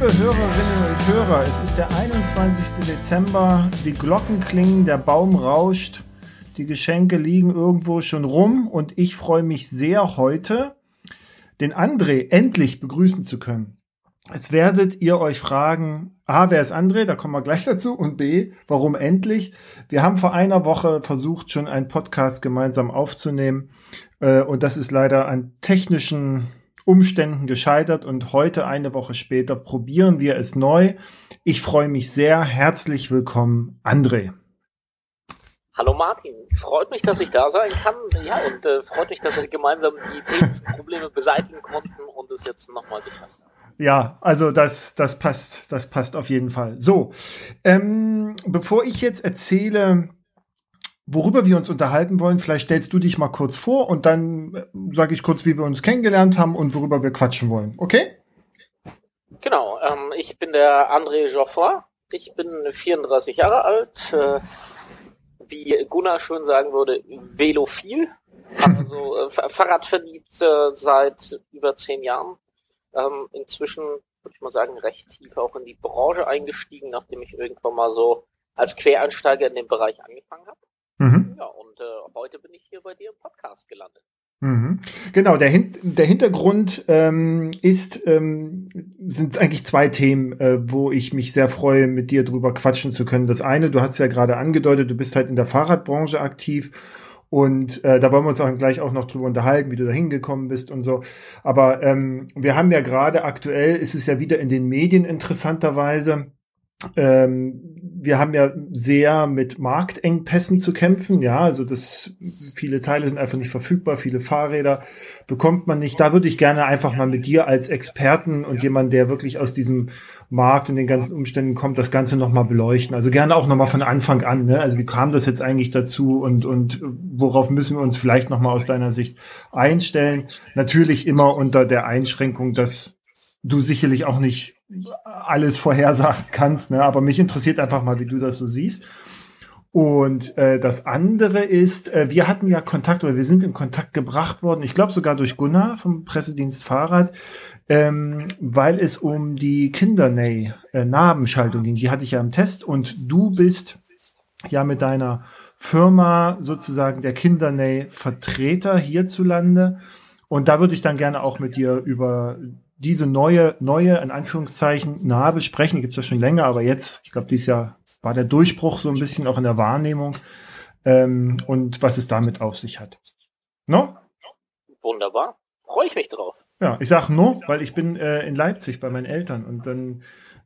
Hörerinnen und Hörer, es ist der 21. Dezember, die Glocken klingen, der Baum rauscht, die Geschenke liegen irgendwo schon rum und ich freue mich sehr, heute den André endlich begrüßen zu können. Jetzt werdet ihr euch fragen, A, wer ist André? Da kommen wir gleich dazu. Und B, warum endlich? Wir haben vor einer Woche versucht, schon einen Podcast gemeinsam aufzunehmen. Und das ist leider an technischen Umständen gescheitert. Und heute, eine Woche später, probieren wir es neu. Ich freue mich sehr. Herzlich willkommen, André. Hallo Martin, freut mich, dass ich da sein kann. Ja, und freut mich, dass wir gemeinsam die Probleme beseitigen konnten und es jetzt nochmal geschafft haben. Ja, also das passt auf jeden Fall. So, bevor ich jetzt erzähle, worüber wir uns unterhalten wollen, vielleicht stellst du dich mal kurz vor und dann sage ich kurz, wie wir uns kennengelernt haben und worüber wir quatschen wollen, okay? Genau, ich bin der André Geoffroy, ich bin 34 Jahre alt, wie Gunnar schön sagen würde, velophil, also Fahrradverliebt seit über 10 Jahren. Inzwischen, würde ich mal sagen, recht tief auch in die Branche eingestiegen, nachdem ich irgendwann mal so als Quereinsteiger in dem Bereich angefangen habe. Mhm. Ja, und heute bin ich hier bei dir im Podcast gelandet. Mhm. Genau, der Hintergrund sind eigentlich zwei Themen, wo ich mich sehr freue, mit dir drüber quatschen zu können. Das eine, du hast ja gerade angedeutet, du bist halt in der Fahrradbranche aktiv. Und da wollen wir uns auch gleich auch noch drüber unterhalten, wie du da hingekommen bist und so. Aber wir haben ja gerade aktuell, ist es ja wieder in den Medien interessanterweise, wir haben ja sehr mit Marktengpässen zu kämpfen. Ja, also viele Teile sind einfach nicht verfügbar, viele Fahrräder bekommt man nicht. Da würde ich gerne einfach mal mit dir als Experten und jemand, der wirklich aus diesem Markt und den ganzen Umständen kommt, das Ganze nochmal beleuchten. Also gerne auch nochmal von Anfang an. Ne? Also wie kam das jetzt eigentlich dazu und worauf müssen wir uns vielleicht nochmal aus deiner Sicht einstellen? Natürlich immer unter der Einschränkung, dass du sicherlich auch nicht alles vorhersagen kannst, ne? Aber mich interessiert einfach mal, wie du das so siehst. Und das andere ist, wir hatten ja Kontakt, oder wir sind in Kontakt gebracht worden, ich glaube sogar durch Gunnar vom Pressedienst Fahrrad, weil es um die Kindernäh-Nabenschaltung ging. Die hatte ich ja im Test und du bist ja mit deiner Firma sozusagen der Kindernäh-Vertreter hierzulande. Und da würde ich dann gerne auch mit dir über diese neue, in Anführungszeichen, Narbe sprechen. Die gibt es ja schon länger, aber jetzt, ich glaube, dieses Jahr war der Durchbruch so ein bisschen auch in der Wahrnehmung und was es damit auf sich hat. No? Wunderbar. Freue ich mich drauf. Ja, ich sage no, weil ich bin in Leipzig bei meinen Eltern und dann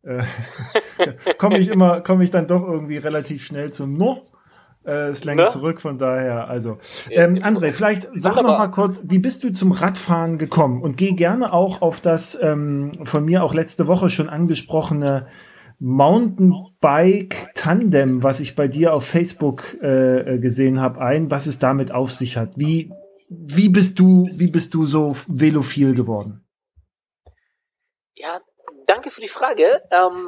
komme ich dann doch irgendwie relativ schnell zum No. Slang zurück, von daher, also André, vielleicht sag noch mal kurz, wie bist du zum Radfahren gekommen? Und geh gerne auch auf das von mir auch letzte Woche schon angesprochene Mountainbike-Tandem, was ich bei dir auf Facebook gesehen habe, was es damit auf sich hat. Wie bist du so velophil geworden? Ja, danke für die Frage.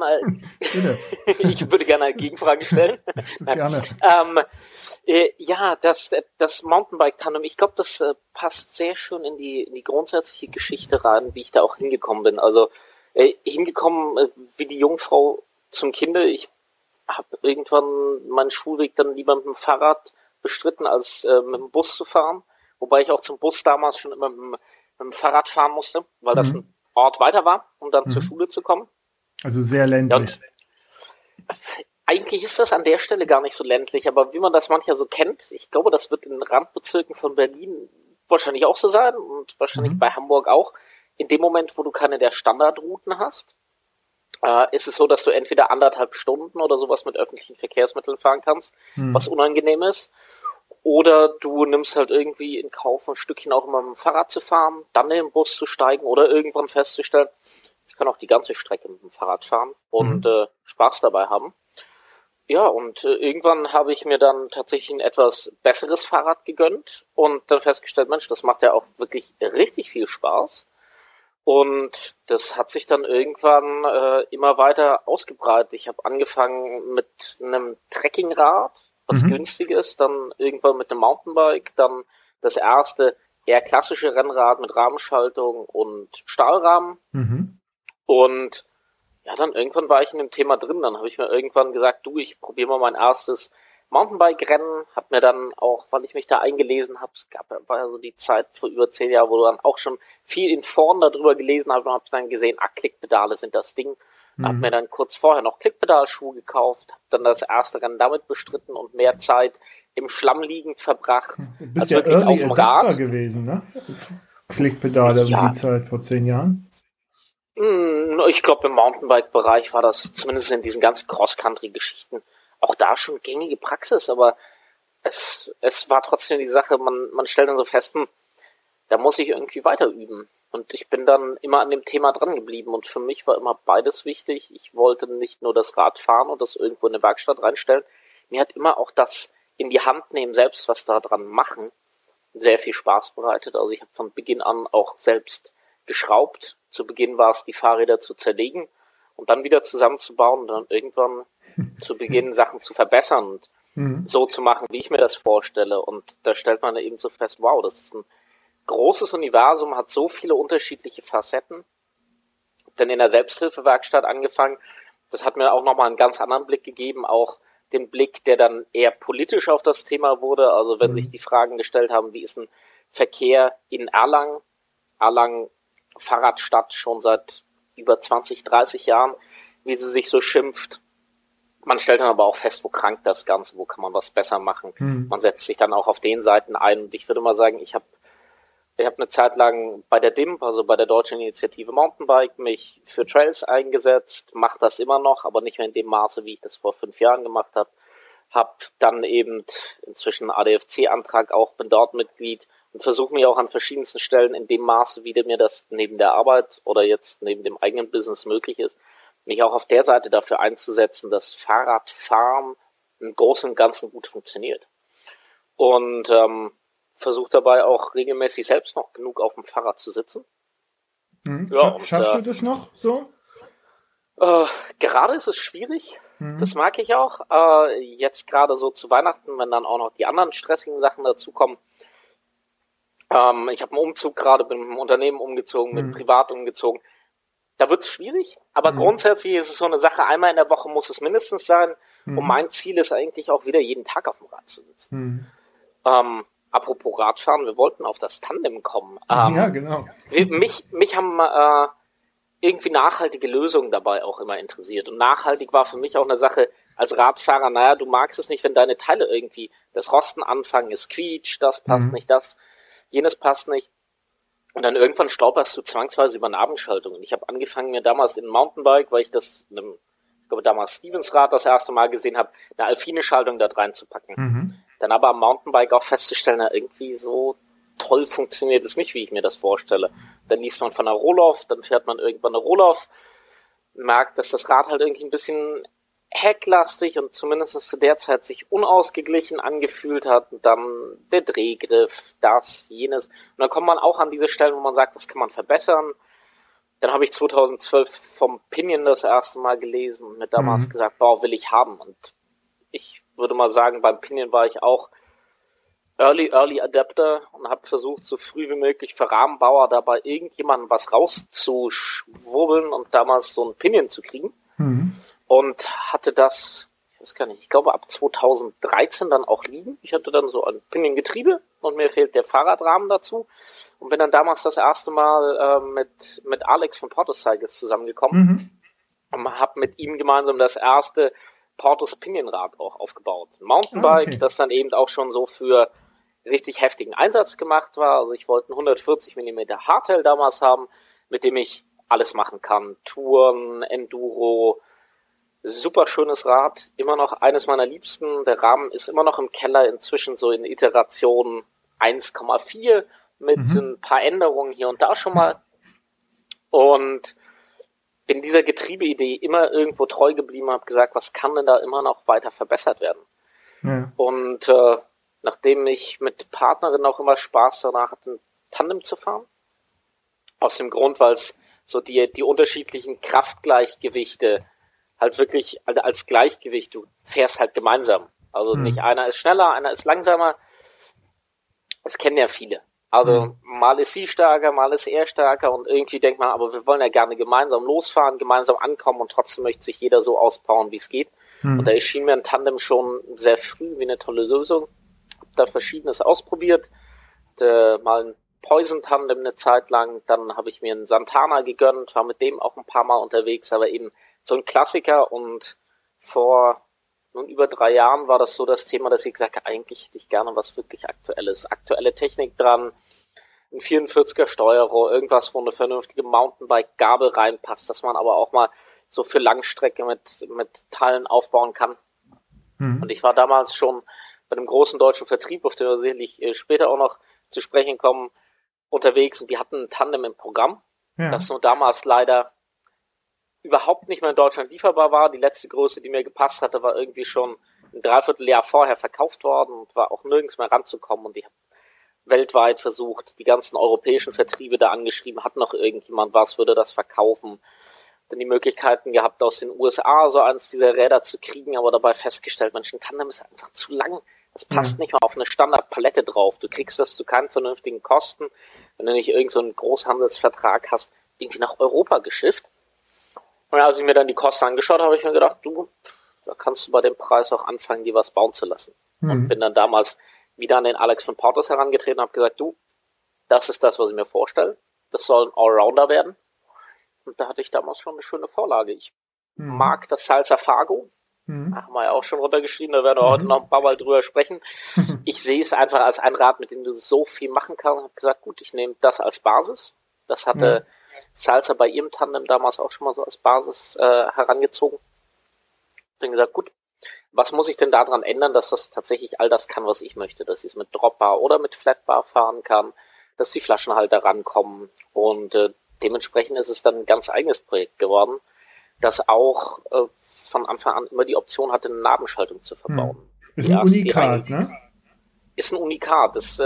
Ich würde gerne eine Gegenfrage stellen. Gerne. Ja, das Mountainbike-Tandem, ich glaube, das passt sehr schön in die grundsätzliche Geschichte rein, wie ich da auch hingekommen bin. Also hingekommen wie die Jungfrau zum Kinde. Ich habe irgendwann meinen Schulweg dann lieber mit dem Fahrrad bestritten, als mit dem Bus zu fahren. Wobei ich auch zum Bus damals schon immer mit dem Fahrrad fahren musste, weil das ein Ort weiter war, um dann zur Schule zu kommen. Also sehr ländlich. Ja, eigentlich ist das an der Stelle gar nicht so ländlich, aber wie man das manchmal so kennt, ich glaube, das wird in Randbezirken von Berlin wahrscheinlich auch so sein und wahrscheinlich bei Hamburg auch. In dem Moment, wo du keine der Standardrouten hast, ist es so, dass du entweder 1,5 Stunden oder sowas mit öffentlichen Verkehrsmitteln fahren kannst, was unangenehm ist. Oder du nimmst halt irgendwie in Kauf, ein Stückchen auch immer mit dem Fahrrad zu fahren, dann in den Bus zu steigen oder irgendwann festzustellen, ich kann auch die ganze Strecke mit dem Fahrrad fahren und Spaß dabei haben. Ja, und irgendwann habe ich mir dann tatsächlich ein etwas besseres Fahrrad gegönnt und dann festgestellt, Mensch, das macht ja auch wirklich richtig viel Spaß. Und das hat sich dann irgendwann immer weiter ausgebreitet. Ich habe angefangen mit einem Trekkingrad, was günstig ist, dann irgendwann mit einem Mountainbike, dann das erste eher klassische Rennrad mit Rahmenschaltung und Stahlrahmen. Und ja, dann irgendwann war ich in dem Thema drin. Dann habe ich mir irgendwann gesagt, du, ich probiere mal mein erstes Mountainbike-Rennen. Hab mir dann auch, weil ich mich da eingelesen habe, war ja so die Zeit vor über 10 Jahren, wo du dann auch schon viel in Foren darüber gelesen hast und hab dann gesehen, Klickpedale sind das Ding. Hab mir dann kurz vorher noch Klickpedalschuhe gekauft, hab dann das erste Rennen damit bestritten und mehr Zeit im Schlamm liegend verbracht. Du bist ja Early Adapter gewesen, ne? Klickpedale um die Zeit vor 10 Jahren. Ich glaube, im Mountainbike-Bereich war das zumindest in diesen ganzen Cross-Country-Geschichten auch da schon gängige Praxis, aber es war trotzdem die Sache, man stellt dann so fest, da muss ich irgendwie weiter üben. Und ich bin dann immer an dem Thema dran geblieben und für mich war immer beides wichtig. Ich wollte nicht nur das Rad fahren und das irgendwo in eine Werkstatt reinstellen. Mir hat immer auch das in die Hand nehmen, selbst was da dran machen, sehr viel Spaß bereitet. Also ich habe von Beginn an auch selbst geschraubt. Zu Beginn war es, die Fahrräder zu zerlegen und dann wieder zusammenzubauen und dann irgendwann zu Beginn Sachen zu verbessern und so zu machen, wie ich mir das vorstelle. Und da stellt man eben so fest, wow, das ist ein großes Universum, hat so viele unterschiedliche Facetten. Dann in der Selbsthilfewerkstatt angefangen. Das hat mir auch nochmal einen ganz anderen Blick gegeben, auch den Blick, der dann eher politisch auf das Thema wurde. Also wenn sich die Fragen gestellt haben, wie ist ein Verkehr in Erlangen? Erlangen, Fahrradstadt schon seit über 20, 30 Jahren, wie sie sich so schimpft. Man stellt dann aber auch fest, wo krankt das Ganze, wo kann man was besser machen. Man setzt sich dann auch auf den Seiten ein. Und ich würde mal sagen, ich habe eine Zeit lang bei der DIMP, also bei der Deutschen Initiative Mountainbike, mich für Trails eingesetzt, mache das immer noch, aber nicht mehr in dem Maße, wie ich das vor 5 Jahren gemacht habe. Hab dann eben inzwischen einen ADFC-Antrag auch, bin dort Mitglied und versuche mich auch an verschiedensten Stellen in dem Maße, wie mir das neben der Arbeit oder jetzt neben dem eigenen Business möglich ist, mich auch auf der Seite dafür einzusetzen, dass Fahrradfahren im Großen und Ganzen gut funktioniert. Und versuche dabei auch regelmäßig selbst noch genug auf dem Fahrrad zu sitzen. Ja, schaffst du das noch so? Gerade ist es schwierig. Das mag ich auch. Jetzt gerade so zu Weihnachten, wenn dann auch noch die anderen stressigen Sachen dazukommen. Ich habe einen Umzug gerade, bin mit dem Unternehmen umgezogen, bin privat umgezogen. Da wird es schwierig, aber grundsätzlich ist es so eine Sache, einmal in der Woche muss es mindestens sein. Und mein Ziel ist eigentlich auch wieder jeden Tag auf dem Rad zu sitzen. Apropos Radfahren, wir wollten auf das Tandem kommen. Ja, genau. Mich haben irgendwie nachhaltige Lösungen dabei auch immer interessiert. Und nachhaltig war für mich auch eine Sache als Radfahrer, naja, du magst es nicht, wenn deine Teile irgendwie das Rosten anfangen, es quietscht, das passt nicht, jenes passt nicht. Und dann irgendwann stolperst du zwangsweise über Nabenschaltung. Und ich habe angefangen, mir damals in Mountainbike, weil ich das ich glaube damals Stevens Rad das erste Mal gesehen habe, eine alpine Schaltung da reinzupacken. Dann aber am Mountainbike auch festzustellen, na, irgendwie so toll funktioniert es nicht, wie ich mir das vorstelle. Dann liest man von einer Rohloff, dann fährt man irgendwann eine Rohloff, merkt, dass das Rad halt irgendwie ein bisschen hecklastig und zumindest zu der Zeit sich unausgeglichen angefühlt hat. Und dann der Drehgriff, das, jenes. Und dann kommt man auch an diese Stellen, wo man sagt, was kann man verbessern. Dann habe ich 2012 vom Pinion das erste Mal gelesen und mir damals gesagt, boah, will ich haben. Und ich würde mal sagen, beim Pinion war ich auch Early Adapter und habe versucht, so früh wie möglich für Rahmenbauer dabei irgendjemandem was rauszuschwurbeln und damals so ein Pinion zu kriegen. Und hatte das, ich weiß gar nicht, ich glaube ab 2013 dann auch liegen. Ich hatte dann so ein Pinion-Getriebe und mir fehlt der Fahrradrahmen dazu und bin dann damals das erste Mal mit Alex von Portus Cycles zusammengekommen und habe mit ihm gemeinsam das erste Portus Pinionrad auch aufgebaut. Ein Mountainbike, das dann eben auch schon so für richtig heftigen Einsatz gemacht war. Also ich wollte ein 140 mm Hardtail damals haben, mit dem ich alles machen kann. Touren, Enduro, super schönes Rad, immer noch eines meiner Liebsten. Der Rahmen ist immer noch im Keller, inzwischen so in Iteration 1,4 mit ein paar Änderungen hier und da schon mal. Und bin dieser Getriebeidee immer irgendwo treu geblieben, habe gesagt, was kann denn da immer noch weiter verbessert werden? Ja. Und nachdem ich mit Partnerin auch immer Spaß danach hatte, ein Tandem zu fahren, aus dem Grund, weil es so die unterschiedlichen Kraftgleichgewichte halt wirklich als Gleichgewicht, du fährst halt gemeinsam. Also nicht einer ist schneller, einer ist langsamer. Das kennen ja viele. Also mal ist sie stärker, mal ist er stärker und irgendwie denkt man, aber wir wollen ja gerne gemeinsam losfahren, gemeinsam ankommen und trotzdem möchte sich jeder so auspowern, wie es geht. Und da erschien mir ein Tandem schon sehr früh wie eine tolle Lösung. Hab da Verschiedenes ausprobiert. Mal ein Poison-Tandem eine Zeit lang, dann habe ich mir einen Santana gegönnt, war mit dem auch ein paar Mal unterwegs, aber eben so ein Klassiker und vor nun über 3 Jahren war das so das Thema, dass ich gesagt habe, eigentlich hätte ich gerne was wirklich Aktuelles. Aktuelle Technik dran, ein 44er Steuerrohr, irgendwas, wo eine vernünftige Mountainbike-Gabel reinpasst, dass man aber auch mal so für Langstrecke mit Teilen aufbauen kann. Und ich war damals schon bei dem großen deutschen Vertrieb, auf den wir sicherlich später auch noch zu sprechen kommen, unterwegs und die hatten ein Tandem im Programm, das nur damals leider überhaupt nicht mehr in Deutschland lieferbar war. Die letzte Größe, die mir gepasst hatte, war irgendwie schon ein Dreivierteljahr vorher verkauft worden und war auch nirgends mehr ranzukommen. Und ich habe weltweit versucht, die ganzen europäischen Vertriebe da angeschrieben, hat noch irgendjemand was, würde das verkaufen. Dann die Möglichkeiten gehabt, aus den USA so eins dieser Räder zu kriegen, aber dabei festgestellt, Mensch, ein Tandem ist einfach zu lang. Das passt nicht mal auf eine Standardpalette drauf. Du kriegst das zu keinen vernünftigen Kosten, wenn du nicht irgend so einen Großhandelsvertrag hast, irgendwie nach Europa geschifft. Und als ich mir dann die Kosten angeschaut habe, habe ich mir gedacht, du, da kannst du bei dem Preis auch anfangen, dir was bauen zu lassen. Und bin dann damals wieder an den Alex von Portos herangetreten und habe gesagt, du, das ist das, was ich mir vorstelle. Das soll ein Allrounder werden. Und da hatte ich damals schon eine schöne Vorlage. Ich mag das Salsa Fargo. Da haben wir ja auch schon runtergeschrieben, da werden wir heute noch ein paar Mal drüber sprechen. Ich sehe es einfach als ein Rad, mit dem du so viel machen kannst. Ich habe gesagt, gut, ich nehme das als Basis. Das hatte Salsa bei ihrem Tandem damals auch schon mal so als Basis herangezogen. Dann gesagt, gut, was muss ich denn daran ändern, dass das tatsächlich all das kann, was ich möchte, dass ich es mit Dropbar oder mit Flatbar fahren kann, dass die Flaschenhalter rankommen und dementsprechend ist es dann ein ganz eigenes Projekt geworden, das auch von Anfang an immer die Option hatte, eine Nabenschaltung zu verbauen. Ist ein Unikat, ne? Ist ein Unikat. Das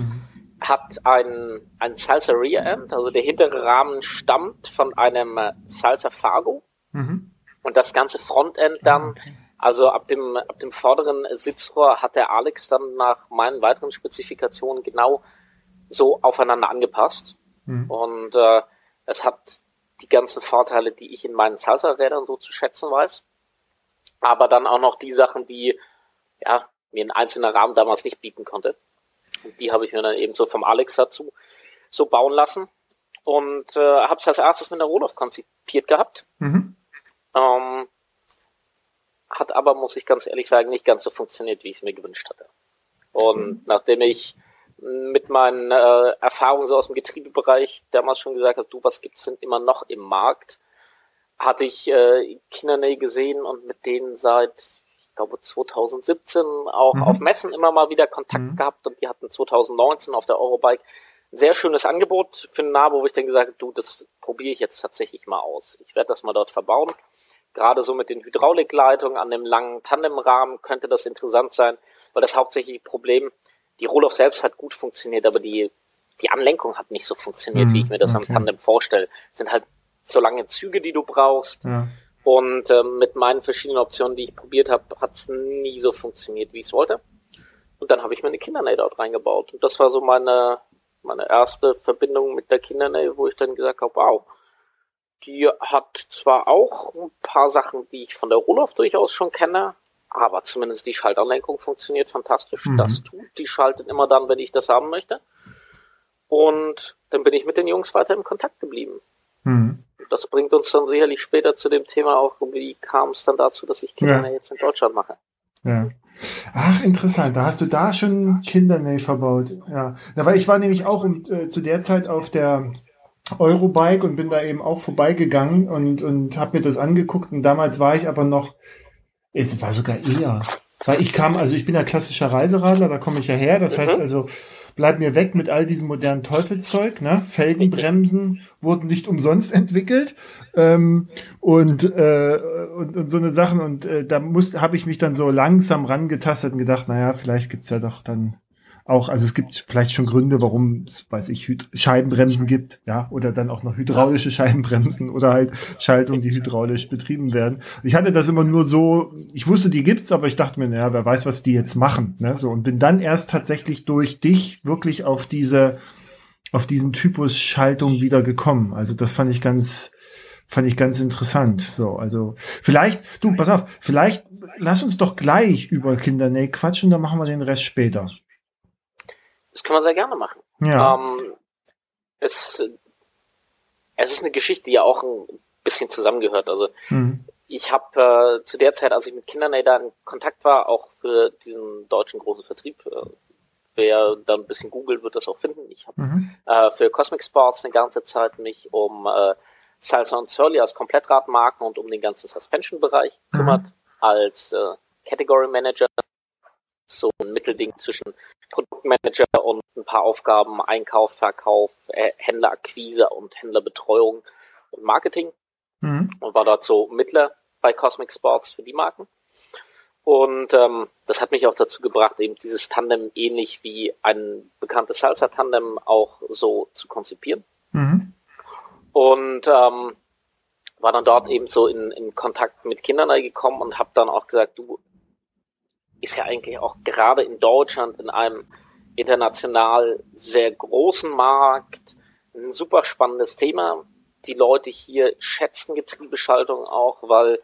hat ein Salsa Rear End, also der hintere Rahmen stammt von einem Salsa Fargo und das ganze Frontend dann, also ab dem vorderen Sitzrohr hat der Alex dann nach meinen weiteren Spezifikationen genau so aufeinander angepasst und es hat die ganzen Vorteile, die ich in meinen Salsa-Rädern so zu schätzen weiß, aber dann auch noch die Sachen, die ja mir ein einzelner Rahmen damals nicht bieten konnte. Und die habe ich mir dann eben so vom Alex dazu so bauen lassen und habe es als erstes mit der Rohloff konzipiert gehabt. Hat aber, muss ich ganz ehrlich sagen, nicht ganz so funktioniert, wie ich es mir gewünscht hatte. Und nachdem ich mit meinen Erfahrungen so aus dem Getriebebereich damals schon gesagt habe, du, was gibt's denn immer noch im Markt, hatte ich Kindernähe gesehen und mit denen seit, ich glaube 2017 auch auf Messen immer mal wieder Kontakt gehabt und die hatten 2019 auf der Eurobike ein sehr schönes Angebot für einen Nabo, wo ich dann gesagt habe, du, das probiere ich jetzt tatsächlich mal aus. Ich werde das mal dort verbauen. Gerade so mit den Hydraulikleitungen an dem langen Tandemrahmen könnte das interessant sein, weil das hauptsächliche Problem, die Rohloff selbst hat gut funktioniert, aber die Anlenkung hat nicht so funktioniert, wie ich mir das am Tandem vorstelle. Es sind halt so lange Züge, die du brauchst. Und mit meinen verschiedenen Optionen, die ich probiert habe, hat es nie so funktioniert, wie ich es wollte. Und dann habe ich mir eine Kindernähe dort reingebaut. Und das war so meine erste Verbindung mit der Kindernähe, wo ich dann gesagt habe, wow, die hat zwar auch ein paar Sachen, die ich von der Rohloff durchaus schon kenne, aber zumindest die Schaltanlenkung funktioniert fantastisch. Das tut, die schaltet immer dann, wenn ich das haben möchte. Und dann bin ich mit den Jungs weiter im Kontakt geblieben. Das bringt uns dann sicherlich später zu dem Thema auch, wie kam es dann dazu, dass ich Kindernähe jetzt in Deutschland mache. Ja. Ach, interessant. Da hast du da schon Kindernähe verbaut. Ja, weil ich war nämlich auch zu der Zeit auf der Eurobike und bin da eben auch vorbeigegangen und habe mir das angeguckt. Und damals war ich aber noch, es war sogar eher, weil ich bin ja klassischer Reiseradler, da komme ich ja her. Das heißt also, bleib mir weg mit all diesem modernen Teufelszeug, ne? Felgenbremsen wurden nicht umsonst entwickelt und so eine Sachen und da habe ich mich dann so langsam rangetastet und gedacht, naja, vielleicht gibt's ja doch dann auch, also es gibt vielleicht schon Gründe, warum es, weiß ich, Scheibenbremsen gibt, ja, oder dann auch noch hydraulische Scheibenbremsen oder halt Schaltungen, die hydraulisch betrieben werden. Ich hatte das immer nur so, ich wusste, die gibt's, aber ich dachte mir, naja, wer weiß, was die jetzt machen, ne, so, und bin dann erst tatsächlich durch dich wirklich auf diesen Typus Schaltung wieder gekommen. Also das fand ich ganz interessant. So, also pass auf, vielleicht lass uns doch gleich über Kindernähe quatschen, dann machen wir den Rest später. Das können wir sehr gerne machen. Ja. Es ist eine Geschichte, die ja auch ein bisschen zusammengehört. Also ich habe zu der Zeit, als ich mit Kindernähe da in Kontakt war, auch für diesen deutschen großen Vertrieb, wer da ein bisschen googelt, wird das auch finden. Ich habe für Cosmic Sports eine ganze Zeit mich um Salsa und Surly als Komplettradmarken und um den ganzen Suspension-Bereich kümmert, als Category Manager, so ein Mittelding zwischen Produktmanager und ein paar Aufgaben, Einkauf, Verkauf, Händlerakquise und Händlerbetreuung und Marketing und war dort so Mittler bei Cosmic Sports für die Marken. Und das hat mich auch dazu gebracht, eben dieses Tandem ähnlich wie ein bekanntes Salsa-Tandem auch so zu konzipieren. Und war dann dort eben so in Kontakt mit Kindernähe gekommen und habe dann auch gesagt, du, ist ja eigentlich auch gerade in Deutschland in einem international sehr großen Markt ein super spannendes Thema. Die Leute hier schätzen Getriebeschaltung auch, weil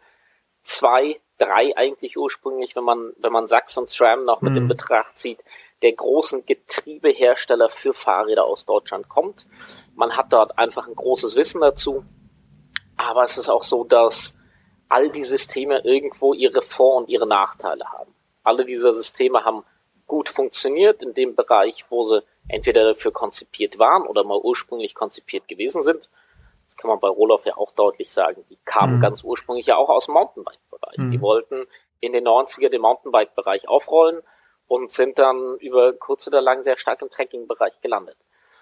2, 3 eigentlich ursprünglich, wenn man Sachs und SRAM noch mit in Betracht zieht, der großen Getriebehersteller für Fahrräder aus Deutschland kommt. Man hat dort einfach ein großes Wissen dazu. Aber es ist auch so, dass all die Systeme irgendwo ihre Vor- und ihre Nachteile haben. Alle diese Systeme haben gut funktioniert in dem Bereich, wo sie entweder dafür konzipiert waren oder mal ursprünglich konzipiert gewesen sind. Das kann man bei Rohloff ja auch deutlich sagen. Die kamen ganz ursprünglich ja auch aus dem Mountainbike-Bereich. Die wollten in den 90er den Mountainbike-Bereich aufrollen und sind dann über kurz oder lang sehr stark im Trekking-Bereich gelandet.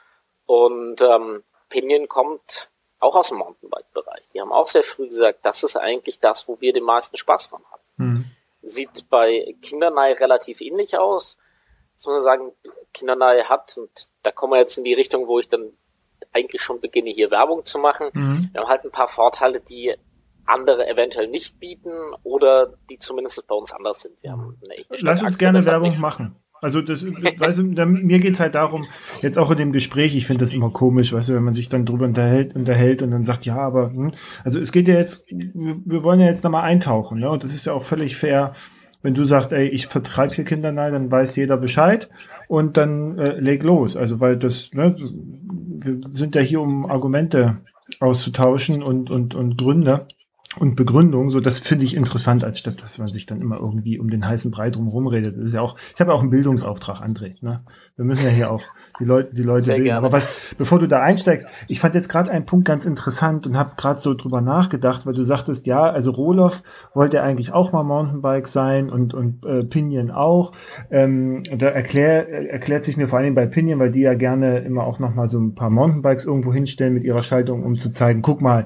Und Pinion kommt auch aus dem Mountainbike-Bereich. Die haben auch sehr früh gesagt, das ist eigentlich das, wo wir den meisten Spaß dran haben. Sieht bei Kindernähe relativ ähnlich aus. Jetzt muss man sagen, Kindernähe hat, und da kommen wir jetzt in die Richtung, wo ich dann eigentlich schon beginne, hier Werbung zu machen. Wir haben halt ein paar Vorteile, die andere eventuell nicht bieten oder die zumindest bei uns anders sind. Wir haben eine echte Lass uns gerne Werbung machen. Also das, weißt du, mir geht's halt darum, jetzt auch in dem Gespräch, ich finde das immer komisch, weißt du, wenn man sich dann drüber unterhält und dann sagt, ja, aber, also es geht ja jetzt, wir wollen ja jetzt da mal eintauchen, ne, und das ist ja auch völlig fair, wenn du sagst, ey, ich vertreibe hier Kindernähe, dann weiß jeder Bescheid und dann leg los, also weil das, ne, wir sind ja hier, um Argumente auszutauschen und Gründe und Begründung, so das finde ich interessant, als statt, dass man sich dann immer irgendwie um den heißen Brei drumherum redet. Das ist ja auch, ich habe ja auch einen Bildungsauftrag, André. Ne? Wir müssen ja hier auch die Leute bilden. Gerne. Aber bevor du da einsteigst, ich fand jetzt gerade einen Punkt ganz interessant und habe gerade so drüber nachgedacht, weil du sagtest, ja, also Rohloff wollte eigentlich auch mal Mountainbike sein und Pinion auch. Da erklärt sich mir vor allem bei Pinion, weil die ja gerne immer auch noch mal so ein paar Mountainbikes irgendwo hinstellen mit ihrer Schaltung, um zu zeigen, guck mal,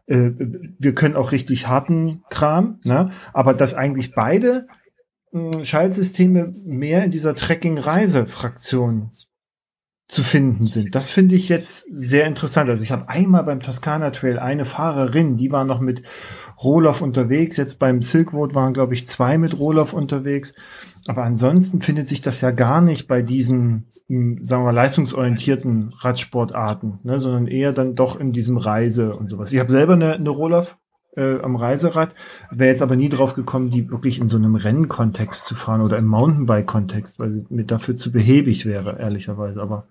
wir können auch richtig harten Kram, ne? Aber dass eigentlich beide Schaltsysteme mehr in dieser Trekking-Reise-Fraktion zu finden sind. Das finde ich jetzt sehr interessant. Also ich habe einmal beim Toskana Trail eine Fahrerin, die war noch mit Rohloff unterwegs. Jetzt beim Silk Road waren, glaube ich, 2 mit Rohloff unterwegs. Aber ansonsten findet sich das ja gar nicht bei diesen, sagen wir, leistungsorientierten Radsportarten, ne, sondern eher dann doch in diesem Reise und sowas. Ich habe selber eine Rohloff am Reiserad, wäre jetzt aber nie drauf gekommen, die wirklich in so einem Rennkontext zu fahren oder im Mountainbike-Kontext, weil sie mir dafür zu behäbig wäre, ehrlicherweise. Aber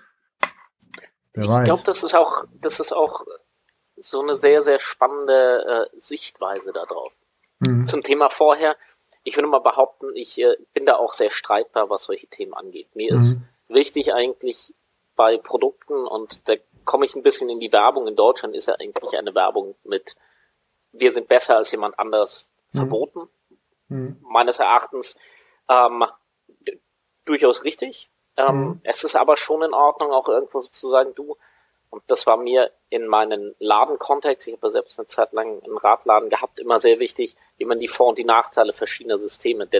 wer weiß. Ich glaube, das ist auch so eine sehr, sehr spannende Sichtweise da drauf. Zum Thema vorher, ich würde mal behaupten, ich bin da auch sehr streitbar, was solche Themen angeht. Mir ist wichtig eigentlich bei Produkten, und da komme ich ein bisschen in die Werbung. In Deutschland ist ja eigentlich eine Werbung mit wir sind besser als jemand anders verboten. Meines Erachtens durchaus richtig. Es ist aber schon in Ordnung, auch irgendwo zu sagen, du, und das war mir in meinem Ladenkontext, ich habe ja selbst eine Zeit lang einen Radladen gehabt, immer sehr wichtig, wie man die Vor- und die Nachteile verschiedener Systeme, denn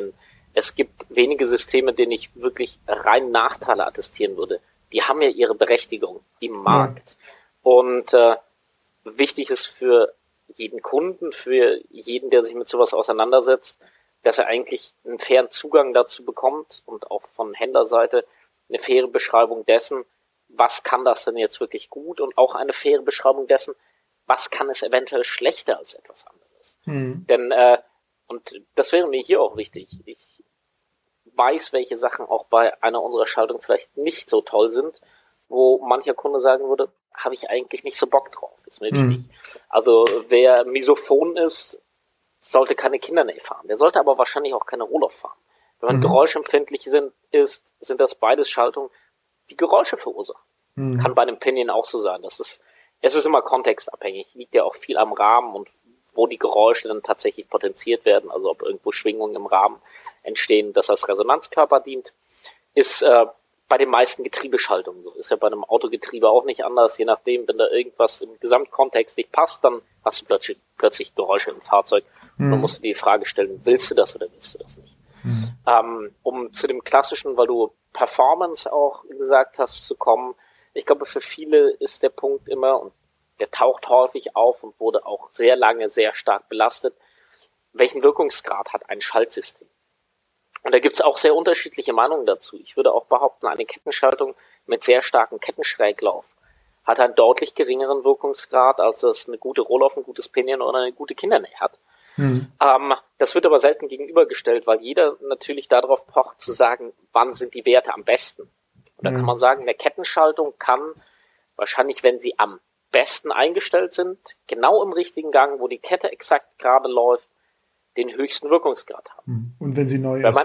es gibt wenige Systeme, denen ich wirklich rein Nachteile attestieren würde. Die haben ja ihre Berechtigung im Markt. Und wichtig ist für jeden Kunden, für jeden, der sich mit sowas auseinandersetzt, dass er eigentlich einen fairen Zugang dazu bekommt und auch von Händlerseite eine faire Beschreibung dessen, was kann das denn jetzt wirklich gut, und auch eine faire Beschreibung dessen, was kann es eventuell schlechter als etwas anderes. Denn, und das wäre mir hier auch wichtig, ich weiß, welche Sachen auch bei einer unserer Schaltungen vielleicht nicht so toll sind, wo mancher Kunde sagen würde, habe ich eigentlich nicht so Bock drauf, ist mir wichtig. Also wer misophon ist, sollte keine Kindernähe fahren. Der sollte aber wahrscheinlich auch keine Rohloff fahren. Wenn man geräuschempfindlich sind das beides Schaltungen, die Geräusche verursachen. Kann bei einem Pinion auch so sein. Es ist immer kontextabhängig. Liegt ja auch viel am Rahmen und wo die Geräusche dann tatsächlich potenziert werden. Also ob irgendwo Schwingungen im Rahmen entstehen, dass das Resonanzkörper dient, ist bei den meisten Getriebeschaltungen so. Ist ja bei einem Autogetriebe auch nicht anders. Je nachdem, wenn da irgendwas im Gesamtkontext nicht passt, dann hast du plötzlich Geräusche im Fahrzeug. Und dann musst du dir die Frage stellen, willst du das oder willst du das nicht? Um zu dem klassischen, weil du Performance auch gesagt hast, zu kommen. Ich glaube, für viele ist der Punkt immer, und der taucht häufig auf und wurde auch sehr lange sehr stark belastet, welchen Wirkungsgrad hat ein Schaltsystem? Und da gibt es auch sehr unterschiedliche Meinungen dazu. Ich würde auch behaupten, eine Kettenschaltung mit sehr starkem Kettenschräglauf hat einen deutlich geringeren Wirkungsgrad, als es eine gute Roll-Off, ein gutes Pinion oder eine gute Kindernähe hat. Das wird aber selten gegenübergestellt, weil jeder natürlich darauf pocht zu sagen, wann sind die Werte am besten. Und da kann man sagen, eine Kettenschaltung kann wahrscheinlich, wenn sie am besten eingestellt sind, genau im richtigen Gang, wo die Kette exakt gerade läuft, den höchsten Wirkungsgrad haben. Und wenn sie neu ist?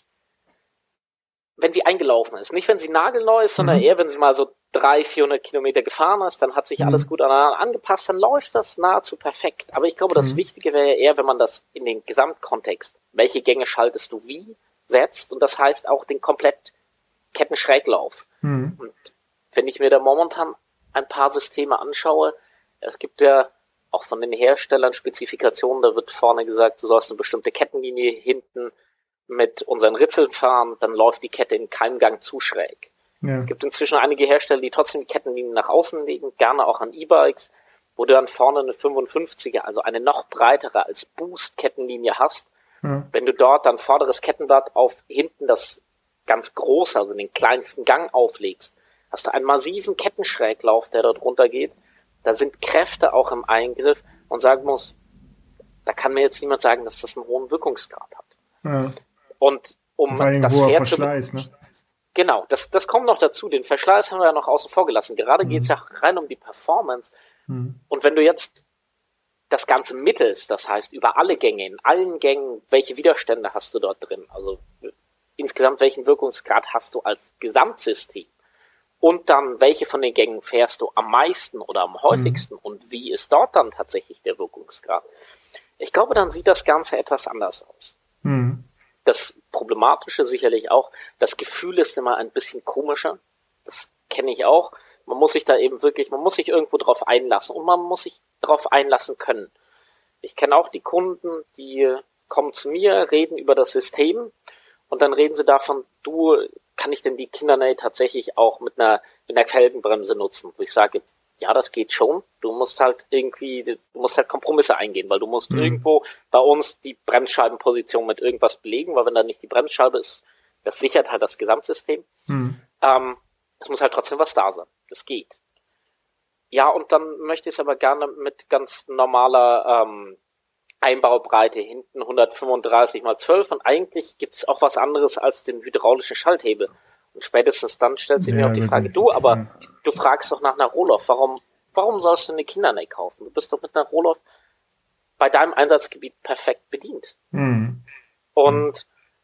Wenn sie eingelaufen ist. Nicht, wenn sie nagelneu ist, sondern eher, wenn sie mal so 300-400 Kilometer gefahren ist, dann hat sich alles gut aneinander angepasst, dann läuft das nahezu perfekt. Aber ich glaube, das Wichtige wäre eher, wenn man das in den Gesamtkontext, welche Gänge schaltest du wie, setzt, und das heißt auch den komplett Kettenschräglauf. Und wenn ich mir da momentan ein paar Systeme anschaue, es gibt ja auch von den Herstellern Spezifikationen, da wird vorne gesagt, du sollst eine bestimmte Kettenlinie hinten mit unseren Ritzeln fahren, dann läuft die Kette in keinem Gang zu schräg. Ja. Es gibt inzwischen einige Hersteller, die trotzdem die Kettenlinien nach außen legen, gerne auch an E-Bikes, wo du dann vorne eine 55er, also eine noch breitere als Boost-Kettenlinie hast. Wenn du dort dann vorderes Kettenblatt auf hinten das ganz große, also den kleinsten Gang auflegst, hast du einen massiven Kettenschräglauf, der dort runtergeht. Da sind Kräfte auch im Eingriff, und sagen muss, da kann mir jetzt niemand sagen, dass das einen hohen Wirkungsgrad hat. Ja. Und um das Pferd Verschleiß, ne? Genau, das kommt noch dazu. Den Verschleiß haben wir ja noch außen vor gelassen. Gerade geht's ja rein um die Performance. Und wenn du jetzt das Ganze mittelst, das heißt über alle Gänge, in allen Gängen, welche Widerstände hast du dort drin? Also insgesamt, welchen Wirkungsgrad hast du als Gesamtsystem? Und dann, welche von den Gängen fährst du am meisten oder am häufigsten? Und wie ist dort dann tatsächlich der Wirkungsgrad? Ich glaube, dann sieht das Ganze etwas anders aus. Das Problematische sicherlich auch, das Gefühl ist immer ein bisschen komischer. Das kenne ich auch. Man muss sich da eben wirklich, man muss sich irgendwo drauf einlassen, und man muss sich drauf einlassen können. Ich kenne auch die Kunden, die kommen zu mir, reden über das System, und dann reden sie davon, kann ich denn die Kindernähe tatsächlich auch mit einer Felgenbremse nutzen? Wo ich sage, ja, das geht schon. Du musst halt Kompromisse eingehen, weil du musst irgendwo bei uns die Bremsscheibenposition mit irgendwas belegen, weil wenn da nicht die Bremsscheibe ist, das sichert halt das Gesamtsystem. Es muss halt trotzdem was da sein. Das geht. Ja, und dann möchte ich es aber gerne mit ganz normaler Einbaubreite hinten 135x12, und eigentlich gibt es auch was anderes als den hydraulischen Schalthebel. Und spätestens dann stellt sich mir auch die Frage, du fragst doch nach einer Rohloff, warum sollst du eine Kindernähe kaufen? Du bist doch mit einer Rohloff bei deinem Einsatzgebiet perfekt bedient. Und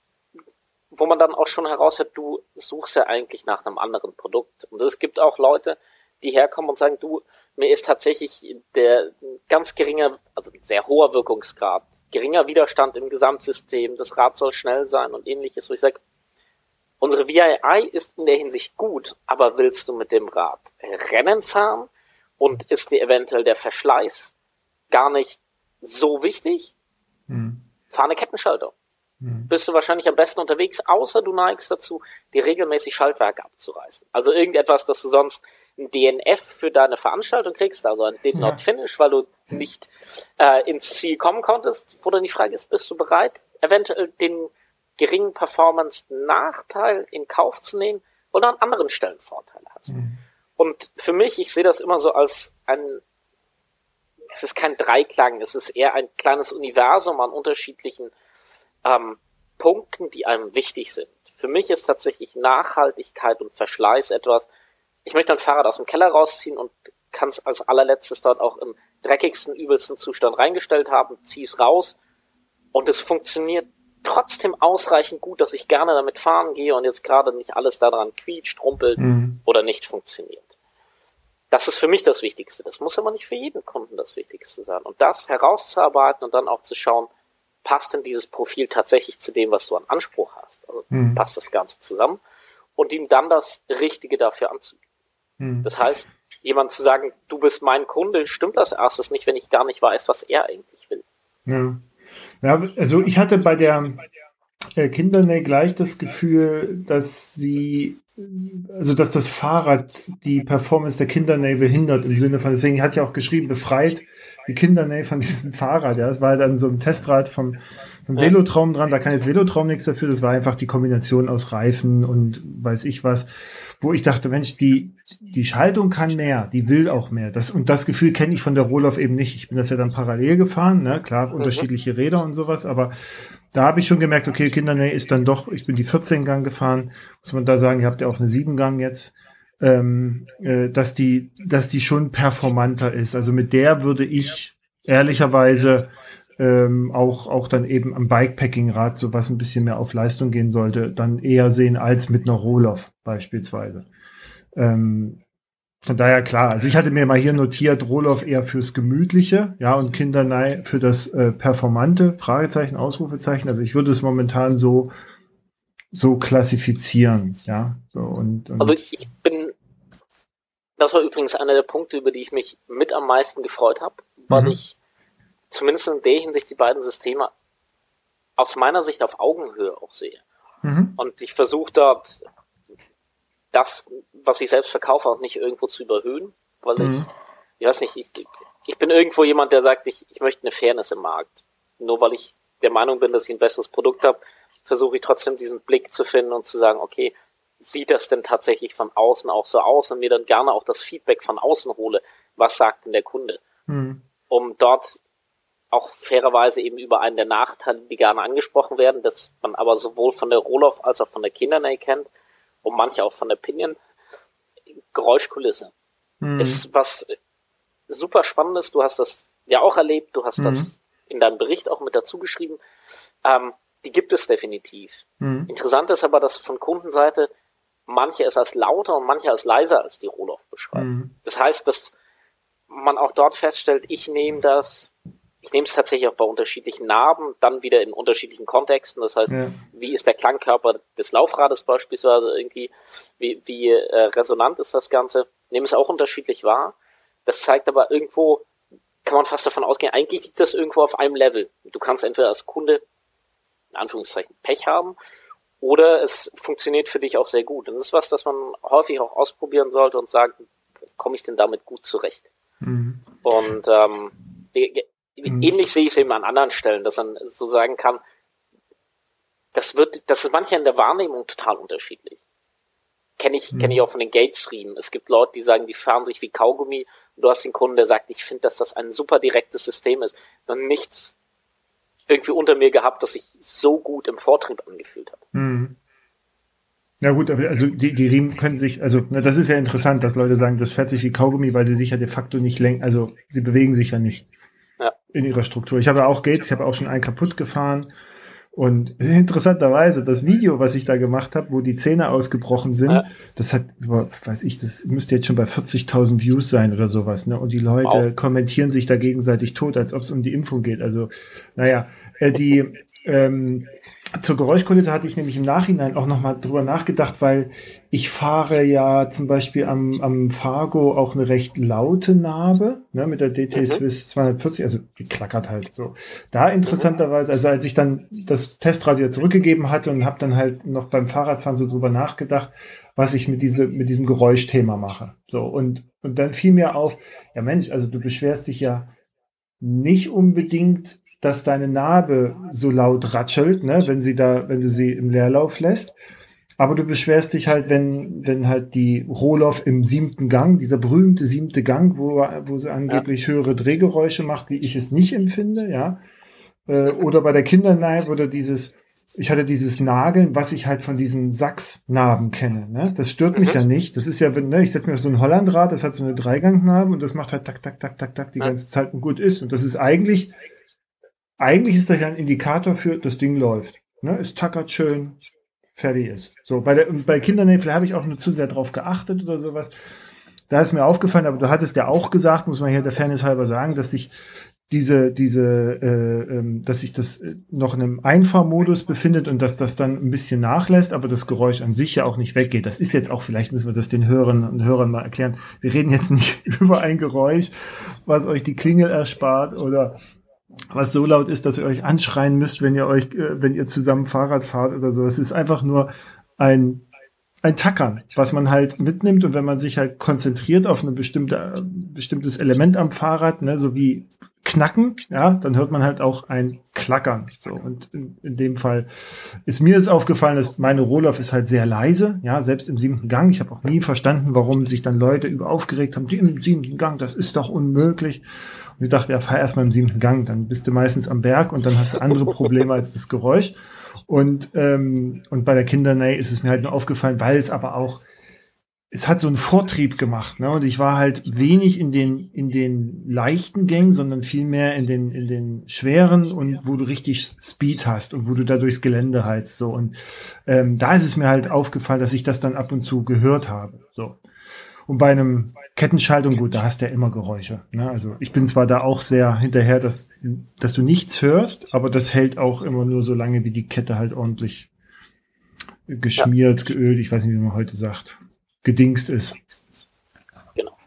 wo man dann auch schon heraushört, du suchst ja eigentlich nach einem anderen Produkt. Und es gibt auch Leute, die herkommen und sagen, mir ist tatsächlich der ganz geringer, also sehr hoher Wirkungsgrad, geringer Widerstand im Gesamtsystem, das Rad soll schnell sein und ähnliches, wo ich sage, unsere VII ist in der Hinsicht gut, aber willst du mit dem Rad Rennen fahren und ist dir eventuell der Verschleiß gar nicht so wichtig? Fahr eine Kettenschaltung. bist du wahrscheinlich am besten unterwegs, außer du neigst dazu, dir regelmäßig Schaltwerke abzureißen. Also irgendetwas, dass du sonst ein DNF für deine Veranstaltung kriegst, also ein Did Not Finish, weil du nicht ins Ziel kommen konntest, wo dann die Frage ist, bist du bereit, eventuell den geringen Performance-Nachteil in Kauf zu nehmen, weil du an anderen Stellen Vorteile hast. Und für mich, ich sehe das immer so als es ist kein Dreiklang, es ist eher ein kleines Universum an unterschiedlichen Punkten, die einem wichtig sind. Für mich ist tatsächlich Nachhaltigkeit und Verschleiß etwas, ich möchte ein Fahrrad aus dem Keller rausziehen und kann es als allerletztes dort auch im dreckigsten, übelsten Zustand reingestellt haben, ziehe es raus und es funktioniert trotzdem ausreichend gut, dass ich gerne damit fahren gehe und jetzt gerade nicht alles daran quietscht, rumpelt oder nicht funktioniert. Das ist für mich das Wichtigste. Das muss aber nicht für jeden Kunden das Wichtigste sein. Und das herauszuarbeiten und dann auch zu schauen, passt denn dieses Profil tatsächlich zu dem, was du an Anspruch hast? Also passt das Ganze zusammen und ihm dann das Richtige dafür anzubieten. Das heißt, jemand zu sagen, du bist mein Kunde, stimmt das erstes nicht, wenn ich gar nicht weiß, was er eigentlich will. Ja, also ich hatte bei der Kindernähe gleich das Gefühl, dass dass das Fahrrad die Performance der Kindernähe behindert, im Sinne von, deswegen hat ja auch geschrieben, befreit die Kindernähe von diesem Fahrrad. Ja, das war dann so ein Testrad vom Velotraum dran, da kann jetzt Velotraum nichts dafür, das war einfach die Kombination aus Reifen und weiß ich was, wo ich dachte, Mensch, die Schaltung kann mehr, die will auch mehr. Und das Gefühl kenne ich von der Rohloff eben nicht. Ich bin das ja dann parallel gefahren, ne? Klar, unterschiedliche Räder und sowas, aber da habe ich schon gemerkt, okay, Kindernähe ist dann doch, ich bin die 14-Gang gefahren, muss man da sagen, ihr habt ja auch eine 7-Gang jetzt, dass die schon performanter ist. Also mit der würde ich ehrlicherweise auch dann eben am Bikepacking-Rad, so was ein bisschen mehr auf Leistung gehen sollte, dann eher sehen als mit einer Rohloff beispielsweise. Von daher klar, also ich hatte mir mal hier notiert, Rohloff eher fürs Gemütliche, ja, und Kindernähe für das Performante, Fragezeichen, Ausrufezeichen. Also ich würde es momentan so klassifizieren, ja. So, und also das war übrigens einer der Punkte, über die ich mich mit am meisten gefreut habe, weil ich zumindest in der Hinsicht die beiden Systeme aus meiner Sicht auf Augenhöhe auch sehe. Und ich versuche dort das, was ich selbst verkaufe, auch nicht irgendwo zu überhöhen, weil ich weiß nicht, ich bin irgendwo jemand, der sagt, ich möchte eine Fairness im Markt. Nur weil ich der Meinung bin, dass ich ein besseres Produkt habe, versuche ich trotzdem diesen Blick zu finden und zu sagen, okay, sieht das denn tatsächlich von außen auch so aus und mir dann gerne auch das Feedback von außen hole, was sagt denn der Kunde? Um dort auch fairerweise eben über einen der Nachteile, die gerne angesprochen werden, dass man aber sowohl von der Rohloff als auch von der Kindernähe kennt und manche auch von der Pinion, Geräuschkulisse. Ist was super Spannendes, du hast das ja auch erlebt, du hast das in deinem Bericht auch mit dazu geschrieben, die gibt es definitiv. Interessant ist aber, dass von Kundenseite manche es als lauter und manche als leiser als die Rohloff beschreiben. Das heißt, dass man auch dort feststellt, ich nehme es tatsächlich auch bei unterschiedlichen Narben, dann wieder in unterschiedlichen Kontexten. Das heißt, wie ist der Klangkörper des Laufrades beispielsweise irgendwie, wie resonant ist das Ganze? Nehme es auch unterschiedlich wahr. Das zeigt aber irgendwo, kann man fast davon ausgehen, eigentlich liegt das irgendwo auf einem Level. Du kannst entweder als Kunde, in Anführungszeichen, Pech haben, oder es funktioniert für dich auch sehr gut. Und das ist was, das man häufig auch ausprobieren sollte und sagen, komme ich denn damit gut zurecht? Und ähnlich sehe ich es eben an anderen Stellen, dass man so sagen kann, das ist manchmal in der Wahrnehmung total unterschiedlich. Kenne ich auch von den Gates-Riemen. Es gibt Leute, die sagen, die fahren sich wie Kaugummi, und du hast den Kunden, der sagt, ich finde, dass das ein super direktes System ist. Noch nichts irgendwie unter mir gehabt, das sich so gut im Vortrieb angefühlt hat. Ja gut, also die Riemen können sich, also das ist ja interessant, dass Leute sagen, das fährt sich wie Kaugummi, weil sie sich ja de facto nicht lenken, also sie bewegen sich ja nicht in ihrer Struktur. Ich habe ja auch Gates, ich habe auch schon einen kaputt gefahren und interessanterweise, das Video, was ich da gemacht habe, wo die Zähne ausgebrochen sind, das hat, weiß ich, das müsste jetzt schon bei 40.000 Views sein oder sowas, ne? Und die Leute kommentieren sich da gegenseitig tot, als ob es um die Impfung geht. Also, naja, Zur Geräuschkulisse hatte ich nämlich im Nachhinein auch nochmal drüber nachgedacht, weil ich fahre ja zum Beispiel am Fargo auch eine recht laute Narbe, ne, mit der DT Swiss 240, also die klackert halt so. Da interessanterweise, also als ich dann das Testradio zurückgegeben hatte und habe dann halt noch beim Fahrradfahren so drüber nachgedacht, was ich mit diesem Geräuschthema mache. So, und dann fiel mir auf, ja Mensch, also du beschwerst dich ja nicht unbedingt, dass deine Narbe so laut ratschelt, ne, wenn du sie im Leerlauf lässt. Aber du beschwerst dich halt, wenn halt die Rohloff im 7. Gang, dieser berühmte 7. Gang, wo sie angeblich höhere Drehgeräusche macht, wie ich es nicht empfinde, ja. Oder bei der Kindernarbe oder ich hatte dieses Nageln, was ich halt von diesen Sachsnarben kenne, ne. Das stört mich ja nicht. Das ist ja, ne, ich setze mir auf so ein Hollandrad, das hat so eine Dreigangnarbe und das macht halt tak, tak, tak, tak, tak die ganze Zeit und gut ist. Und das ist eigentlich ist das ja ein Indikator für, das Ding läuft. Ne? Es tackert schön, fertig ist. So, bei Kindernägeln, vielleicht habe ich auch nur zu sehr drauf geachtet oder sowas. Da ist mir aufgefallen, aber du hattest ja auch gesagt, muss man hier der Fairness halber sagen, dass sich dass sich das noch in einem Einfahrmodus befindet und dass das dann ein bisschen nachlässt, aber das Geräusch an sich ja auch nicht weggeht. Das ist jetzt auch, vielleicht müssen wir das den Hörern und Hörern mal erklären. Wir reden jetzt nicht über ein Geräusch, was euch die Klingel erspart oder was so laut ist, dass ihr euch anschreien müsst, wenn ihr zusammen Fahrrad fahrt oder so. Es ist einfach nur ein Tackern, was man halt mitnimmt und wenn man sich halt konzentriert auf ein bestimmtes Element am Fahrrad, ne, so wie Knacken, ja, dann hört man halt auch ein Klackern. So, und in dem Fall ist mir es aufgefallen, dass meine Rohloff ist halt sehr leise, ja, selbst im 7. Gang. Ich habe auch nie verstanden, warum sich dann Leute aufgeregt haben, die im 7. Gang, das ist doch unmöglich. Und ich dachte, ja, fahr erst mal im 7. Gang, dann bist du meistens am Berg und dann hast du andere Probleme als das Geräusch. Und bei der Kindernähe ist es mir halt nur aufgefallen, weil es aber auch, es hat so einen Vortrieb gemacht, ne? Und ich war halt wenig in den leichten Gängen, sondern viel mehr in den schweren und wo du richtig Speed hast und wo du da durchs Gelände heizt, so. Und da ist es mir halt aufgefallen, dass ich das dann ab und zu gehört habe, so. Und bei einem Kettenschaltung, gut, da hast du ja immer Geräusche, ne? Also ich bin zwar da auch sehr hinterher, dass du nichts hörst, aber das hält auch immer nur so lange, wie die Kette halt ordentlich geschmiert, geölt, ich weiß nicht, wie man heute sagt, gedingst ist. Genau.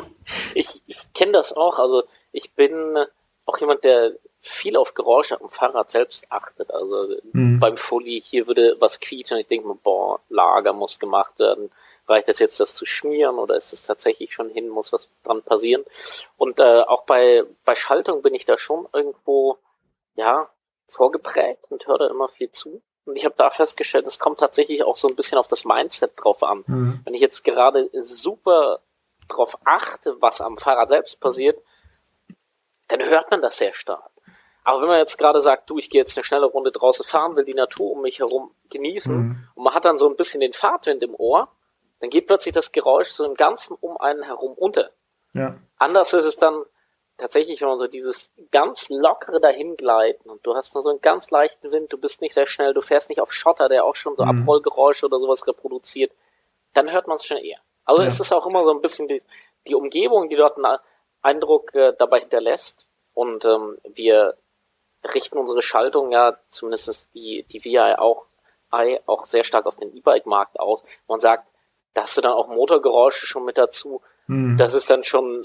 Ich kenne das auch, also ich bin auch jemand, der viel auf Geräusche am Fahrrad selbst achtet, also beim Fully, hier würde was quietschen und ich denke mir, boah, Lager muss gemacht werden. Reicht es jetzt, das zu schmieren oder ist es tatsächlich schon hin, muss was dran passieren? Und auch bei Schaltung bin ich da schon irgendwo, ja, vorgeprägt und höre da immer viel zu. Und ich habe da festgestellt, es kommt tatsächlich auch so ein bisschen auf das Mindset drauf an. Wenn ich jetzt gerade super drauf achte, was am Fahrrad selbst passiert, dann hört man das sehr stark. Aber wenn man jetzt gerade sagt, ich gehe jetzt eine schnelle Runde draußen fahren, will die Natur um mich herum genießen und man hat dann so ein bisschen den Fahrtwind im Ohr, dann geht plötzlich das Geräusch so im Ganzen um einen herum unter. Ja. Anders ist es dann tatsächlich, wenn man so dieses ganz lockere Dahingleiten und du hast nur so einen ganz leichten Wind, du bist nicht sehr schnell, du fährst nicht auf Schotter, der auch schon so Abrollgeräusche oder sowas reproduziert, dann hört man es schon eher. Also es ist auch immer so ein bisschen die Umgebung, die dort einen Eindruck dabei hinterlässt und wir richten unsere Schaltung ja, zumindest die VI auch sehr stark auf den E-Bike-Markt aus. Man sagt, da hast du dann auch Motorgeräusche schon mit dazu. Das ist dann schon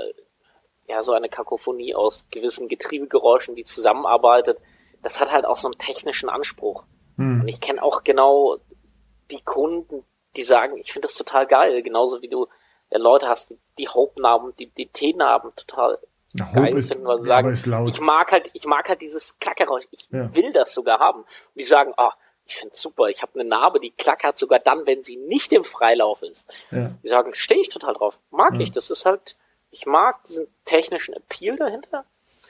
so eine Kakophonie aus gewissen Getriebegeräuschen, die zusammenarbeitet. Das hat halt auch so einen technischen Anspruch. Und ich kenne auch genau die Kunden, die sagen, ich finde das total geil. Genauso wie du Leute hast, die Hope-Narben, die T-Narben total geil finden, weil sie sagen, ich mag halt dieses Klackgeräusch. Ich will das sogar haben. Und die sagen, ich find's super, ich habe eine Narbe, die klackert sogar dann, wenn sie nicht im Freilauf ist. Ja. Die sagen, stehe ich total drauf. Mag ich. Das ist halt, ich mag diesen technischen Appeal dahinter.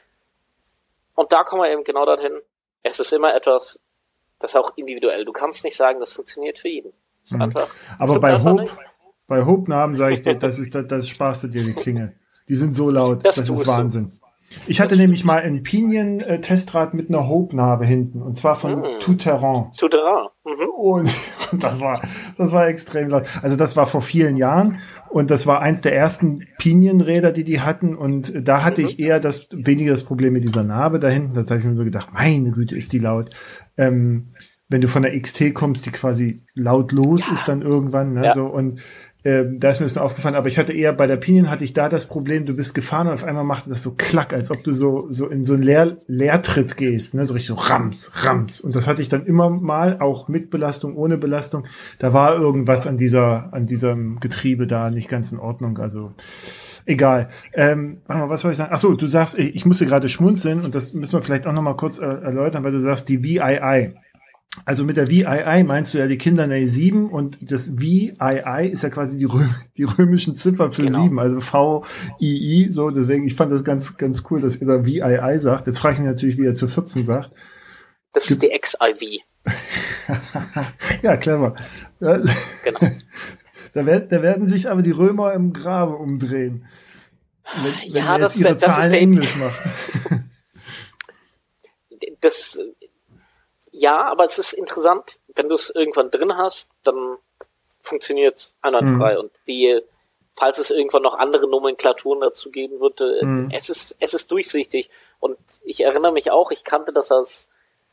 Und da kommen wir eben genau dorthin. Es ist immer etwas, das ist auch individuell. Du kannst nicht sagen, das funktioniert für jeden. Das ist einfach, aber bei Hope-Narben sage ich dir, das sparst du dir die Klinge. Die sind so laut, das ist Wahnsinn. Ich hatte nämlich mal ein Pinion-Testrad mit einer Hope-Narbe hinten, und zwar von Tout Terrain. Tout Terrain. Und das war extrem laut. Also das war vor vielen Jahren und das war eins der ersten Pinion-Räder, die hatten, und da hatte ich eher weniger das Problem mit dieser Narbe da hinten. Da habe ich mir so gedacht, meine Güte, ist die laut. Wenn wenn du von der XT kommst, die quasi lautlos ist dann irgendwann, ne, so, und da ist mir das nur aufgefallen, aber ich hatte eher bei der Pinion hatte ich da das Problem, du bist gefahren und auf einmal machte das so klack, als ob du so in so einen Leertritt gehst, ne, so richtig so Rams. Und das hatte ich dann immer mal, auch mit Belastung, ohne Belastung. Da war irgendwas an diesem Getriebe da nicht ganz in Ordnung, also egal. Was wollte ich sagen? Ach so, du sagst, ich musste gerade schmunzeln und das müssen wir vielleicht auch noch mal kurz erläutern, weil du sagst, die VII. Also mit der VII meinst du ja die Kindernähe 7 und das VII ist ja quasi die römischen Ziffern für 7, also VII, so, deswegen, ich fand das ganz, ganz cool, dass ihr da VII sagt. Jetzt frage ich mich natürlich, wie er zu 14 sagt. Das ist die XIV. Ja, clever. Genau. Da werden sich aber die Römer im Grabe umdrehen. Wenn ihr jetzt ihre Zahlen in Englisch macht. Ja, aber es ist interessant, wenn du es irgendwann drin hast, dann funktioniert es einwandfrei. Und falls es irgendwann noch andere Nomenklaturen dazu geben wird, es ist durchsichtig. Und ich erinnere mich auch, ich kannte das als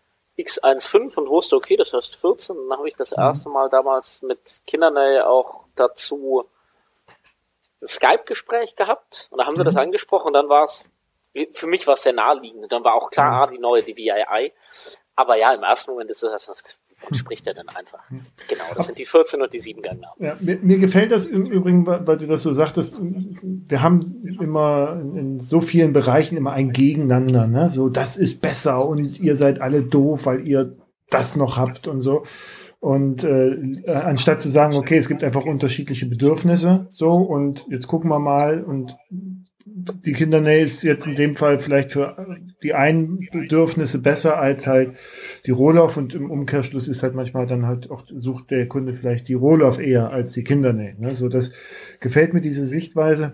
X15 und wusste, okay, das heißt 14. Und dann habe ich das erste Mal damals mit Kindernähe auch dazu ein Skype-Gespräch gehabt. Und da haben sie das angesprochen und dann war es, für mich war es sehr naheliegend. Und dann war auch klar, die VII. Aber ja, im ersten Moment ist das, wovon spricht er denn einfach? Genau, das sind die 14 und die 7 Gangnamen. Ja, mir gefällt das im Übrigen, weil du das so sagtest, wir haben immer in so vielen Bereichen immer ein Gegeneinander, ne? So, das ist besser und ihr seid alle doof, weil ihr das noch habt und so. Und anstatt zu sagen, okay, es gibt einfach unterschiedliche Bedürfnisse, so, und jetzt gucken wir mal, und die Kindernähe ist jetzt in dem Fall vielleicht für die einen Bedürfnisse besser als halt die Rohloff, und im Umkehrschluss ist halt manchmal dann halt auch, sucht der Kunde vielleicht die Rohloff eher als die Kindernähe, ne? So, das gefällt mir, diese Sichtweise.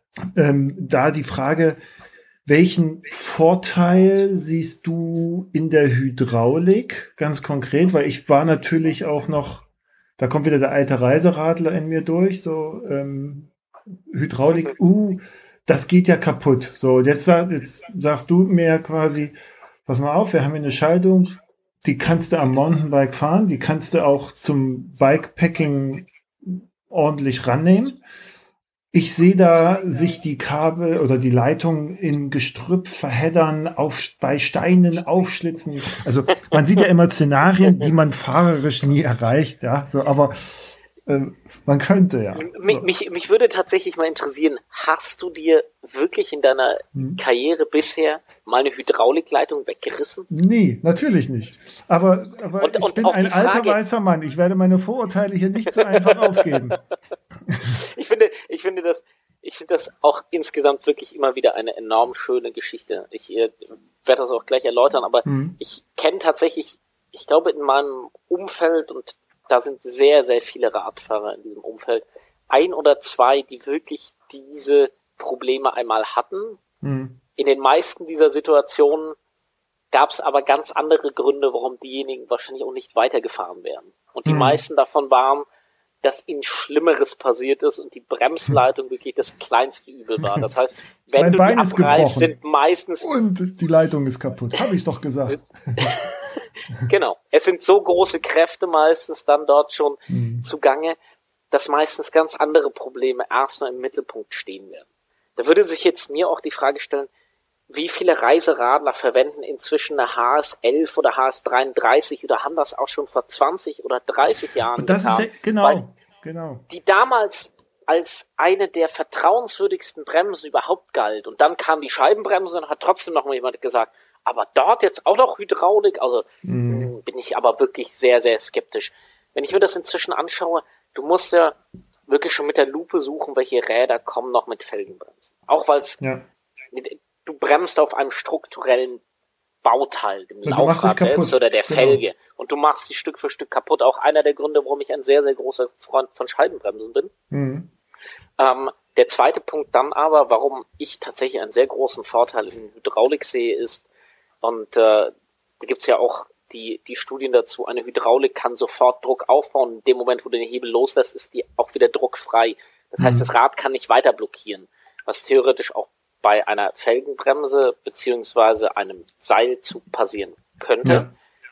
Da die Frage, welchen Vorteil siehst du in der Hydraulik ganz konkret? Weil ich war natürlich auch noch, da kommt wieder der alte Reiseradler in mir durch, so Hydraulik, das geht ja kaputt. So, jetzt sagst du mir quasi, pass mal auf, wir haben hier eine Schaltung, die kannst du am Mountainbike fahren, die kannst du auch zum Bikepacking ordentlich rannehmen. Ich sehe da sich die Kabel oder die Leitung in Gestrüpp verheddern, bei Steinen aufschlitzen. Also man sieht ja immer Szenarien, die man fahrerisch nie erreicht, ja, so, aber man könnte ja. Mich würde tatsächlich mal interessieren, hast du dir wirklich in deiner Karriere bisher mal eine Hydraulikleitung weggerissen? Nee, natürlich nicht. Aber ich bin ein alter weißer Mann. Ich werde meine Vorurteile hier nicht so einfach aufgeben. Ich finde das auch insgesamt wirklich immer wieder eine enorm schöne Geschichte. Ich werde das auch gleich erläutern, aber ich kenne tatsächlich, ich glaube in meinem Umfeld, und da sind sehr, sehr viele Radfahrer in diesem Umfeld, 1 oder 2, die wirklich diese Probleme einmal hatten. In den meisten dieser Situationen gab es aber ganz andere Gründe, warum diejenigen wahrscheinlich auch nicht weitergefahren wären. Und die meisten davon waren, dass ihnen Schlimmeres passiert ist und die Bremsleitung wirklich das kleinste Übel war. Das heißt, wenn du die abreißt, sind meistens... Und die Leitung ist kaputt, habe ich doch gesagt. Genau. Es sind so große Kräfte meistens dann dort schon zugange, dass meistens ganz andere Probleme erstmal im Mittelpunkt stehen werden. Da würde sich jetzt mir auch die Frage stellen, wie viele Reiseradler verwenden inzwischen eine HS11 oder HS33 oder haben das auch schon vor 20 oder 30 Jahren und das getan? Ist ja, genau. Die damals als eine der vertrauenswürdigsten Bremsen überhaupt galt. Und dann kam die Scheibenbremse und hat trotzdem noch mal jemand gesagt, aber dort jetzt auch noch Hydraulik? Also bin ich aber wirklich sehr, sehr skeptisch. Wenn ich mir das inzwischen anschaue, du musst ja wirklich schon mit der Lupe suchen, welche Räder kommen noch mit Felgenbremsen. Auch weil du bremst auf einem strukturellen Bauteil, dem Laufrad selbst oder der Felge. Genau. Und du machst sie Stück für Stück kaputt. Auch einer der Gründe, warum ich ein sehr, sehr großer Freund von Scheibenbremsen bin. Der zweite Punkt dann aber, warum ich tatsächlich einen sehr großen Vorteil in Hydraulik sehe, ist, und da gibt's ja auch die Studien dazu, eine Hydraulik kann sofort Druck aufbauen. In dem Moment, wo du den Hebel loslässt, ist die auch wieder druckfrei. Das heißt, das Rad kann nicht weiter blockieren, was theoretisch auch bei einer Felgenbremse beziehungsweise einem Seilzug passieren könnte.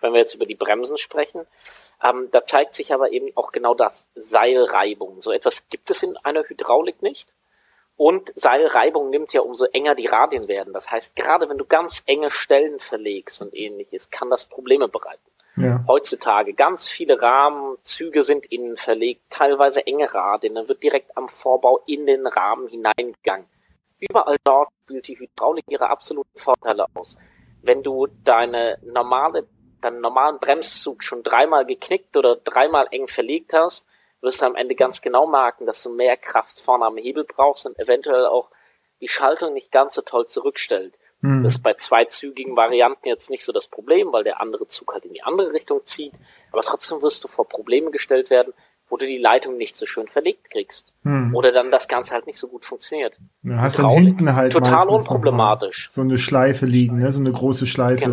wenn wir jetzt über die Bremsen sprechen. Da zeigt sich aber eben auch genau das, Seilreibung. So etwas gibt es in einer Hydraulik nicht. Und Seilreibung nimmt ja, umso enger die Radien werden. Das heißt, gerade wenn du ganz enge Stellen verlegst und ähnliches, kann das Probleme bereiten. Ja. Heutzutage ganz viele Rahmenzüge sind innen verlegt, teilweise enge Radien, dann wird direkt am Vorbau in den Rahmen hineingegangen. Überall dort spielt die Hydraulik ihre absoluten Vorteile aus. Wenn du deinen normalen Bremszug schon 3-mal geknickt oder 3-mal eng verlegt hast, wirst du am Ende ganz genau merken, dass du mehr Kraft vorne am Hebel brauchst und eventuell auch die Schaltung nicht ganz so toll zurückstellt. Das ist bei zweizügigen Varianten jetzt nicht so das Problem, weil der andere Zug halt in die andere Richtung zieht. Aber trotzdem wirst du vor Probleme gestellt werden, wo du die Leitung nicht so schön verlegt kriegst. Oder dann das Ganze halt nicht so gut funktioniert. Ja, hast dann hinten halt total unproblematisch. So eine Schleife liegen, ne? So eine große Schleife.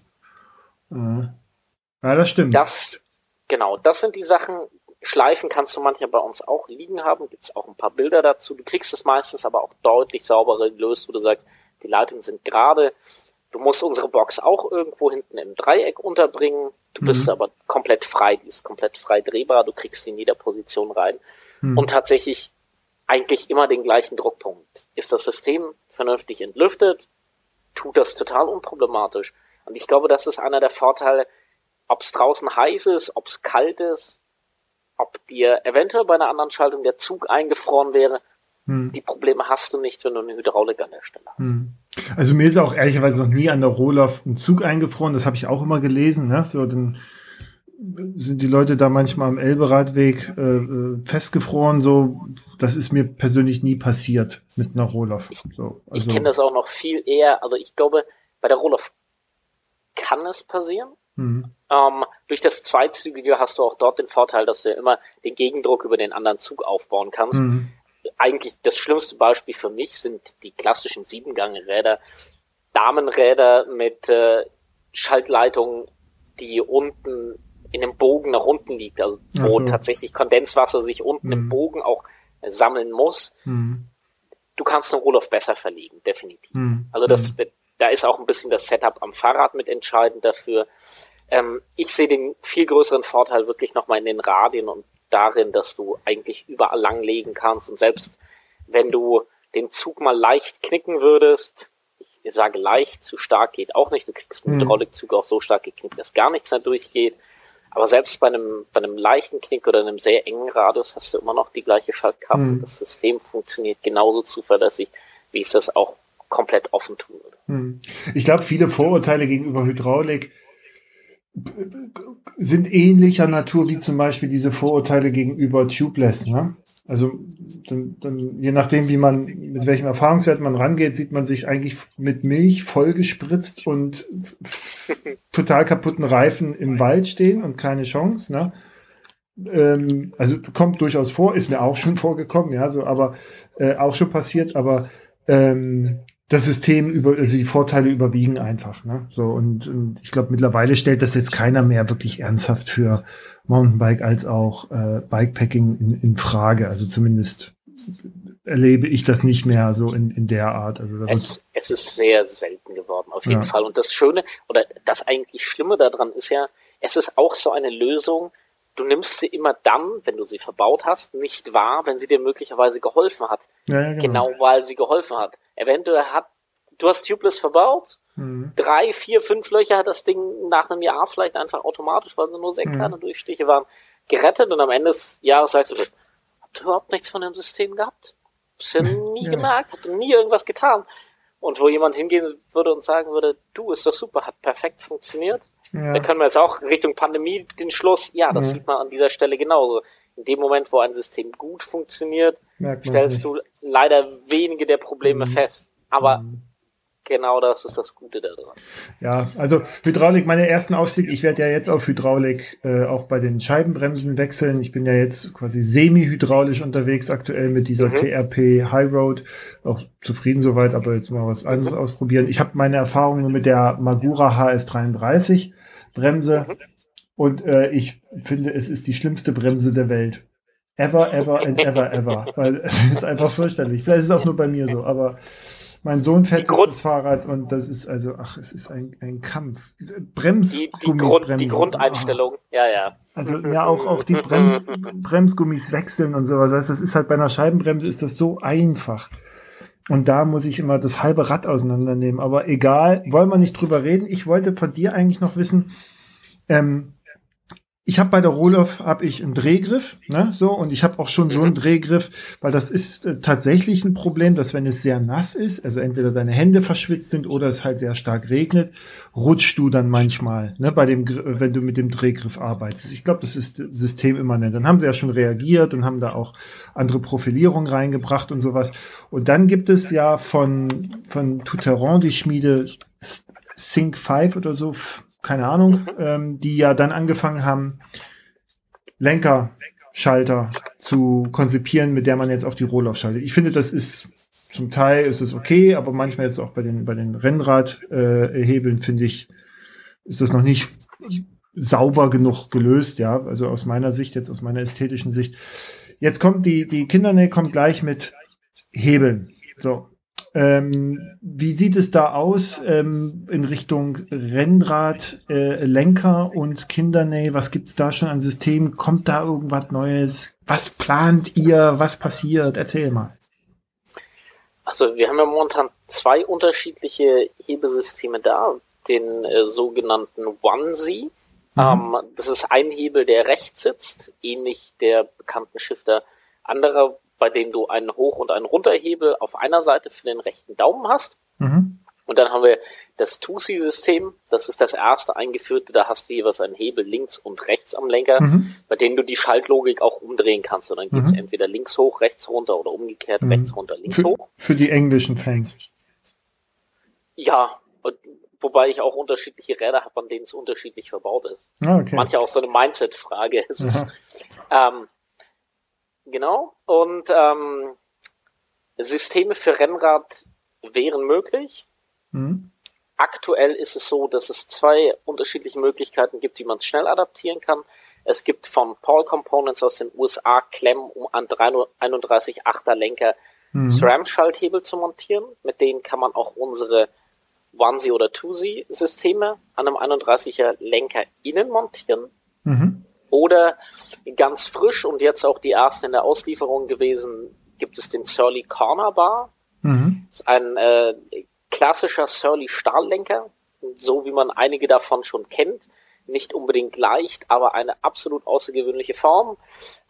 Genau. Ja, das stimmt. Das sind die Sachen. Schleifen kannst du manchmal bei uns auch liegen haben. Gibt es auch ein paar Bilder dazu. Du kriegst es meistens aber auch deutlich sauberer gelöst, wo du sagst, die Leitungen sind gerade. Du musst unsere Box auch irgendwo hinten im Dreieck unterbringen. Du bist aber komplett frei. Die ist komplett frei drehbar. Du kriegst sie in jeder Position rein. Und tatsächlich eigentlich immer den gleichen Druckpunkt. Ist das System vernünftig entlüftet, tut das total unproblematisch. Und ich glaube, das ist einer der Vorteile, ob es draußen heiß ist, ob es kalt ist, ob dir eventuell bei einer anderen Schaltung der Zug eingefroren wäre. Die Probleme hast du nicht, wenn du eine Hydraulik an der Stelle hast. Also mir ist auch ehrlicherweise noch nie an der Rohloff ein Zug eingefroren. Das habe ich auch immer gelesen. Ne? So, dann sind die Leute da manchmal am Elberadweg festgefroren. So, das ist mir persönlich nie passiert mit einer Rohloff. So, also, ich kenne das auch noch viel eher. Also ich glaube, bei der Rohloff kann es passieren. Durch das Zweizügige hast du auch dort den Vorteil, dass du ja immer den Gegendruck über den anderen Zug aufbauen kannst. Eigentlich das schlimmste Beispiel für mich sind die klassischen 7-Gang-Räder, Damenräder mit Schaltleitungen, die unten in einem Bogen nach unten liegt, also wo tatsächlich Kondenswasser sich unten im Bogen auch sammeln muss. Du kannst eine Rohloff besser verlegen, definitiv. Also da ist auch ein bisschen das Setup am Fahrrad mit entscheidend dafür. Ich sehe den viel größeren Vorteil wirklich nochmal in den Radien und darin, dass du eigentlich überall langlegen kannst und selbst wenn du den Zug mal leicht knicken würdest, ich sage leicht, zu stark geht auch nicht, du kriegst einen Hydraulikzug auch so stark geknickt, dass gar nichts mehr durchgeht, aber selbst bei einem leichten Knick oder einem sehr engen Radius hast du immer noch die gleiche Schaltkraft und das System funktioniert genauso zuverlässig, wie es das auch komplett offen tun würde. Ich glaube, viele Vorurteile gegenüber Hydraulik sind ähnlicher Natur wie zum Beispiel diese Vorurteile gegenüber Tubeless. Ne? Also dann, je nachdem, mit welchem Erfahrungswert man rangeht, sieht man sich eigentlich mit Milch vollgespritzt und total kaputten Reifen im Wald stehen und keine Chance. Ne? Also kommt durchaus vor, ist mir auch schon vorgekommen, ja, so, aber auch schon passiert, aber das System also die Vorteile überwiegen einfach, ne? So, und ich glaube, mittlerweile stellt das jetzt keiner mehr wirklich ernsthaft für Mountainbike als auch Bikepacking in Frage. Also zumindest erlebe ich das nicht mehr so in der Art. Also es ist sehr selten geworden, auf jeden Fall. Und das Schöne oder das eigentlich Schlimme daran ist ja, es ist auch so eine Lösung, du nimmst sie immer dann, wenn du sie verbaut hast, nicht wahr, wenn sie dir möglicherweise geholfen hat. Ja, genau, weil sie geholfen hat. Eventuell du hast Tubeless verbaut, 3, 4, 5 Löcher hat das Ding nach einem Jahr vielleicht einfach automatisch, weil sie nur sehr kleine Durchstiche waren, gerettet und am Ende des Jahres sagst du, habt ihr überhaupt nichts von dem System gehabt? Hast du nie gemerkt, habt ihr nie irgendwas getan? Und wo jemand hingehen würde und sagen würde, du, ist das super, hat perfekt funktioniert. Ja. Da können wir jetzt auch Richtung Pandemie den Schluss, das sieht man an dieser Stelle genauso. In dem Moment, wo ein System gut funktioniert, stellst du leider wenige der Probleme fest. Aber genau das ist das Gute daran. Ja, also Hydraulik, meine ersten Ausflüge, ich werde ja jetzt auf Hydraulik auch bei den Scheibenbremsen wechseln. Ich bin ja jetzt quasi semi-hydraulisch unterwegs aktuell mit dieser TRP High Road. Auch zufrieden soweit, aber jetzt mal was anderes ausprobieren. Ich habe meine Erfahrungen mit der Magura HS33 Bremse und ich finde, es ist die schlimmste Bremse der Welt. Ever and ever. Weil es ist einfach fürchterlich. Vielleicht ist es auch nur bei mir so, aber Mein Sohn fährt das Fahrrad und das ist also, es ist ein Kampf. Bremsgummis die Grundeinstellung, ja. Also ja, auch die Bremsgummis wechseln und sowas. Das ist halt bei einer Scheibenbremse ist das so einfach. Und da muss ich immer das halbe Rad auseinandernehmen. Aber egal, wollen wir nicht drüber reden. Ich wollte von dir eigentlich noch wissen, ich habe bei der Rohloff einen Drehgriff, ne, so, und ich habe auch schon so einen Drehgriff, weil das ist tatsächlich ein Problem, dass wenn es sehr nass ist, also entweder deine Hände verschwitzt sind oder es halt sehr stark regnet, rutschst du dann manchmal, ne, wenn du mit dem Drehgriff arbeitest. Ich glaube, das ist systemimmanent. Dann haben sie ja schon reagiert und haben da auch andere Profilierung reingebracht und sowas. Und dann gibt es ja von Touteron die Schmiede Sync 5 oder so, keine Ahnung, die ja dann angefangen haben, Lenkerschalter zu konzipieren, mit der man jetzt auch die Rohloff schaltet. Ich finde, das ist zum Teil ist es okay, aber manchmal jetzt auch bei den Rennradhebeln finde ich, ist das noch nicht sauber genug gelöst, ja. Also aus meiner Sicht, jetzt aus meiner ästhetischen Sicht. Jetzt kommt die Kindernähe kommt gleich mit Hebeln. So. Wie sieht es da aus in Richtung Rennrad, Lenker und Kindernähe? Was gibt's da schon an Systemen? Kommt da irgendwas Neues? Was plant ihr? Was passiert? Erzähl mal. Also wir haben ja momentan 2 unterschiedliche Hebesysteme da. Den sogenannten Onesie. Das ist ein Hebel, der rechts sitzt, ähnlich der bekannten Shifter anderer, bei dem du einen Hoch- und einen Runterhebel auf einer Seite für den rechten Daumen hast. Und dann haben wir das Tusi-System, das ist das erste eingeführte, da hast du jeweils einen Hebel links und rechts am Lenker, bei dem du die Schaltlogik auch umdrehen kannst. Und dann geht's entweder links hoch, rechts runter oder umgekehrt, rechts runter, links hoch. Für die englischen Fans. Ja, wobei ich auch unterschiedliche Räder habe, an denen es unterschiedlich verbaut ist. Okay. Manche auch so eine Mindset-Frage. Genau. Und Systeme für Rennrad wären möglich. Aktuell ist es so, dass es 2 unterschiedliche Möglichkeiten gibt, wie man es schnell adaptieren kann. Es gibt von Paul Components aus den USA Klemmen, um an 31,8er Lenker SRAM-Schalthebel zu montieren. Mit denen kann man auch unsere Onesie oder Twosie Systeme an einem 31er Lenker innen montieren. Oder ganz frisch und jetzt auch die ersten in der Auslieferung gewesen, gibt es den Surly Corner Bar. Das ist ein klassischer Surly Stahllenker, so wie man einige davon schon kennt. Nicht unbedingt leicht, aber eine absolut außergewöhnliche Form.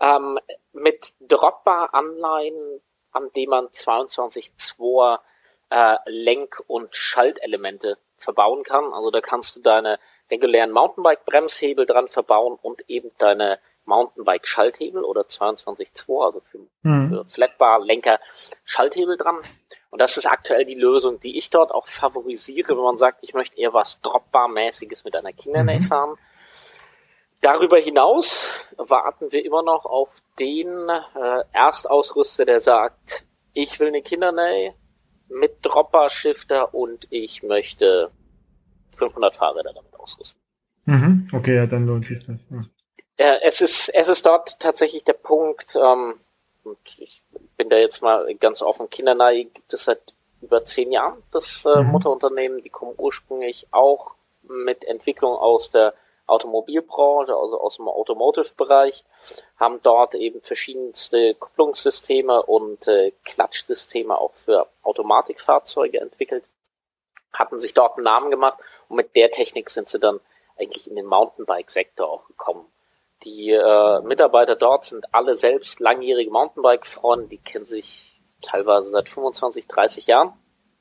Mit Dropbar-Anleihen, an dem man 22.2 Lenk- und Schaltelemente verbauen kann. Also da kannst du deine regulären Mountainbike-Bremshebel dran verbauen und eben deine Mountainbike-Schalthebel oder 22.2, also für Flatbar, Lenker, Schalthebel dran. Und das ist aktuell die Lösung, die ich dort auch favorisiere, wenn man sagt, ich möchte eher was Dropbar-mäßiges mit einer Kindernähe fahren. Darüber hinaus warten wir immer noch auf den Erstausrüster, der sagt, ich will eine Kindernähe mit Dropbar-Shifter und ich möchte 500 Fahrräder damit ausrüsten. Okay, ja, dann lohnt sich das. Es ist dort tatsächlich der Punkt, und ich bin da jetzt mal ganz offen, Kindernähe gibt es seit über 10 Jahren, das Mutterunternehmen. Die kommen ursprünglich auch mit Entwicklung aus der Automobilbranche, also aus dem Automotive-Bereich, haben dort eben verschiedenste Kupplungssysteme und Klatschsysteme auch für Automatikfahrzeuge entwickelt, hatten sich dort einen Namen gemacht und mit der Technik sind sie dann eigentlich in den Mountainbike-Sektor auch gekommen. Die Mitarbeiter dort sind alle selbst langjährige Mountainbike-Freunde, die kennen sich teilweise seit 25, 30 Jahren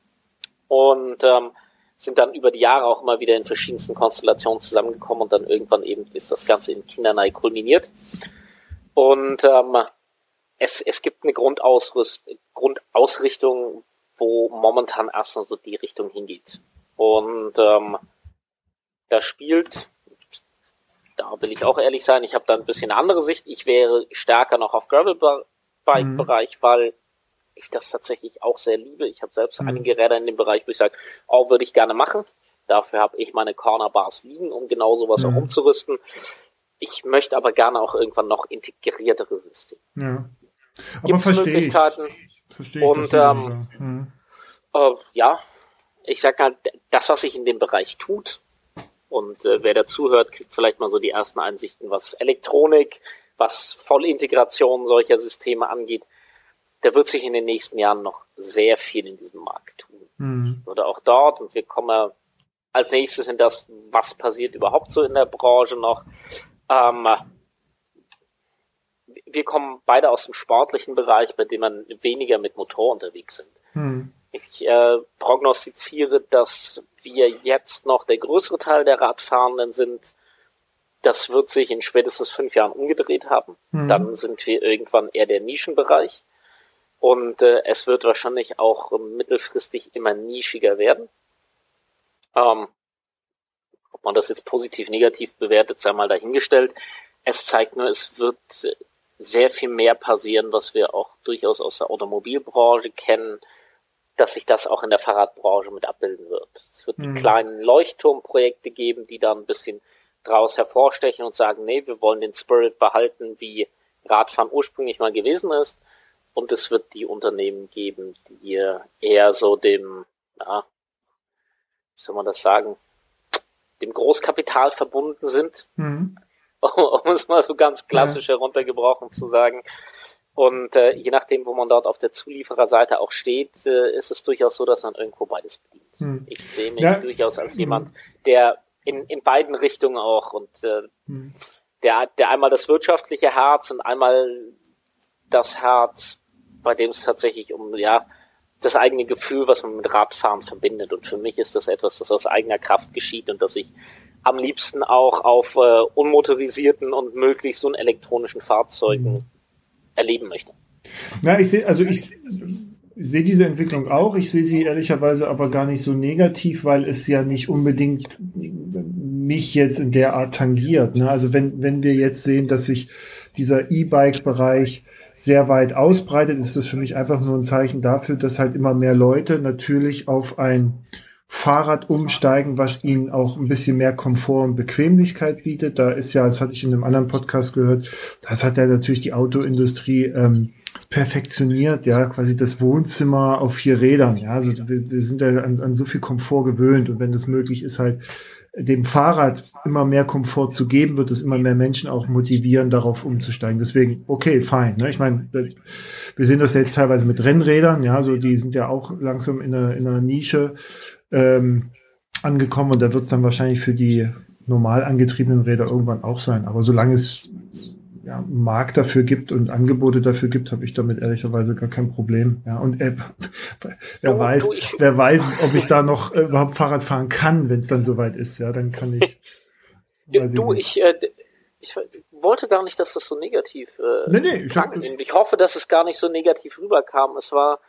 und sind dann über die Jahre auch immer wieder in verschiedensten Konstellationen zusammengekommen und dann irgendwann eben ist das Ganze in Kindernähe kulminiert. Und es gibt eine Grundausrichtung, wo momentan erstmal so die Richtung hingeht. Und da spielt, da will ich auch ehrlich sein, ich habe da ein bisschen eine andere Sicht. Ich wäre stärker noch auf Gravelbike-Bereich, weil ich das tatsächlich auch sehr liebe. Ich habe selbst einige Räder in dem Bereich, wo ich sage, würde ich gerne machen. Dafür habe ich meine Corner Bars liegen, um genau sowas auch umzurüsten. Ich möchte aber gerne auch irgendwann noch integriertere Systeme. Ja. Aber Gibt's verstehe Möglichkeiten. Verstehe ich. Und Ja, ich sag mal, das, was sich in dem Bereich tut, und wer dazuhört, kriegt vielleicht mal so die ersten Einsichten, was Elektronik, was Vollintegration solcher Systeme angeht. Da wird sich in den nächsten Jahren noch sehr viel in diesem Markt tun. Oder auch dort, und wir kommen als nächstes in das, was passiert überhaupt so in der Branche noch. Wir kommen beide aus dem sportlichen Bereich, bei dem man weniger mit Motor unterwegs sind. Ich prognostiziere, dass wir jetzt noch der größere Teil der Radfahrenden sind. Das wird sich in spätestens 5 Jahren umgedreht haben. Dann sind wir irgendwann eher der Nischenbereich. Und es wird wahrscheinlich auch mittelfristig immer nischiger werden. Ob man das jetzt positiv, negativ bewertet, sei mal dahingestellt. Es zeigt nur, es wird sehr viel mehr passieren, was wir auch durchaus aus der Automobilbranche kennen, dass sich das auch in der Fahrradbranche mit abbilden wird. Es wird die kleinen Leuchtturmprojekte geben, die da ein bisschen draus hervorstechen und sagen, nee, wir wollen den Spirit behalten, wie Radfahren ursprünglich mal gewesen ist. Und es wird die Unternehmen geben, die eher so dem, wie soll man das sagen, dem Großkapital verbunden sind, um es mal so ganz klassisch heruntergebrochen zu sagen. Und je nachdem, wo man dort auf der Zuliefererseite auch steht, ist es durchaus so, dass man irgendwo beides bedient. Ich sehe mich durchaus als jemand, der in beiden Richtungen auch und der einmal das wirtschaftliche Herz und einmal das Herz, bei dem es tatsächlich um das eigene Gefühl, was man mit Radfahren verbindet. Und für mich ist das etwas, das aus eigener Kraft geschieht und das ich am liebsten auch auf unmotorisierten und möglichst unelektronischen Fahrzeugen erleben möchte. Ja, ich sehe diese Entwicklung auch. Ich sehe sie ehrlicherweise aber gar nicht so negativ, weil es ja nicht unbedingt mich jetzt in der Art tangiert. Ne? Also wenn wir jetzt sehen, dass sich dieser E-Bike-Bereich sehr weit ausbreitet, ist das für mich einfach nur ein Zeichen dafür, dass halt immer mehr Leute natürlich auf ein Fahrrad umsteigen, was ihnen auch ein bisschen mehr Komfort und Bequemlichkeit bietet. Da ist ja, das hatte ich in einem anderen Podcast gehört, das hat ja natürlich die Autoindustrie perfektioniert, ja, quasi das Wohnzimmer auf 4 Rädern, ja, also wir sind ja an so viel Komfort gewöhnt und wenn das möglich ist, halt dem Fahrrad immer mehr Komfort zu geben, wird es immer mehr Menschen auch motivieren, darauf umzusteigen. Deswegen, okay, fein. Ne? Ich meine, wir sehen das ja jetzt teilweise mit Rennrädern, ja, so die sind ja auch langsam in einer Nische angekommen und da wird es dann wahrscheinlich für die normal angetriebenen Räder irgendwann auch sein. Aber solange es einen Markt dafür gibt und Angebote dafür gibt, habe ich damit ehrlicherweise gar kein Problem. Ja, und wer weiß, ob ich da noch überhaupt Fahrrad fahren kann, wenn es dann soweit ist. Ja, dann kann ich. Ich wollte gar nicht, dass das so negativ klang. Ich hoffe, dass es gar nicht so negativ rüberkam. Es war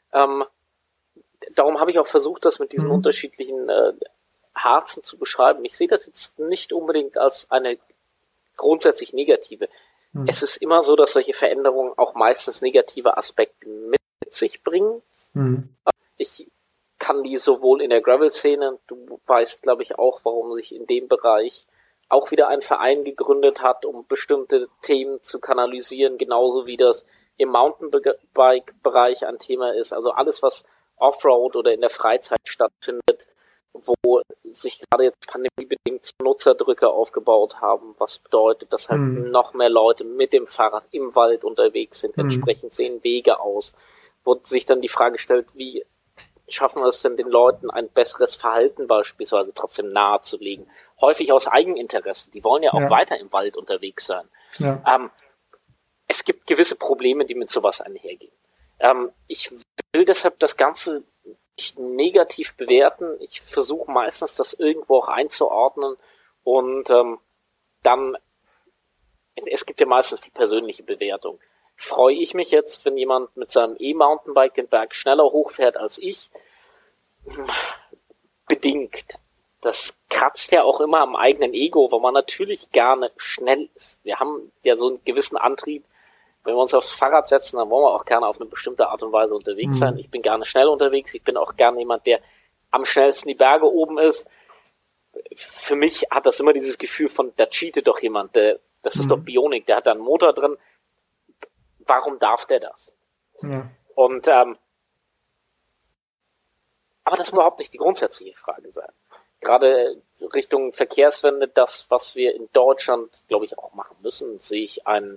darum habe ich auch versucht, das mit diesen unterschiedlichen Harzen zu beschreiben. Ich sehe das jetzt nicht unbedingt als eine grundsätzlich negative. Es ist immer so, dass solche Veränderungen auch meistens negative Aspekte mit sich bringen. Ich kann die sowohl in der Gravel-Szene, du weißt, glaube ich, auch, warum sich in dem Bereich auch wieder ein Verein gegründet hat, um bestimmte Themen zu kanalisieren, genauso wie das im Mountainbike-Bereich ein Thema ist. Also alles, was Offroad oder in der Freizeit stattfindet, wo sich gerade jetzt pandemiebedingt Nutzerdrücke aufgebaut haben, was bedeutet, dass halt noch mehr Leute mit dem Fahrrad im Wald unterwegs sind. Entsprechend sehen Wege aus, wo sich dann die Frage stellt, wie schaffen wir es denn den Leuten ein besseres Verhalten beispielsweise trotzdem nahezulegen? Häufig aus Eigeninteresse. Die wollen ja auch weiter im Wald unterwegs sein. Ja. Es gibt gewisse Probleme, die mit sowas einhergehen. Ich will deshalb das Ganze nicht negativ bewerten. Ich versuche meistens, das irgendwo auch einzuordnen und dann, es gibt ja meistens die persönliche Bewertung. Freue ich mich jetzt, wenn jemand mit seinem E-Mountainbike den Berg schneller hochfährt als ich? Bedingt. Das kratzt ja auch immer am eigenen Ego, weil man natürlich gerne schnell ist. Wir haben ja so einen gewissen Antrieb. Wenn wir uns aufs Fahrrad setzen, dann wollen wir auch gerne auf eine bestimmte Art und Weise unterwegs sein. Ich bin gerne schnell unterwegs. Ich bin auch gerne jemand, der am schnellsten die Berge oben ist. Für mich hat das immer dieses Gefühl von, da cheatet doch jemand. Das ist doch Bionik, der hat da einen Motor drin. Warum darf der das? Ja. Und Aber das muss überhaupt nicht die grundsätzliche Frage sein. Gerade Richtung Verkehrswende, das, was wir in Deutschland, glaube ich, auch machen müssen, sehe ich ein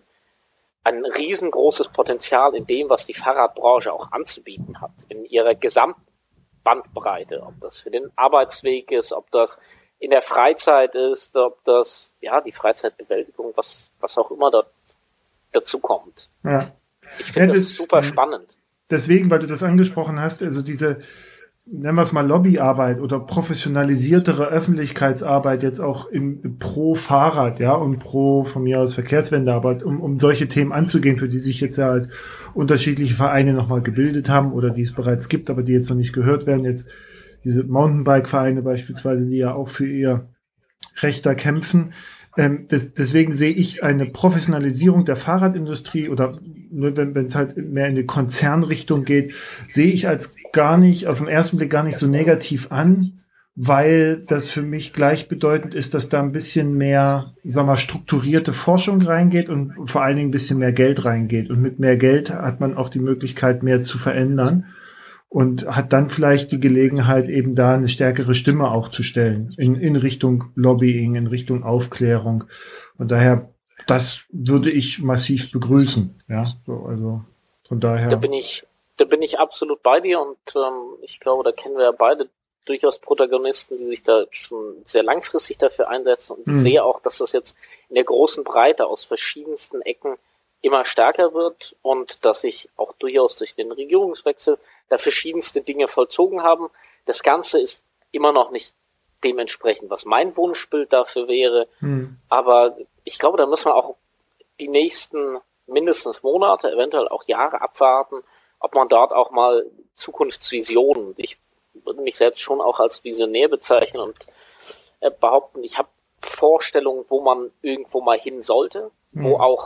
riesengroßes Potenzial in dem, was die Fahrradbranche auch anzubieten hat, in ihrer Gesamtbandbreite, ob das für den Arbeitsweg ist, ob das in der Freizeit ist, ob das, ja, die Freizeitbewältigung, was auch immer dort dazu kommt. Ja. Ich finde das super spannend. Deswegen, weil du das angesprochen hast, also diese, nennen wir es mal Lobbyarbeit oder professionalisiertere Öffentlichkeitsarbeit jetzt auch pro Fahrrad, ja, und pro von mir aus Verkehrswendearbeit, um solche Themen anzugehen, für die sich jetzt ja halt unterschiedliche Vereine nochmal gebildet haben oder die es bereits gibt, aber die jetzt noch nicht gehört werden. Jetzt diese Mountainbike-Vereine beispielsweise, die ja auch für ihr Recht da kämpfen. Deswegen sehe ich eine Professionalisierung der Fahrradindustrie oder nur wenn es halt mehr in die Konzernrichtung geht, sehe ich als gar nicht, auf den ersten Blick gar nicht so negativ an, weil das für mich gleichbedeutend ist, dass da ein bisschen mehr, sag mal, strukturierte Forschung reingeht und vor allen Dingen ein bisschen mehr Geld reingeht. Und mit mehr Geld hat man auch die Möglichkeit, mehr zu verändern. Und hat dann vielleicht die Gelegenheit, eben da eine stärkere Stimme auch zu stellen, in Richtung Lobbying, in Richtung Aufklärung. Und daher, das würde ich massiv begrüßen. Ja, so, also von daher. Da bin ich absolut bei dir und ich glaube, da kennen wir ja beide durchaus Protagonisten, die sich da schon sehr langfristig dafür einsetzen. Und ich sehe auch, dass das jetzt in der großen Breite aus verschiedensten Ecken immer stärker wird und dass sich auch durchaus durch den Regierungswechsel da verschiedenste Dinge vollzogen haben. Das Ganze ist immer noch nicht dementsprechend, was mein Wunschbild dafür wäre. Aber ich glaube, da müssen wir auch die nächsten mindestens Monate, eventuell auch Jahre abwarten, ob man dort auch mal Zukunftsvisionen, ich würde mich selbst schon auch als Visionär bezeichnen und behaupten, ich habe Vorstellungen, wo man irgendwo mal hin sollte, wo auch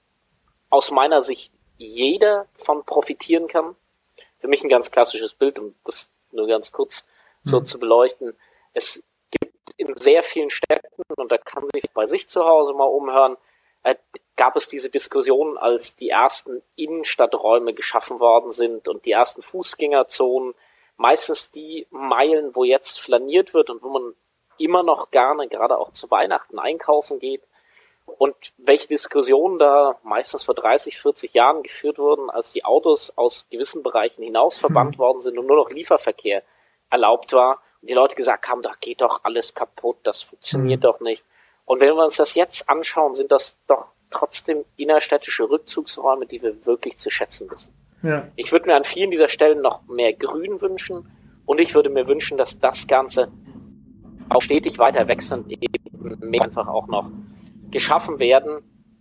aus meiner Sicht jeder von profitieren kann. Für mich ein ganz klassisches Bild, um das nur ganz kurz so zu beleuchten. Es gibt in sehr vielen Städten, und da kann sich bei sich zu Hause mal umhören, gab es diese Diskussion, als die ersten Innenstadträume geschaffen worden sind und die ersten Fußgängerzonen, meistens die Meilen, wo jetzt flaniert wird und wo man immer noch gerne, gerade auch zu Weihnachten, einkaufen geht. Und welche Diskussionen da meistens vor 30, 40 Jahren geführt wurden, als die Autos aus gewissen Bereichen hinaus verbannt worden sind und nur noch Lieferverkehr erlaubt war. Und die Leute gesagt haben, da geht doch alles kaputt, das funktioniert doch nicht. Und wenn wir uns das jetzt anschauen, sind das doch trotzdem innerstädtische Rückzugsräume, die wir wirklich zu schätzen wissen. Ja. Ich würde mir an vielen dieser Stellen noch mehr Grün wünschen und ich würde mir wünschen, dass das Ganze auch stetig weiter wechselnd eben mehr einfach auch noch geschaffen werden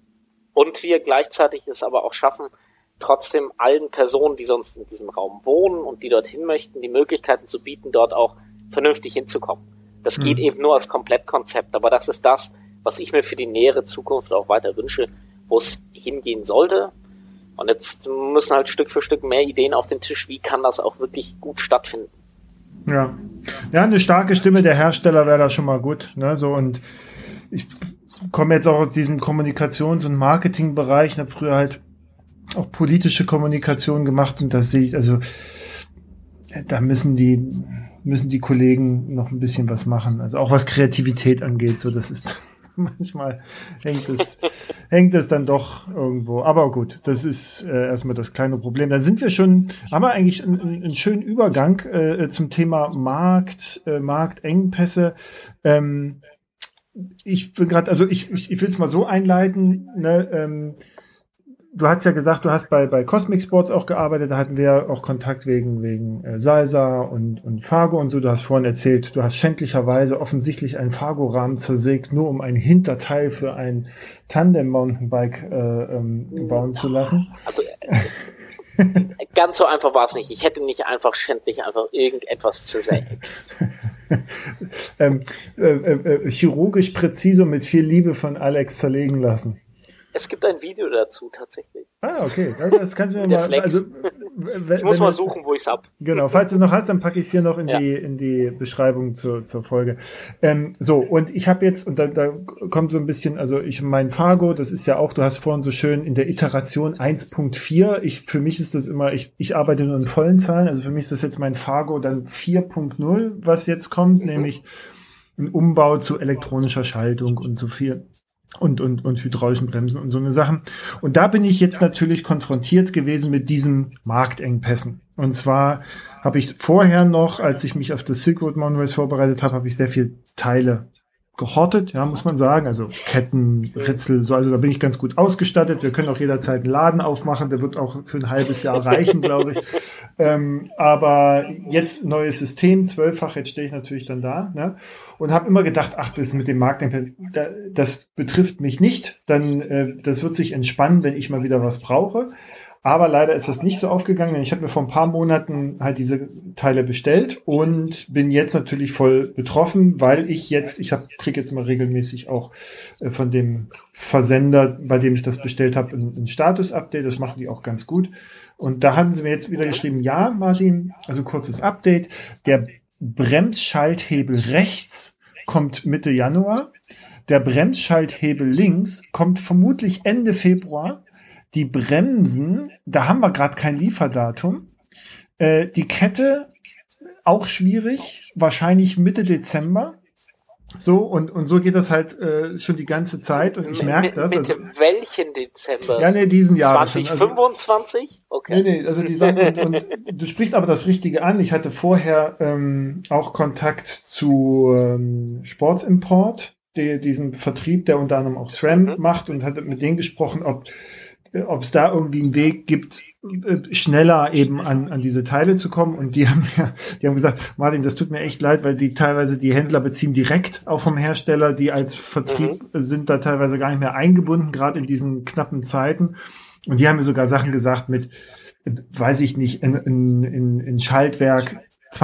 und wir gleichzeitig es aber auch schaffen, trotzdem allen Personen, die sonst in diesem Raum wohnen und die dorthin möchten, die Möglichkeiten zu bieten, dort auch vernünftig hinzukommen. Das geht eben nur als Komplettkonzept, aber das ist das, was ich mir für die nähere Zukunft auch weiter wünsche, wo es hingehen sollte. Und jetzt müssen halt Stück für Stück mehr Ideen auf den Tisch, wie kann das auch wirklich gut stattfinden. Ja, eine starke Stimme der Hersteller wäre da schon mal gut, ne? So, und ich komme jetzt auch aus diesem Kommunikations- und Marketingbereich, habe früher halt auch politische Kommunikation gemacht und das sehe ich, also da müssen die Kollegen noch ein bisschen was machen, also auch was Kreativität angeht, so das ist manchmal hängt es dann doch irgendwo, aber gut, das ist erstmal das kleine Problem. Da haben wir eigentlich einen schönen Übergang zum Thema Marktengpässe. Ich bin gerade, also ich will es mal so einleiten, ne, du hast ja gesagt, du hast bei Cosmic Sports auch gearbeitet, da hatten wir auch Kontakt wegen Salsa und Fargo und so. Du hast vorhin erzählt, du hast schändlicherweise offensichtlich einen Fargo-Rahmen zersägt, nur um ein Hinterteil für ein Tandem-Mountainbike bauen zu lassen. Also ganz so einfach war es nicht. Ich hätte nicht einfach schändlich einfach irgendetwas zersägt. Chirurgisch präzise und mit viel Liebe von Alex zerlegen lassen. Es gibt ein Video dazu tatsächlich. Ah, okay. Das kannst du mir mal. Also, ich muss mal suchen, wo ich es hab. Genau, falls du es noch hast, dann packe ich es hier noch in die Beschreibung zur Folge. So, und ich habe jetzt, und da kommt so ein bisschen, also mein Fargo, das ist ja auch, du hast vorhin so schön in der Iteration 1.4. Für mich ist das immer, ich arbeite nur in vollen Zahlen, also für mich ist das jetzt mein Fargo dann 4.0, was jetzt kommt, nämlich ein Umbau zu elektronischer Schaltung und so viel. Und hydraulischen Bremsen und so eine Sachen. Und da bin ich jetzt natürlich konfrontiert gewesen mit diesen Marktengpässen. Und zwar habe ich vorher noch, als ich mich auf das Silk Road Mountain Race vorbereitet habe, habe ich sehr viel Teile gehortet, ja, muss man sagen. Also Ketten, Ritzel, so, also da bin ich ganz gut ausgestattet. Wir können auch jederzeit einen Laden aufmachen, der wird auch für ein halbes Jahr reichen, glaube ich. Aber jetzt neues System, 12-fach, jetzt stehe ich natürlich dann da, ne? Und habe immer gedacht, ach, das mit dem Marktengpässen, das betrifft mich nicht. Dann, das wird sich entspannen, wenn ich mal wieder was brauche. Aber leider ist das nicht so aufgegangen, denn ich habe mir vor ein paar Monaten halt diese Teile bestellt und bin jetzt natürlich voll betroffen, weil ich kriege jetzt mal regelmäßig auch von dem Versender, bei dem ich das bestellt habe, ein Status-Update. Das machen die auch ganz gut. Und da hatten sie mir jetzt wieder geschrieben, ja, Martin, also kurzes Update. Der Bremsschalthebel rechts kommt Mitte Januar. Der Bremsschalthebel links kommt vermutlich Ende Februar. Die Bremsen, da haben wir gerade kein Lieferdatum. Die Kette, auch schwierig, wahrscheinlich Mitte Dezember. So, und so geht das halt schon die ganze Zeit und ich merke das. Mit welchen Dezember? Ja, nee, diesen Jahr. 2025? Also, okay. Nee, also die sagen, und du sprichst aber das Richtige an. Ich hatte vorher auch Kontakt zu Sportsimport, diesen Vertrieb, der unter anderem auch SRAM macht und hatte mit denen gesprochen, ob es da irgendwie einen Weg gibt, schneller eben an diese Teile zu kommen. Und die haben gesagt, Martin, das tut mir echt leid, weil die teilweise die Händler beziehen direkt auch vom Hersteller, die als Vertrieb sind da teilweise gar nicht mehr eingebunden, gerade in diesen knappen Zeiten. Und die haben mir sogar Sachen gesagt mit, weiß ich nicht, in Schaltwerk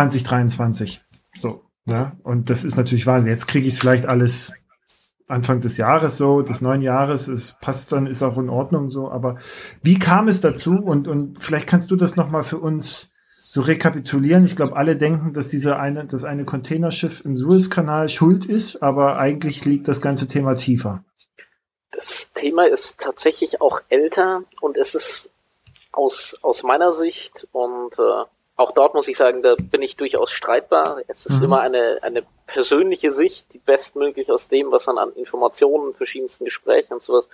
2023. So, ja. Und das ist natürlich Wahnsinn. Jetzt kriege ich es vielleicht alles Anfang des Jahres so, des neuen Jahres, es passt dann, ist auch in Ordnung so, aber wie kam es dazu und vielleicht kannst du das nochmal für uns so rekapitulieren. Ich glaube, alle denken, dass das eine Containerschiff im Suezkanal schuld ist, aber eigentlich liegt das ganze Thema tiefer. Das Thema ist tatsächlich auch älter und es ist aus meiner Sicht und auch dort muss ich sagen, da bin ich durchaus streitbar. Es ist immer eine persönliche Sicht, die bestmöglich aus dem, was man an Informationen, verschiedensten Gesprächen und sowas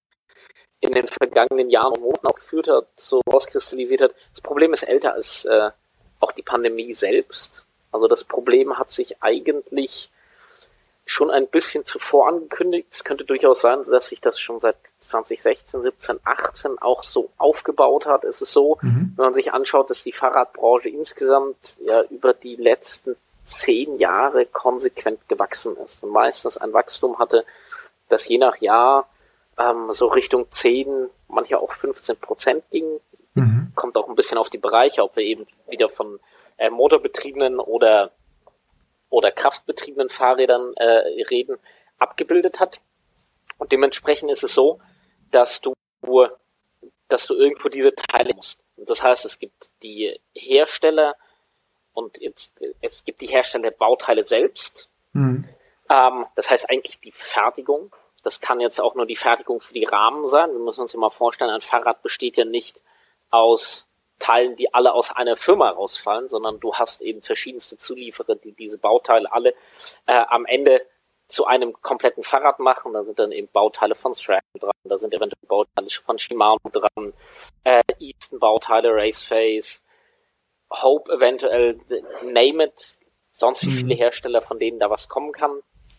in den vergangenen Jahren und Monaten auch geführt hat, so rauskristallisiert hat. Das Problem ist älter als auch die Pandemie selbst. Also das Problem hat sich eigentlich schon ein bisschen zuvor angekündigt. Es könnte durchaus sein, dass sich das schon seit 2016, 17, 18 auch so aufgebaut hat. Es ist so, wenn man sich anschaut, dass die Fahrradbranche insgesamt ja über die letzten 10 Jahre konsequent gewachsen ist und meistens ein Wachstum hatte, das je nach Jahr so Richtung 10, manche auch 15% ging. Kommt auch ein bisschen auf die Bereiche, ob wir eben wieder von motorbetriebenen oder kraftbetriebenen Fahrrädern reden, abgebildet hat. Und dementsprechend ist es so, dass du irgendwo diese Teile musst. Und das heißt, es gibt die Hersteller und es gibt die Hersteller der Bauteile selbst. Das heißt eigentlich die Fertigung. Das kann jetzt auch nur die Fertigung für die Rahmen sein. Wir müssen uns ja mal vorstellen, ein Fahrrad besteht ja nicht aus Teilen, die alle aus einer Firma rausfallen, sondern du hast eben verschiedenste Zulieferer, die diese Bauteile alle am Ende zu einem kompletten Fahrrad machen. Da sind dann eben Bauteile von SRAM dran, da sind eventuell Bauteile von Shimano dran, Easton Bauteile, Raceface, Hope eventuell, name it, sonst wie viele Hersteller, von denen da was kommen kann.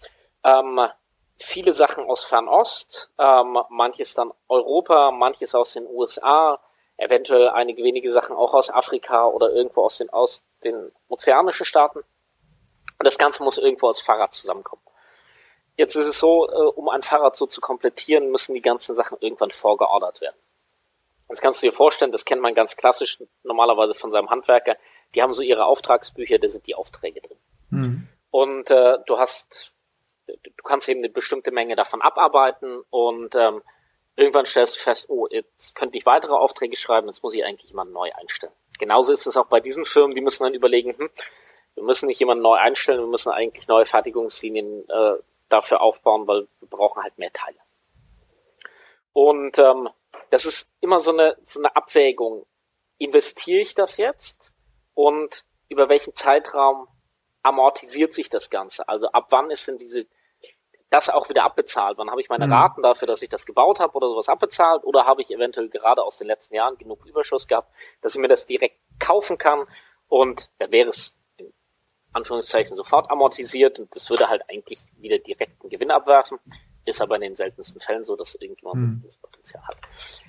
Viele Sachen aus Fernost, manches dann Europa, manches aus den USA, eventuell einige wenige Sachen auch aus Afrika oder irgendwo aus den ozeanischen Staaten. Und das Ganze muss irgendwo als Fahrrad zusammenkommen. Jetzt ist es so, um ein Fahrrad so zu komplettieren, müssen die ganzen Sachen irgendwann vorgeordert werden. Das kannst du dir vorstellen, das kennt man ganz klassisch normalerweise von seinem Handwerker. Die haben so ihre Auftragsbücher, da sind die Aufträge drin. Und du kannst eben eine bestimmte Menge davon abarbeiten und irgendwann stellst du fest, oh, jetzt könnte ich weitere Aufträge schreiben, jetzt muss ich eigentlich jemanden neu einstellen. Genauso ist es auch bei diesen Firmen, die müssen dann überlegen, wir müssen nicht jemanden neu einstellen, wir müssen eigentlich neue Fertigungslinien dafür aufbauen, weil wir brauchen halt mehr Teile. Und das ist immer so eine Abwägung. Investiere ich das jetzt und über welchen Zeitraum amortisiert sich das Ganze? Also ab wann ist denn das auch wieder abbezahlt? Wann habe ich meine Raten dafür, dass ich das gebaut habe oder sowas abbezahlt? Oder habe ich eventuell gerade aus den letzten Jahren genug Überschuss gehabt, dass ich mir das direkt kaufen kann und dann wäre es in Anführungszeichen sofort amortisiert und das würde halt eigentlich wieder direkten Gewinn abwerfen. Ist aber in den seltensten Fällen so, dass irgendjemand das Potenzial hat.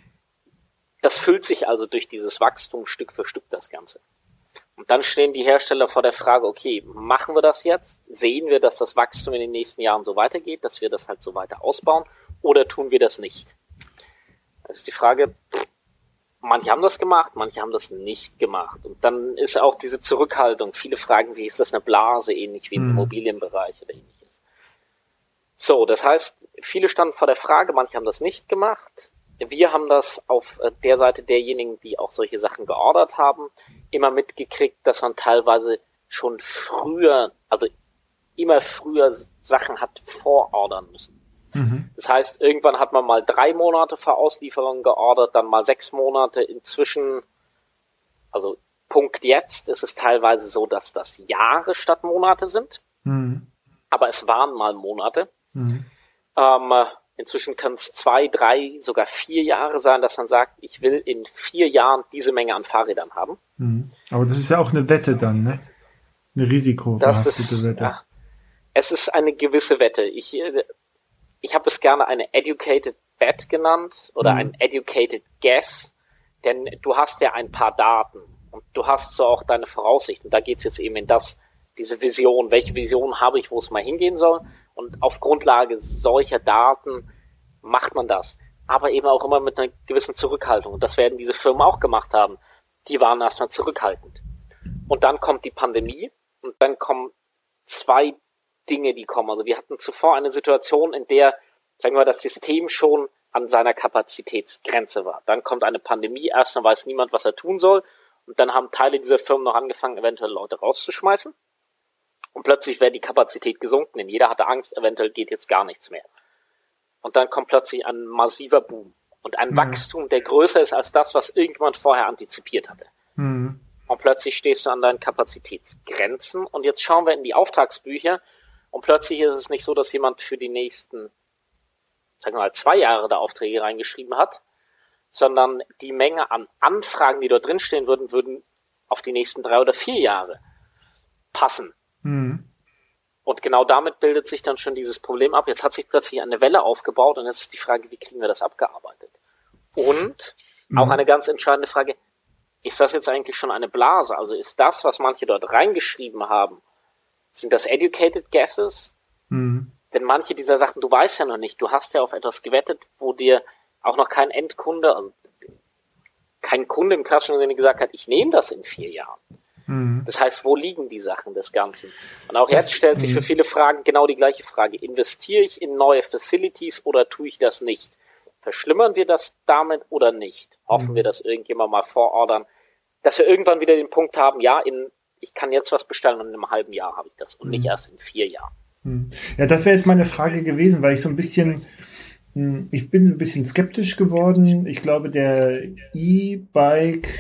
Das füllt sich also durch dieses Wachstum Stück für Stück, das Ganze. Und dann stehen die Hersteller vor der Frage, okay, machen wir das jetzt? Sehen wir, dass das Wachstum in den nächsten Jahren so weitergeht, dass wir das halt so weiter ausbauen? Oder tun wir das nicht? Das ist die Frage, manche haben das gemacht, manche haben das nicht gemacht. Und dann ist auch diese Zurückhaltung. Viele fragen sich, ist das eine Blase, ähnlich wie im Immobilienbereich oder ähnliches? So, das heißt, viele standen vor der Frage, manche haben das nicht gemacht. Wir haben das auf der Seite derjenigen, die auch solche Sachen geordert haben, immer mitgekriegt, dass man teilweise schon früher, also immer früher Sachen hat vorordern müssen. Das heißt, irgendwann hat man mal 3 Monate vor Auslieferung geordert, dann mal 6 Monate. Inzwischen, also Punkt jetzt, ist es teilweise so, dass das Jahre statt Monate sind. Aber es waren mal Monate. Inzwischen kann es 2, 3, sogar 4 Jahre sein, dass man sagt, ich will in 4 Jahren diese Menge an Fahrrädern haben. Aber das ist ja auch eine Wette dann, ne? Eine risikobehaftete Wette. Ja, es ist eine gewisse Wette. Ich habe es gerne eine educated bet genannt oder ein educated guess, denn du hast ja ein paar Daten und du hast so auch deine Voraussichten. Da geht es jetzt eben in diese Vision. Welche Vision habe ich, wo es mal hingehen soll? Und auf Grundlage solcher Daten macht man das. Aber eben auch immer mit einer gewissen Zurückhaltung. Und das werden diese Firmen auch gemacht haben. Die waren erstmal zurückhaltend. Und dann kommt die Pandemie und dann kommen 2 Dinge, die kommen. Also wir hatten zuvor eine Situation, in der, sagen wir, das System schon an seiner Kapazitätsgrenze war. Dann kommt eine Pandemie, erstmal weiß niemand, was er tun soll. Und dann haben Teile dieser Firmen noch angefangen, eventuell Leute rauszuschmeißen. Und plötzlich wäre die Kapazität gesunken, denn jeder hatte Angst, eventuell geht jetzt gar nichts mehr. Und dann kommt plötzlich ein massiver Boom und ein Wachstum, der größer ist als das, was irgendjemand vorher antizipiert hatte. Und plötzlich stehst du an deinen Kapazitätsgrenzen und jetzt schauen wir in die Auftragsbücher und plötzlich ist es nicht so, dass jemand für die nächsten, sagen wir mal, 2 Jahre da Aufträge reingeschrieben hat, sondern die Menge an Anfragen, die dort drinstehen würden auf die nächsten 3 oder 4 Jahre passen. Und genau damit bildet sich dann schon dieses Problem ab. Jetzt hat sich plötzlich eine Welle aufgebaut und jetzt ist die Frage, wie kriegen wir das abgearbeitet? Und auch eine ganz entscheidende Frage, ist das jetzt eigentlich schon eine Blase? Also ist das, was manche dort reingeschrieben haben, sind das educated guesses? Denn manche dieser Sachen, du weißt ja noch nicht, du hast ja auf etwas gewettet, wo dir auch noch kein Endkunde, also kein Kunde im klassischen Sinne gesagt hat, ich nehme das in 4 Jahren. Das heißt, wo liegen die Sachen des Ganzen? Und auch jetzt stellt sich für viele Fragen genau die gleiche Frage. Investiere ich in neue Facilities oder tue ich das nicht? Verschlimmern wir das damit oder nicht? Hoffen wir, dass irgendjemand mal vorordern, dass wir irgendwann wieder den Punkt haben, ja, ich kann jetzt was bestellen und in einem halben Jahr habe ich das und nicht erst in 4 Jahren. Ja, das wäre jetzt meine Frage gewesen, weil ich so ein bisschen, ich bin so ein bisschen skeptisch geworden. Ich glaube, der E-Bike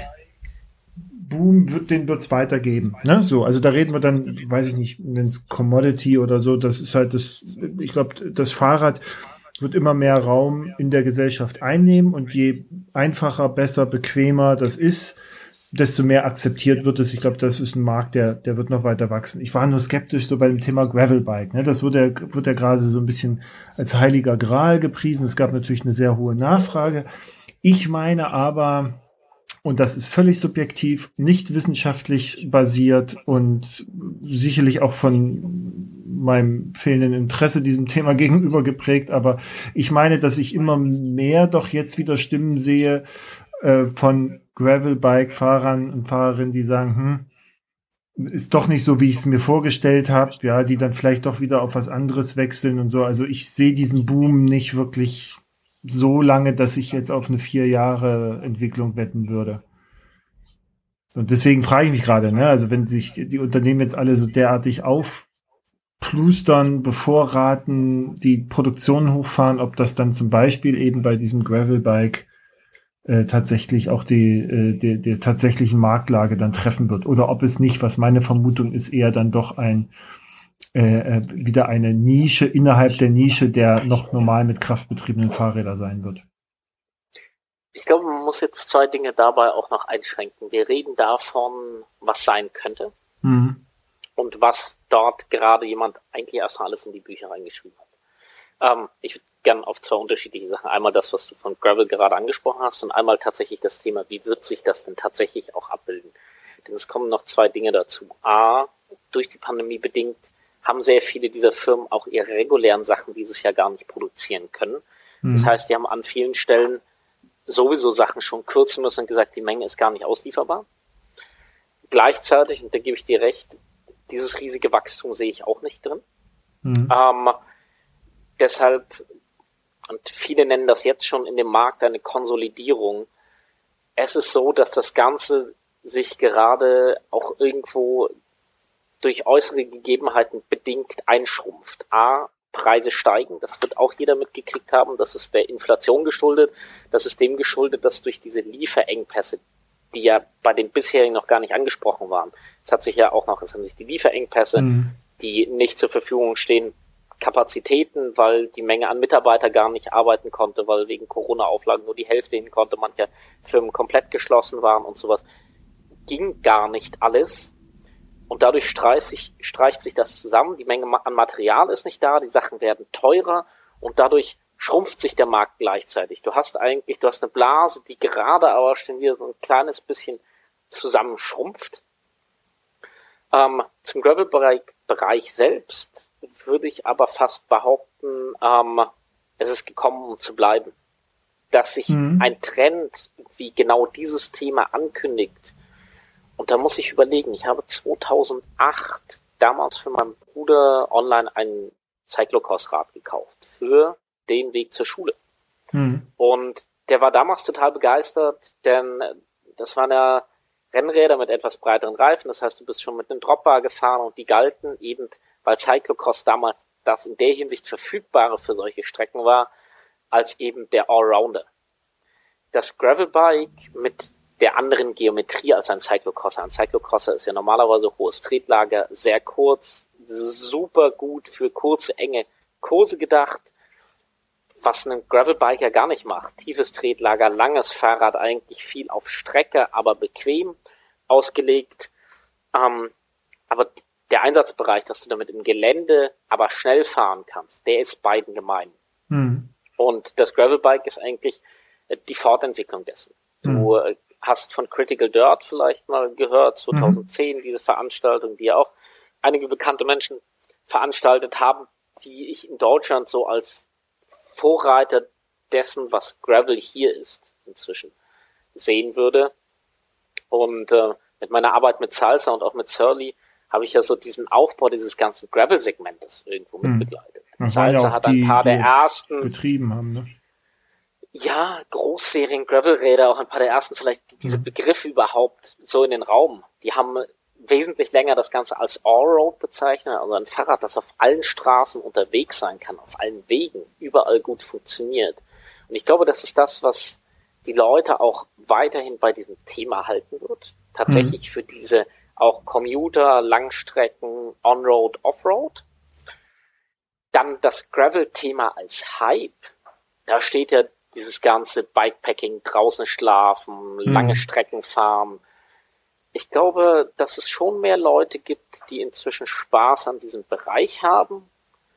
Boom den wird's weitergeben. Ne? So, also da reden wir dann, weiß ich nicht, ins Commodity oder so. Das ist halt ich glaube, das Fahrrad wird immer mehr Raum in der Gesellschaft einnehmen und je einfacher, besser, bequemer das ist, desto mehr akzeptiert wird es. Ich glaube, das ist ein Markt, der wird noch weiter wachsen. Ich war nur skeptisch so bei dem Thema Gravelbike. Ne? Das wird ja gerade so ein bisschen als heiliger Gral gepriesen. Es gab natürlich eine sehr hohe Nachfrage. Ich meine aber, und das ist völlig subjektiv, nicht wissenschaftlich basiert und sicherlich auch von meinem fehlenden Interesse diesem Thema gegenüber geprägt. Aber ich meine, dass ich immer mehr doch jetzt wieder Stimmen sehe von Gravelbike-Fahrern und Fahrerinnen, die sagen, ist doch nicht so, wie ich es mir vorgestellt habe, ja, die dann vielleicht doch wieder auf was anderes wechseln und so. Also ich sehe diesen Boom nicht wirklich so lange, dass ich jetzt auf eine 4 Jahre Entwicklung wetten würde. Und deswegen frage ich mich gerade, ne, also wenn sich die Unternehmen jetzt alle so derartig aufplustern, bevorraten, die Produktion hochfahren, ob das dann zum Beispiel eben bei diesem Gravelbike tatsächlich auch die tatsächlichen Marktlage dann treffen wird. Oder ob es nicht, was meine Vermutung ist, eher dann doch wieder eine Nische innerhalb der Nische der noch normal mit kraftbetriebenen Fahrräder sein wird. Ich glaube, man muss jetzt zwei Dinge dabei auch noch einschränken. Wir reden davon, was sein könnte und was dort gerade jemand eigentlich erst mal alles in die Bücher reingeschrieben hat. Ich würde gerne auf zwei unterschiedliche Sachen. Einmal das, was du von Gravel gerade angesprochen hast und einmal tatsächlich das Thema, wie wird sich das denn tatsächlich auch abbilden? Denn es kommen noch zwei Dinge dazu. A, durch die Pandemie bedingt haben sehr viele dieser Firmen auch ihre regulären Sachen dieses Jahr gar nicht produzieren können. Das heißt, die haben an vielen Stellen sowieso Sachen schon kürzen müssen und gesagt, die Menge ist gar nicht auslieferbar. Gleichzeitig, und da gebe ich dir recht, dieses riesige Wachstum sehe ich auch nicht drin. Deshalb, und viele nennen das jetzt schon in dem Markt eine Konsolidierung. Es ist so, dass das Ganze sich gerade auch irgendwo durch äußere Gegebenheiten bedingt einschrumpft. A, Preise steigen, das wird auch jeder mitgekriegt haben, das ist der Inflation geschuldet, das ist dem geschuldet, dass durch diese Lieferengpässe, die ja bei den bisherigen noch gar nicht angesprochen waren, es haben sich die Lieferengpässe, die nicht zur Verfügung stehen, Kapazitäten, weil die Menge an Mitarbeiter gar nicht arbeiten konnte, weil wegen Corona-Auflagen nur die Hälfte hin konnte, manche Firmen komplett geschlossen waren und sowas, ging gar nicht alles. Und dadurch streicht sich das zusammen, die Menge an Material ist nicht da, die Sachen werden teurer und dadurch schrumpft sich der Markt gleichzeitig. Du hast eine Blase, die gerade aber schon wieder so ein kleines bisschen zusammenschrumpft. Zum Gravel-Bereich selbst würde ich aber fast behaupten, es ist gekommen, um zu bleiben. Dass sich ein Trend, wie genau dieses Thema ankündigt, und da muss ich überlegen, ich habe 2008 damals für meinen Bruder online ein Cyclocross-Rad gekauft für den Weg zur Schule. Und der war damals total begeistert, denn das waren ja Rennräder mit etwas breiteren Reifen, das heißt, du bist schon mit einem Dropbar gefahren und die galten eben, weil Cyclocross damals das in der Hinsicht verfügbare für solche Strecken war, als eben der Allrounder. Das Gravelbike mit der anderen Geometrie als ein Cyclocrosser. Ein Cyclocrosser ist ja normalerweise hohes Tretlager, sehr kurz, super gut für kurze, enge Kurse gedacht, was ein Gravelbike ja gar nicht macht. Tiefes Tretlager, langes Fahrrad, eigentlich viel auf Strecke, aber bequem ausgelegt. Aber der Einsatzbereich, dass du damit im Gelände aber schnell fahren kannst, der ist beiden gemein. Und das Gravelbike ist eigentlich die Fortentwicklung dessen. Du hast von Critical Dirt vielleicht mal gehört, 2010, diese Veranstaltung, die ja auch einige bekannte Menschen veranstaltet haben, die ich in Deutschland so als Vorreiter dessen, was Gravel hier ist, inzwischen sehen würde. Und mit meiner Arbeit mit Salsa und auch mit Surly habe ich ja so diesen Aufbau dieses ganzen Gravel-Segmentes irgendwo mit begleitet. Salsa hat ein paar der ersten betrieben haben, ne? Ja, Großserien-Gravel-Räder, auch ein paar der ersten vielleicht diese Begriffe überhaupt so in den Raum. Die haben wesentlich länger das Ganze als Allroad bezeichnet, also ein Fahrrad, das auf allen Straßen unterwegs sein kann, auf allen Wegen, überall gut funktioniert. Und ich glaube, das ist das, was die Leute auch weiterhin bei diesem Thema halten wird. Tatsächlich für diese auch Commuter, Langstrecken, On-Road, Off-Road. Dann das Gravel-Thema als Hype. Da steht ja dieses ganze Bikepacking, draußen schlafen, lange Strecken fahren. Ich glaube, dass es schon mehr Leute gibt, die inzwischen Spaß an diesem Bereich haben,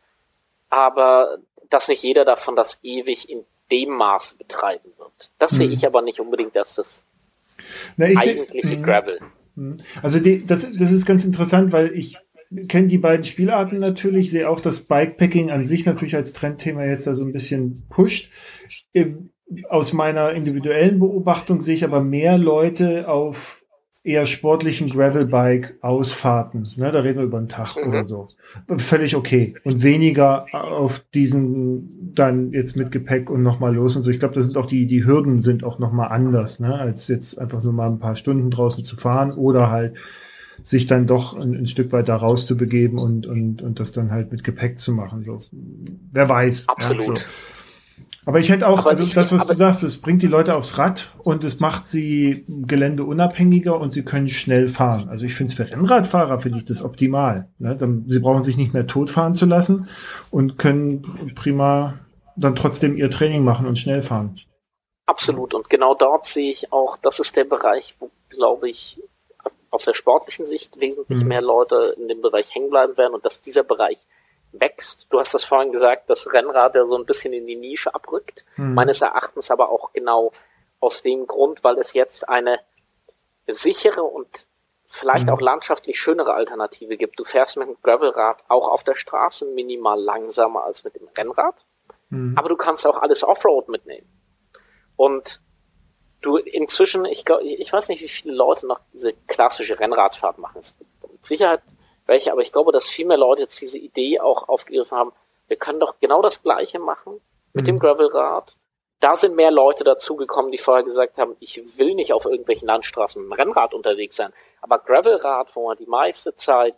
aber dass nicht jeder davon das ewig in dem Maße betreiben wird. Das sehe ich aber nicht unbedingt als das eigentliche Gravel. Also das ist ganz interessant, weil ich kenne die beiden Spielarten natürlich, sehe auch, dass Bikepacking an sich natürlich als Trendthema jetzt da so ein bisschen pusht. Aus meiner individuellen Beobachtung sehe ich aber mehr Leute auf eher sportlichen Gravelbike-Ausfahrten. Ne, da reden wir über einen Tag oder so. Völlig okay. Und weniger auf diesen dann jetzt mit Gepäck und nochmal los und so. Ich glaube, das sind auch die Hürden sind auch nochmal anders, ne, als jetzt einfach so mal ein paar Stunden draußen zu fahren oder halt sich dann doch ein Stück weit da rauszubegeben und das dann halt mit Gepäck zu machen. So, wer weiß. Absolut. Ja, so. Aber ich hätte auch, also das, was du sagst, es bringt die Leute aufs Rad und es macht sie geländeunabhängiger und sie können schnell fahren. Also ich finde es für Rennradfahrer, finde ich das optimal. Ne? Sie brauchen sich nicht mehr totfahren zu lassen und können prima dann trotzdem ihr Training machen und schnell fahren. Absolut. Und genau dort sehe ich auch, das ist der Bereich, wo, glaube ich, aus der sportlichen Sicht wesentlich mehr Leute in dem Bereich hängen bleiben werden und dass dieser Bereich wächst. Du hast das vorhin gesagt, das Rennrad, der so ein bisschen in die Nische abrückt. Meines Erachtens aber auch genau aus dem Grund, weil es jetzt eine sichere und vielleicht auch landschaftlich schönere Alternative gibt. Du fährst mit dem Gravelrad auch auf der Straße minimal langsamer als mit dem Rennrad, aber du kannst auch alles Offroad mitnehmen. Und du inzwischen, ich weiß nicht, wie viele Leute noch diese klassische Rennradfahrt machen. Es gibt mit Sicherheit welche, aber ich glaube, dass viel mehr Leute jetzt diese Idee auch aufgegriffen haben, wir können doch genau das Gleiche machen mit dem Gravelrad. Da sind mehr Leute dazugekommen, die vorher gesagt haben, ich will nicht auf irgendwelchen Landstraßen mit dem Rennrad unterwegs sein, aber Gravelrad, wo wir die meiste Zeit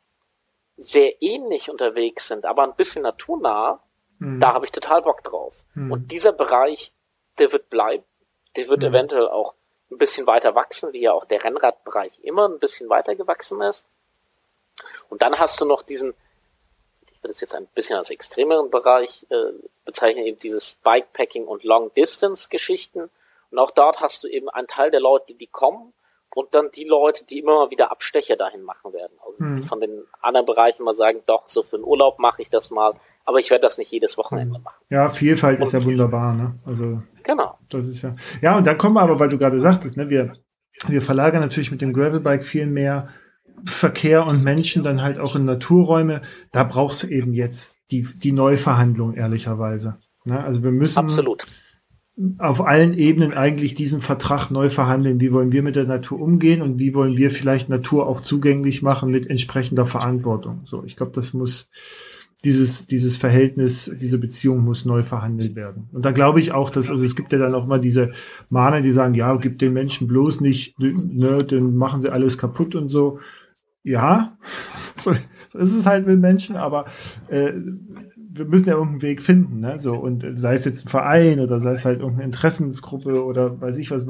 sehr ähnlich unterwegs sind, aber ein bisschen naturnah, da habe ich total Bock drauf. Und dieser Bereich, der wird bleiben, der wird eventuell auch ein bisschen weiter wachsen, wie ja auch der Rennradbereich immer ein bisschen weiter gewachsen ist. Und dann hast du noch diesen, ich würde es jetzt ein bisschen als extremeren Bereich bezeichnen, eben dieses Bikepacking und Long-Distance-Geschichten. Und auch dort hast du eben einen Teil der Leute, die kommen und dann die Leute, die immer mal wieder Abstecher dahin machen werden. Also von den anderen Bereichen mal sagen, doch, so für den Urlaub mache ich das mal, aber ich werde das nicht jedes Wochenende machen. Ja, Vielfalt ist ja wunderbar, ne? Also genau. Das ist ja. Ja, und dann kommen wir aber, weil du gerade sagtest, ne, wir verlagern natürlich mit dem Gravelbike viel mehr Verkehr und Menschen dann halt auch in Naturräume. Da brauchst du eben jetzt die Neuverhandlung, ehrlicherweise. Ne? Also wir müssen Absolut auf allen Ebenen eigentlich diesen Vertrag neu verhandeln. Wie wollen wir mit der Natur umgehen und wie wollen wir vielleicht Natur auch zugänglich machen mit entsprechender Verantwortung? So, ich glaube, das muss dieses Verhältnis, diese Beziehung muss neu verhandelt werden. Und da glaube ich auch, dass, also es gibt ja dann auch mal diese Mahner, die sagen, ja, gib den Menschen bloß nicht, ne, dann machen sie alles kaputt und so. Ja, so ist es halt mit Menschen, aber wir müssen ja irgendeinen Weg finden, ne? So, und sei es jetzt ein Verein oder sei es halt irgendeine Interessensgruppe oder weiß ich was,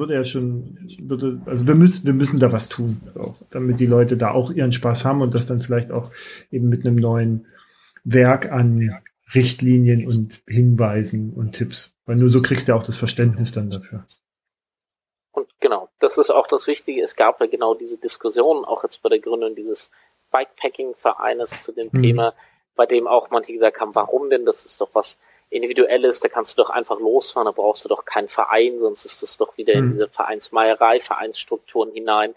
also wir müssen da was tun, auch, damit die Leute da auch ihren Spaß haben und das dann vielleicht auch eben mit einem neuen Werk an Richtlinien und Hinweisen und Tipps. Weil nur so kriegst du ja auch das Verständnis dann dafür. Und genau, das ist auch das Wichtige. Es gab ja genau diese Diskussion, auch jetzt bei der Gründung dieses Bikepacking-Vereines zu dem Thema, bei dem auch manche gesagt haben, warum denn? Das ist doch was Individuelles, da kannst du doch einfach losfahren, da brauchst du doch keinen Verein, sonst ist das doch wieder in diese Vereinsmeierei, Vereinsstrukturen hinein.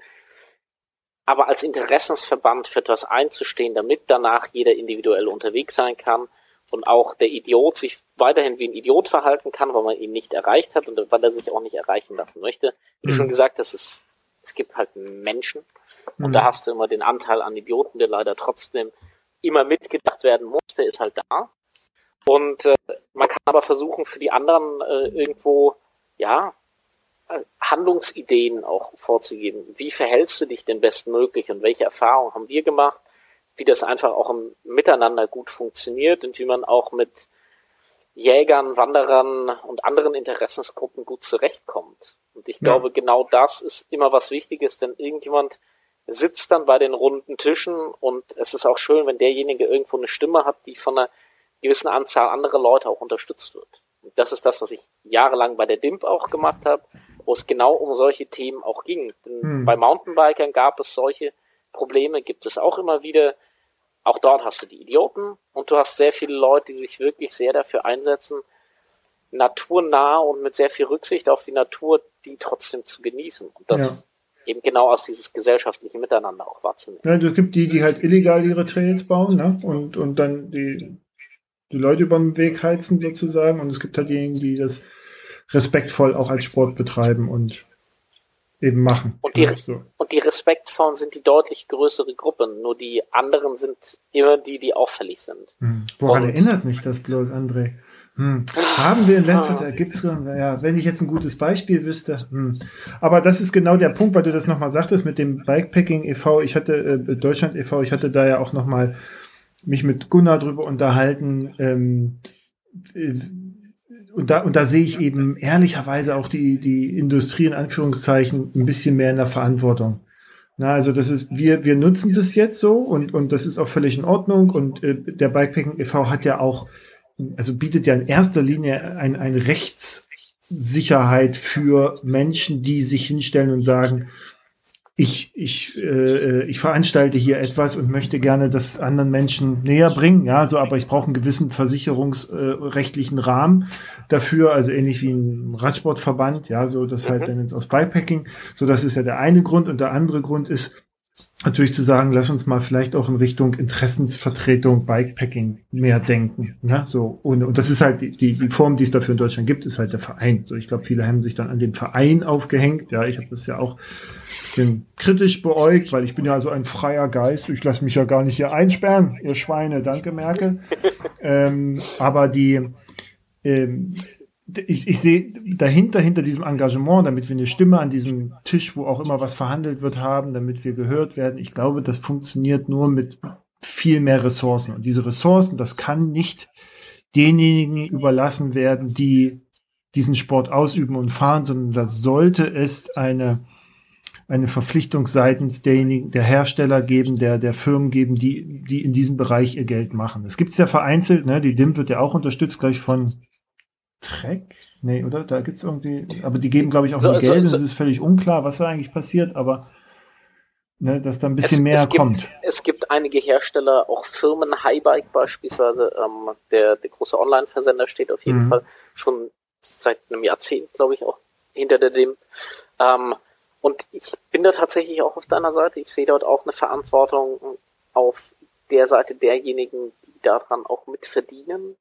Aber als Interessensverband für etwas einzustehen, damit danach jeder individuell unterwegs sein kann und auch der Idiot sich weiterhin wie ein Idiot verhalten kann, weil man ihn nicht erreicht hat und weil er sich auch nicht erreichen lassen möchte. Wie du schon gesagt hast, es gibt halt Menschen und da hast du immer den Anteil an Idioten, der leider trotzdem immer mitgedacht werden muss, der ist halt da. Und man kann aber versuchen, für die anderen irgendwo, ja, Handlungsideen auch vorzugeben. Wie verhältst du dich denn bestmöglich und welche Erfahrungen haben wir gemacht, wie das einfach auch im Miteinander gut funktioniert und wie man auch mit Jägern, Wanderern und anderen Interessensgruppen gut zurechtkommt. Und ich glaube, genau das ist immer was Wichtiges, denn irgendjemand sitzt dann bei den runden Tischen und es ist auch schön, wenn derjenige irgendwo eine Stimme hat, die von einer gewissen Anzahl anderer Leute auch unterstützt wird. Und das ist das, was ich jahrelang bei der DIMP auch gemacht habe, wo es genau um solche Themen auch ging. Denn bei Mountainbikern gab es solche Probleme, gibt es auch immer wieder. Auch dort hast du die Idioten und du hast sehr viele Leute, die sich wirklich sehr dafür einsetzen, naturnah und mit sehr viel Rücksicht auf die Natur, die trotzdem zu genießen. Und das eben genau aus dieses gesellschaftlichen Miteinander auch wahrzunehmen. Ja, es gibt die halt illegal ihre Trails bauen, ne? Und dann die Leute über den Weg heizen sozusagen. Und es gibt halt diejenigen, die das respektvoll auch als Sport betreiben und eben machen. Und die respektvollen sind die deutlich größere Gruppe. Nur die anderen sind immer die auffällig sind. Woran erinnert mich das bloß, André? Haben wir in letzter Zeit, wenn ich jetzt ein gutes Beispiel wüsste. Aber das ist genau der Punkt, weil du das nochmal sagtest mit dem Bikepacking e.V. Ich hatte Deutschland e.V., ich hatte da ja auch nochmal mich mit Gunnar drüber unterhalten. Und da sehe ich eben ehrlicherweise auch die Industrie in Anführungszeichen ein bisschen mehr in der Verantwortung. Na, also das ist, wir nutzen das jetzt so und das ist auch völlig in Ordnung und der Bikepacking e.V. hat ja auch, also bietet ja in erster Linie eine Rechtssicherheit für Menschen, die sich hinstellen und sagen, ich veranstalte hier etwas und möchte gerne das anderen Menschen näher bringen, ja, so, aber ich brauche einen gewissen versicherungsrechtlichen Rahmen dafür, also ähnlich wie ein Radsportverband, ja, so, das halt dann jetzt aus Bikepacking, so, das ist ja der eine Grund und der andere Grund ist natürlich zu sagen, lass uns mal vielleicht auch in Richtung Interessensvertretung Bikepacking mehr denken, ne, so, und das ist halt die Form, die es dafür in Deutschland gibt, ist halt der Verein, so, ich glaube, viele haben sich dann an den Verein aufgehängt, ja, ich habe das ja auch bisschen kritisch beäugt, weil ich bin ja so ein freier Geist. Ich lasse mich ja gar nicht hier einsperren, ihr Schweine, danke Merkel. Aber ich sehe hinter diesem Engagement, damit wir eine Stimme an diesem Tisch, wo auch immer was verhandelt wird, haben, damit wir gehört werden. Ich glaube, das funktioniert nur mit viel mehr Ressourcen. Und diese Ressourcen, das kann nicht denjenigen überlassen werden, die diesen Sport ausüben und fahren, sondern da sollte es eine Verpflichtung seitens derjenigen, der Hersteller geben, der Firmen geben, die in diesem Bereich ihr Geld machen. Es gibt's ja vereinzelt, ne? Die DIM wird ja auch unterstützt, gleich von Trek? Nee, oder? Da gibt's irgendwie, aber die geben, glaube ich, auch nur Geld und es ist völlig unklar, was da eigentlich passiert, aber ne, dass da ein bisschen mehr kommt. Es gibt einige Hersteller, auch Firmen, Highbike beispielsweise, der große Online-Versender steht auf jeden Fall schon seit einem Jahrzehnt, glaube ich, auch hinter der DIM. Und ich bin da tatsächlich auch auf deiner Seite. Ich sehe dort auch eine Verantwortung auf der Seite derjenigen, die daran auch mitverdienen.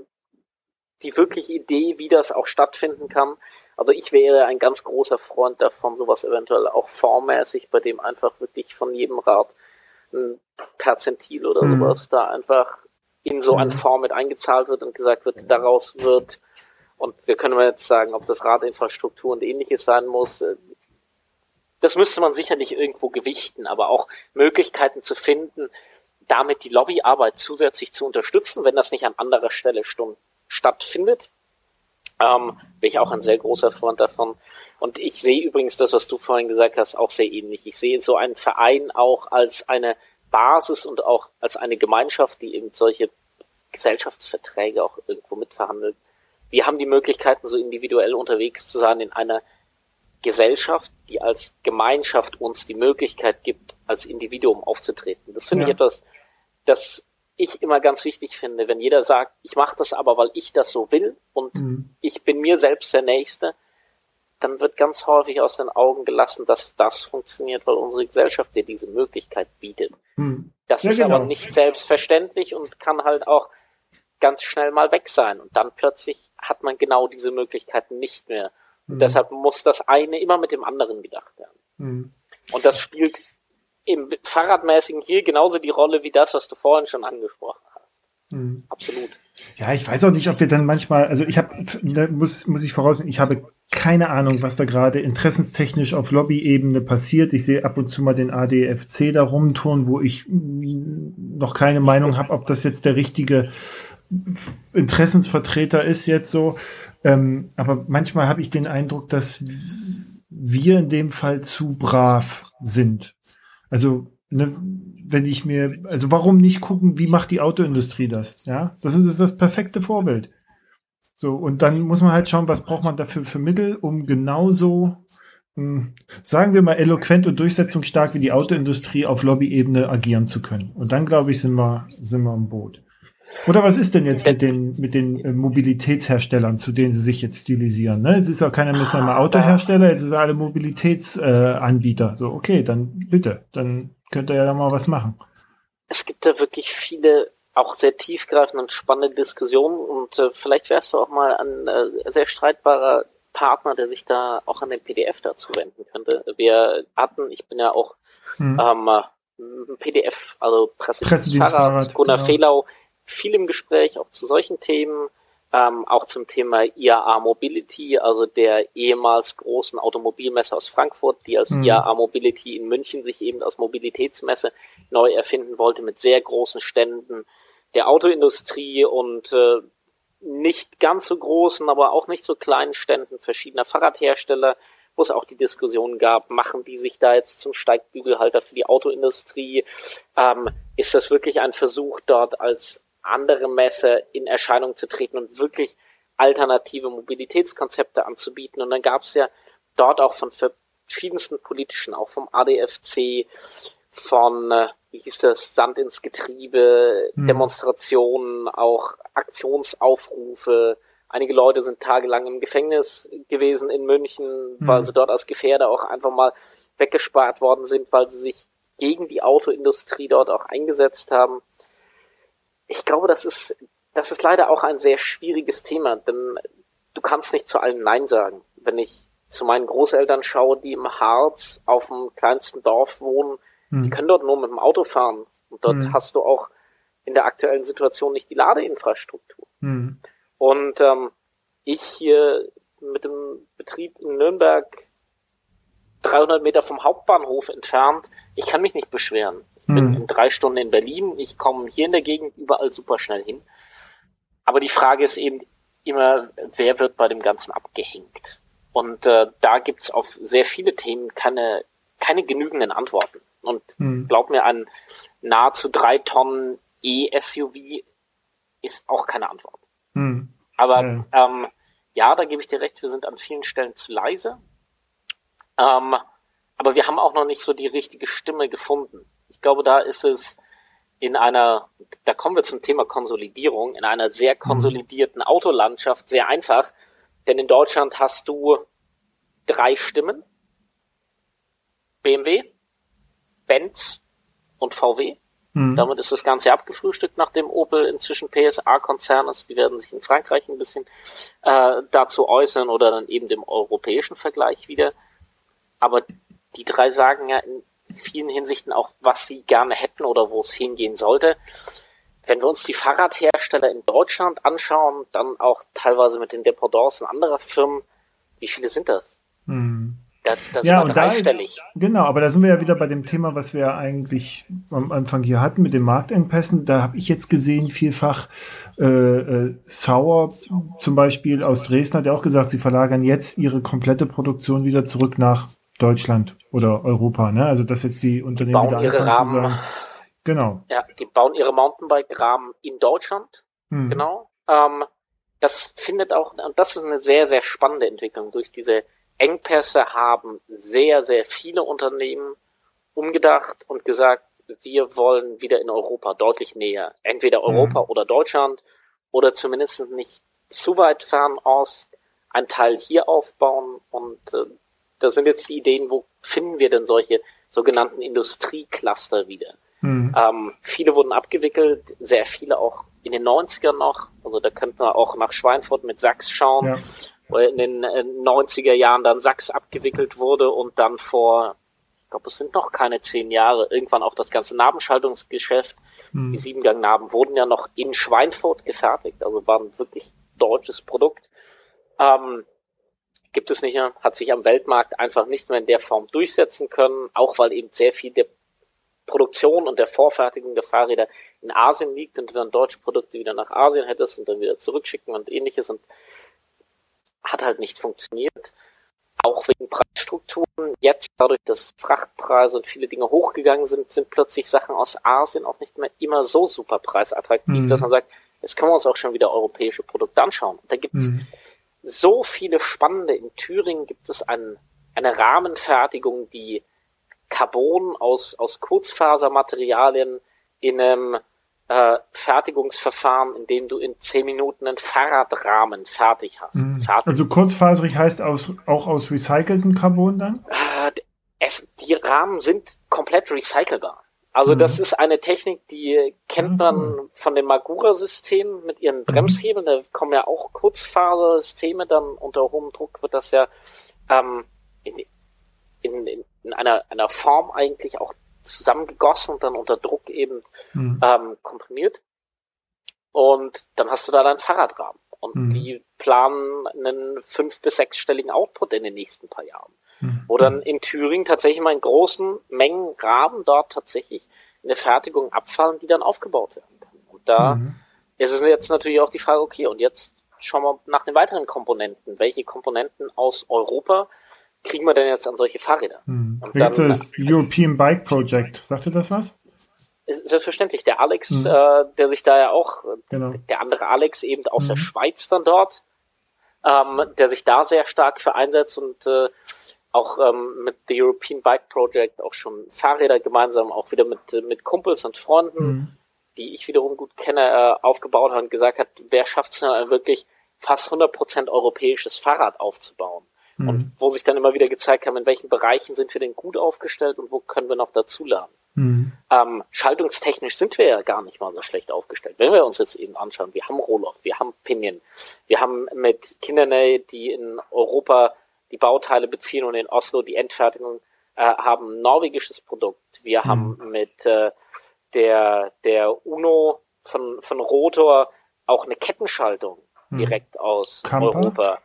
Die wirkliche Idee, wie das auch stattfinden kann. Also ich wäre ein ganz großer Freund davon, sowas eventuell auch formmäßig, bei dem einfach wirklich von jedem Rad ein Perzentil oder sowas da einfach in so eine Form mit eingezahlt wird und gesagt wird, daraus wird, und da können wir jetzt sagen, ob das Radinfrastruktur und ähnliches sein muss. Das müsste man sicherlich irgendwo gewichten, aber auch Möglichkeiten zu finden, damit die Lobbyarbeit zusätzlich zu unterstützen, wenn das nicht an anderer Stelle stattfindet. Bin ich auch ein sehr großer Freund davon. Und ich sehe übrigens das, was du vorhin gesagt hast, auch sehr ähnlich. Ich sehe so einen Verein auch als eine Basis und auch als eine Gemeinschaft, die eben solche Gesellschaftsverträge auch irgendwo mitverhandelt. Wir haben die Möglichkeiten, so individuell unterwegs zu sein in einer Gesellschaft, die als Gemeinschaft uns die Möglichkeit gibt, als Individuum aufzutreten. Das finde ich etwas, das ich immer ganz wichtig finde, wenn jeder sagt, ich mache das aber, weil ich das so will und ich bin mir selbst der Nächste, dann wird ganz häufig aus den Augen gelassen, dass das funktioniert, weil unsere Gesellschaft dir diese Möglichkeit bietet. Das ist aber nicht selbstverständlich und kann halt auch ganz schnell mal weg sein und dann plötzlich hat man genau diese Möglichkeiten nicht mehr. Und deshalb muss das eine immer mit dem anderen gedacht werden. Und das spielt im Fahrradmäßigen hier genauso die Rolle wie das, was du vorhin schon angesprochen hast. Absolut. Ja, ich weiß auch nicht, ob wir dann manchmal, also ich habe, muss ich vorausnehmen, ich habe keine Ahnung, was da gerade interessenstechnisch auf Lobby-Ebene passiert. Ich sehe ab und zu mal den ADFC da rumtouren, wo ich noch keine Meinung habe, ob das jetzt der richtige Interessensvertreter ist jetzt so. Aber manchmal habe ich den Eindruck, dass wir in dem Fall zu brav sind. Also, ne, also warum nicht gucken, wie macht die Autoindustrie das? Ja, das ist das perfekte Vorbild. So, und dann muss man halt schauen, was braucht man dafür für Mittel, um genauso, sagen wir mal, eloquent und durchsetzungsstark wie die Autoindustrie auf Lobbyebene agieren zu können. Und dann, glaube ich, sind wir im Boot. Oder was ist denn jetzt mit den Mobilitätsherstellern, zu denen sie sich jetzt stilisieren? Ne? Jetzt ist ja keiner mehr Autohersteller, jetzt ist alle Mobilitätsanbieter. So, okay, dann bitte, dann könnt ihr ja da mal was machen. Es gibt da wirklich viele, auch sehr tiefgreifende und spannende Diskussionen und vielleicht wärst du auch mal ein sehr streitbarer Gesprächspartner, der sich da auch an den PDF dazu wenden könnte. Ich bin ja auch PDF, also Pressedienstfahrrad, Gunnar Fehlau, viel im Gespräch, auch zu solchen Themen, auch zum Thema IAA Mobility, also der ehemals großen Automobilmesse aus Frankfurt, die als IAA Mobility in München sich eben als Mobilitätsmesse neu erfinden wollte, mit sehr großen Ständen der Autoindustrie und nicht ganz so großen, aber auch nicht so kleinen Ständen verschiedener Fahrradhersteller, wo es auch die Diskussion gab, machen die sich da jetzt zum Steigbügelhalter für die Autoindustrie? Ist das wirklich ein Versuch, dort als andere Messe in Erscheinung zu treten und wirklich alternative Mobilitätskonzepte anzubieten? Und dann gab es ja dort auch von verschiedensten politischen, auch vom ADFC, von, wie hieß das, Sand ins Getriebe, Demonstrationen, auch Aktionsaufrufe. Einige Leute sind tagelang im Gefängnis gewesen in München, weil sie dort als Gefährder auch einfach mal weggespart worden sind, weil sie sich gegen die Autoindustrie dort auch eingesetzt haben. Ich glaube, das ist leider auch ein sehr schwieriges Thema, denn du kannst nicht zu allem Nein sagen. Wenn ich zu meinen Großeltern schaue, die im Harz auf dem kleinsten Dorf wohnen, die können dort nur mit dem Auto fahren. Und dort hast du auch in der aktuellen Situation nicht die Ladeinfrastruktur. Und ich hier mit dem Betrieb in Nürnberg 300 Meter vom Hauptbahnhof entfernt, ich kann mich nicht beschweren. Ich bin in 3 Stunden in Berlin, ich komme hier in der Gegend überall super schnell hin. Aber die Frage ist eben immer, wer wird bei dem Ganzen abgehängt? Und da gibt's auf sehr viele Themen keine genügenden Antworten. Und glaub mir, ein nahezu 3 Tonnen E-SUV ist auch keine Antwort. Aber ja, da gebe ich dir recht, wir sind an vielen Stellen zu leise. Aber wir haben auch noch nicht so die richtige Stimme gefunden. Ich glaube, da ist es da kommen wir zum Thema Konsolidierung, in einer sehr konsolidierten Autolandschaft sehr einfach. Denn in Deutschland hast du 3 Stimmen. BMW, Benz und VW. Damit ist das Ganze abgefrühstückt, nachdem Opel inzwischen PSA-Konzern ist. Die werden sich in Frankreich ein bisschen dazu äußern oder dann eben dem europäischen Vergleich wieder. Aber die 3 sagen ja in vielen Hinsichten auch, was sie gerne hätten oder wo es hingehen sollte. Wenn wir uns die Fahrradhersteller in Deutschland anschauen, dann auch teilweise mit den Dependancen anderer Firmen, wie viele sind das? Da sind ja, wir dreistellig. Genau, aber da sind wir ja wieder bei dem Thema, was wir ja eigentlich am Anfang hier hatten mit den Marktengpässen. Da habe ich jetzt gesehen, vielfach Sauer zum Beispiel aus Dresden hat ja auch gesagt, sie verlagern jetzt ihre komplette Produktion wieder zurück nach Deutschland oder Europa. Ne? Also dass jetzt die Unternehmen wieder anfangen zu sagen. Genau. Ja, die bauen ihre Mountainbike-Rahmen in Deutschland. Genau. Das findet auch, und das ist eine sehr, sehr spannende Entwicklung. Durch diese Engpässe haben sehr, sehr viele Unternehmen umgedacht und gesagt, wir wollen wieder in Europa deutlich näher. Entweder Europa oder Deutschland oder zumindest nicht zu weit Fernost einen Teil hier aufbauen. Und da sind jetzt die Ideen, wo finden wir denn solche sogenannten Industriecluster wieder? Viele wurden abgewickelt, sehr viele auch in den 90ern noch. Also da könnten wir auch nach Schweinfurt mit Sachs schauen. Ja. Wo in den 90er Jahren dann Sachs abgewickelt wurde und dann vor, ich glaube, es sind noch keine 10 Jahre, irgendwann auch das ganze Nabenschaltungsgeschäft. Die 7-Gang-Naben wurden ja noch in Schweinfurt gefertigt, also war ein wirklich deutsches Produkt. Gibt es nicht mehr, hat sich am Weltmarkt einfach nicht mehr in der Form durchsetzen können, auch weil eben sehr viel der Produktion und der Vorfertigung der Fahrräder in Asien liegt und du dann deutsche Produkte wieder nach Asien hättest und dann wieder zurückschicken und ähnliches und hat halt nicht funktioniert. Auch wegen Preisstrukturen. Jetzt, dadurch, dass Frachtpreise und viele Dinge hochgegangen sind, sind plötzlich Sachen aus Asien auch nicht mehr immer so super preisattraktiv, dass man sagt, jetzt können wir uns auch schon wieder europäische Produkte anschauen. Da gibt's so viele spannende. In Thüringen gibt es eine Rahmenfertigung, die Carbon aus Kurzfasermaterialien in einem Fertigungsverfahren, in dem du in 10 Minuten einen Fahrradrahmen fertig hast. Also kurzfaserig heißt auch aus recyceltem Carbon dann? Die Rahmen sind komplett recycelbar. Also das ist eine Technik, die kennt man von dem Magura-System mit ihren Bremshebeln. Da kommen ja auch Kurzfasersysteme, dann unter hohem Druck wird das ja in einer Form eigentlich auch zusammengegossen und dann unter Druck eben komprimiert. Und dann hast du da deinen Fahrradrahmen. Und die planen einen 5- bis 6-stelligen Output in den nächsten paar Jahren. Wo dann in Thüringen tatsächlich mal in großen Mengen Rahmen dort tatsächlich in der Fertigung abfallen, die dann aufgebaut werden können. Und da ist es jetzt natürlich auch die Frage, okay, und jetzt schauen wir nach den weiteren Komponenten. Welche Komponenten aus Europa kriegen wir denn jetzt an solche Fahrräder? Und dann, das European Bike Project. Sagt ihr das was? Selbstverständlich. Der Alex, der sich da ja auch, der andere Alex eben aus der Schweiz dann dort, der sich da sehr stark für einsetzt und auch mit der European Bike Project auch schon Fahrräder gemeinsam auch wieder mit Kumpels und Freunden, die ich wiederum gut kenne, aufgebaut hat und gesagt hat, wer schafft es denn wirklich fast 100% europäisches Fahrrad aufzubauen? Und wo sich dann immer wieder gezeigt haben, in welchen Bereichen sind wir denn gut aufgestellt und wo können wir noch dazulernen. Schaltungstechnisch sind wir ja gar nicht mal so schlecht aufgestellt. Wenn wir uns jetzt eben anschauen, wir haben Rohloff, wir haben Pinion, wir haben mit Kindernay, die in Europa die Bauteile beziehen und in Oslo die Endfertigung haben, ein norwegisches Produkt. Wir haben mit der Uno von Rotor auch eine Kettenschaltung direkt aus Europa.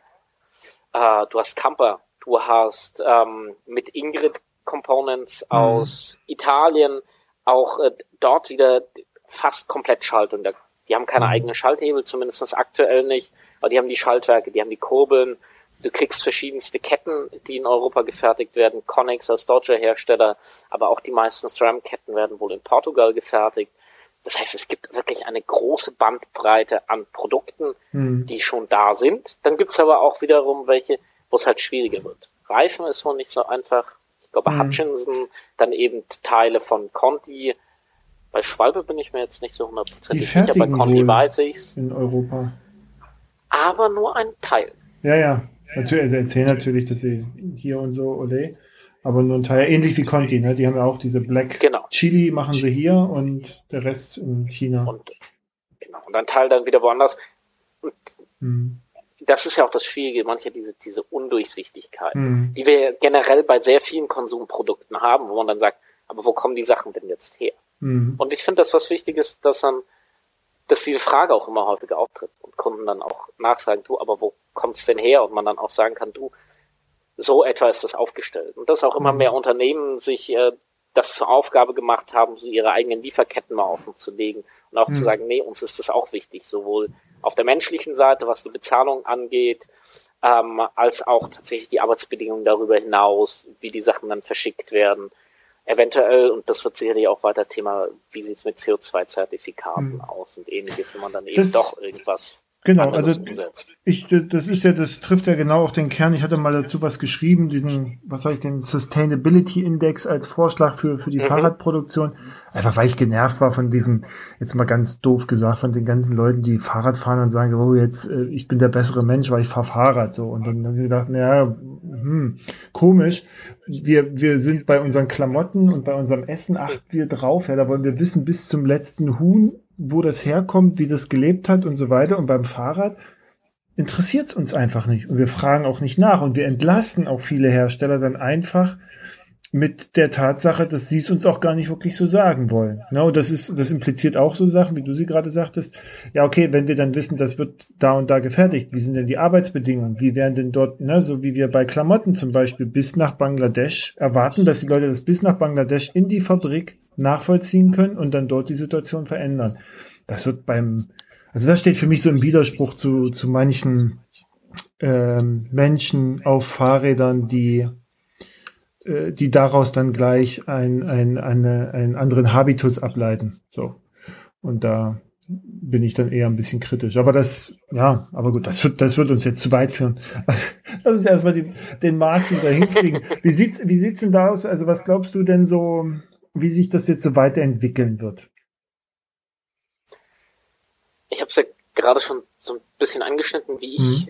Du hast Kamper, du hast mit Ingrid Components aus Italien auch dort wieder fast komplett Schaltung. Die haben keine eigenen Schalthebel, zumindest aktuell nicht, aber die haben die Schaltwerke, die haben die Kurbeln. Du kriegst verschiedenste Ketten, die in Europa gefertigt werden. Connex als deutscher Hersteller, aber auch die meisten SRAM-Ketten werden wohl in Portugal gefertigt. Das heißt, es gibt wirklich eine große Bandbreite an Produkten, die schon da sind. Dann gibt's aber auch wiederum welche, wo es halt schwieriger wird. Reifen ist wohl nicht so einfach. Ich glaube, Hutchinson, dann eben Teile von Conti. Bei Schwalbe bin ich mir jetzt nicht so 100% sicher. Bei Conti weiß ich's. In Europa. Aber nur ein Teil. Ja. Natürlich, also erzählen natürlich, dass sie hier und so, ole. Aber nur ein Teil, ähnlich wie Conti, ne? Die haben ja auch diese Black Chili, machen sie hier und der Rest in China. Und ein Teil dann wieder woanders. Und das ist ja auch das Schwierige, manchmal diese Undurchsichtigkeit, die wir generell bei sehr vielen Konsumprodukten haben, wo man dann sagt, aber wo kommen die Sachen denn jetzt her? Und ich finde das was Wichtiges, dass diese Frage auch immer häufiger auftritt und Kunden dann auch nachfragen, du, aber wo kommt's denn her? Und man dann auch sagen kann, du, so etwa ist das aufgestellt. Und dass auch immer mehr Unternehmen sich das zur Aufgabe gemacht haben, so ihre eigenen Lieferketten mal offen zu legen und auch zu sagen, nee, uns ist das auch wichtig, sowohl auf der menschlichen Seite, was die Bezahlung angeht, als auch tatsächlich die Arbeitsbedingungen darüber hinaus, wie die Sachen dann verschickt werden. Eventuell, und das wird sicherlich auch weiter Thema, wie sieht's mit CO2-Zertifikaten aus und ähnliches, wenn man dann eben doch irgendwas anderes umsetzt. Das trifft ja genau auch den Kern. Ich hatte mal dazu was geschrieben, den Sustainability Index als Vorschlag für die Fahrradproduktion. Einfach weil ich genervt war von diesem, jetzt mal ganz doof gesagt, von den ganzen Leuten, die Fahrrad fahren und sagen, oh, jetzt, ich bin der bessere Mensch, weil ich fahre Fahrrad, so. Und dann haben sie gedacht, komisch. Wir sind bei unseren Klamotten und bei unserem Essen achten wir drauf, da wollen wir wissen bis zum letzten Huhn, wo das herkommt, wie das gelebt hat und so weiter. Und beim Fahrrad interessiert es uns einfach nicht. Und wir fragen auch nicht nach. Und wir entlasten auch viele Hersteller dann einfach mit der Tatsache, dass sie es uns auch gar nicht wirklich so sagen wollen. No, das impliziert auch so Sachen, wie du sie gerade sagtest. Ja, okay, wenn wir dann wissen, das wird da und da gefertigt, wie sind denn die Arbeitsbedingungen? Wie werden denn dort, so wie wir bei Klamotten zum Beispiel bis nach Bangladesch erwarten, dass die Leute das bis nach Bangladesch in die Fabrik nachvollziehen können und dann dort die Situation verändern. Das wird das steht für mich so im Widerspruch zu manchen Menschen auf Fahrrädern, die daraus dann gleich einen anderen Habitus ableiten. So. Und da bin ich dann eher ein bisschen kritisch. Aber aber gut, das wird uns jetzt zu weit führen. Lass uns erstmal den Markt wieder hinkriegen. Wie sieht's denn da aus? Also was glaubst du denn so, wie sich das jetzt so weiterentwickeln wird? Ich habe es ja gerade schon so ein bisschen angeschnitten, wie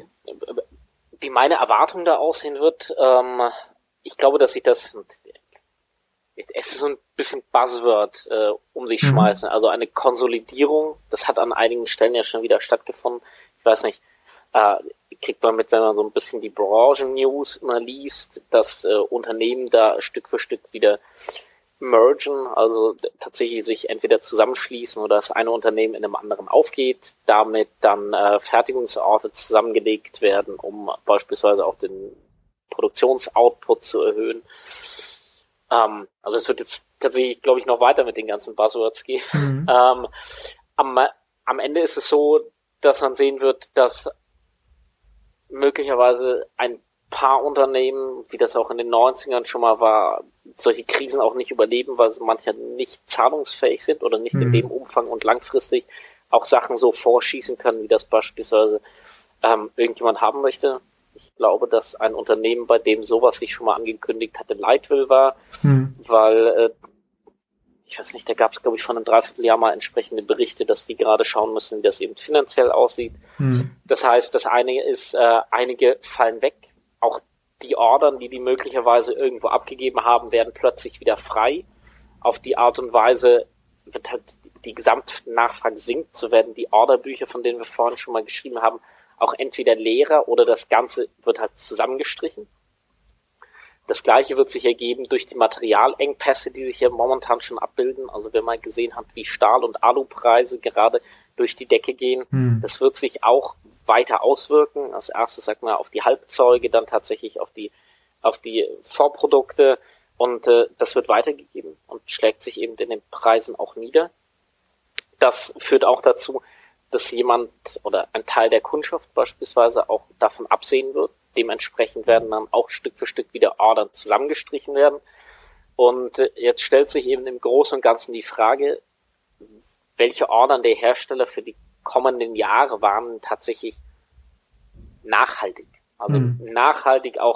meine Erwartung da aussehen wird. Ich glaube, dass sich das, es ist so ein bisschen Buzzword um sich schmeißen. Also eine Konsolidierung, das hat an einigen Stellen ja schon wieder stattgefunden. Ich weiß nicht, kriegt man mit, wenn man so ein bisschen die Branchen-News immer liest, dass Unternehmen da Stück für Stück wieder mergen, also tatsächlich sich entweder zusammenschließen oder das eine Unternehmen in einem anderen aufgeht, damit dann Fertigungsorte zusammengelegt werden, um beispielsweise auch den Produktionsoutput zu erhöhen. Also es wird jetzt tatsächlich, glaube ich, noch weiter mit den ganzen Buzzwords gehen. Am Ende ist es so, dass man sehen wird, dass möglicherweise ein paar Unternehmen, wie das auch in den 90ern schon mal war, solche Krisen auch nicht überleben, weil manche nicht zahlungsfähig sind oder nicht in dem Umfang und langfristig auch Sachen so vorschießen können, wie das beispielsweise irgendjemand haben möchte. Ich glaube, dass ein Unternehmen, bei dem sowas sich schon mal angekündigt hatte, Lightwell war, weil ich weiß nicht, da gab es, glaube ich, vor einem Dreivierteljahr mal entsprechende Berichte, dass die gerade schauen müssen, wie das eben finanziell aussieht. Das heißt, das eine ist, einige fallen weg. Auch die Ordern, die möglicherweise irgendwo abgegeben haben, werden plötzlich wieder frei. Auf die Art und Weise wird halt die Gesamtnachfrage sinkt. So werden die Orderbücher, von denen wir vorhin schon mal geschrieben haben, auch entweder leerer oder das Ganze wird halt zusammengestrichen. Das Gleiche wird sich ergeben durch die Materialengpässe, die sich ja momentan schon abbilden. Also wenn man gesehen hat, wie Stahl- und Alupreise gerade durch die Decke gehen, das wird sich auch weiter auswirken. Als erstes, sagt man, auf die Halbzeuge, dann tatsächlich auf die Vorprodukte und das wird weitergegeben und schlägt sich eben in den Preisen auch nieder. Das führt auch dazu, dass jemand oder ein Teil der Kundschaft beispielsweise auch davon absehen wird. Dementsprechend werden dann auch Stück für Stück wieder Ordern zusammengestrichen werden. Und jetzt stellt sich eben im Großen und Ganzen die Frage, welche Ordern der Hersteller für die kommenden Jahre waren tatsächlich nachhaltig. Also nachhaltig auch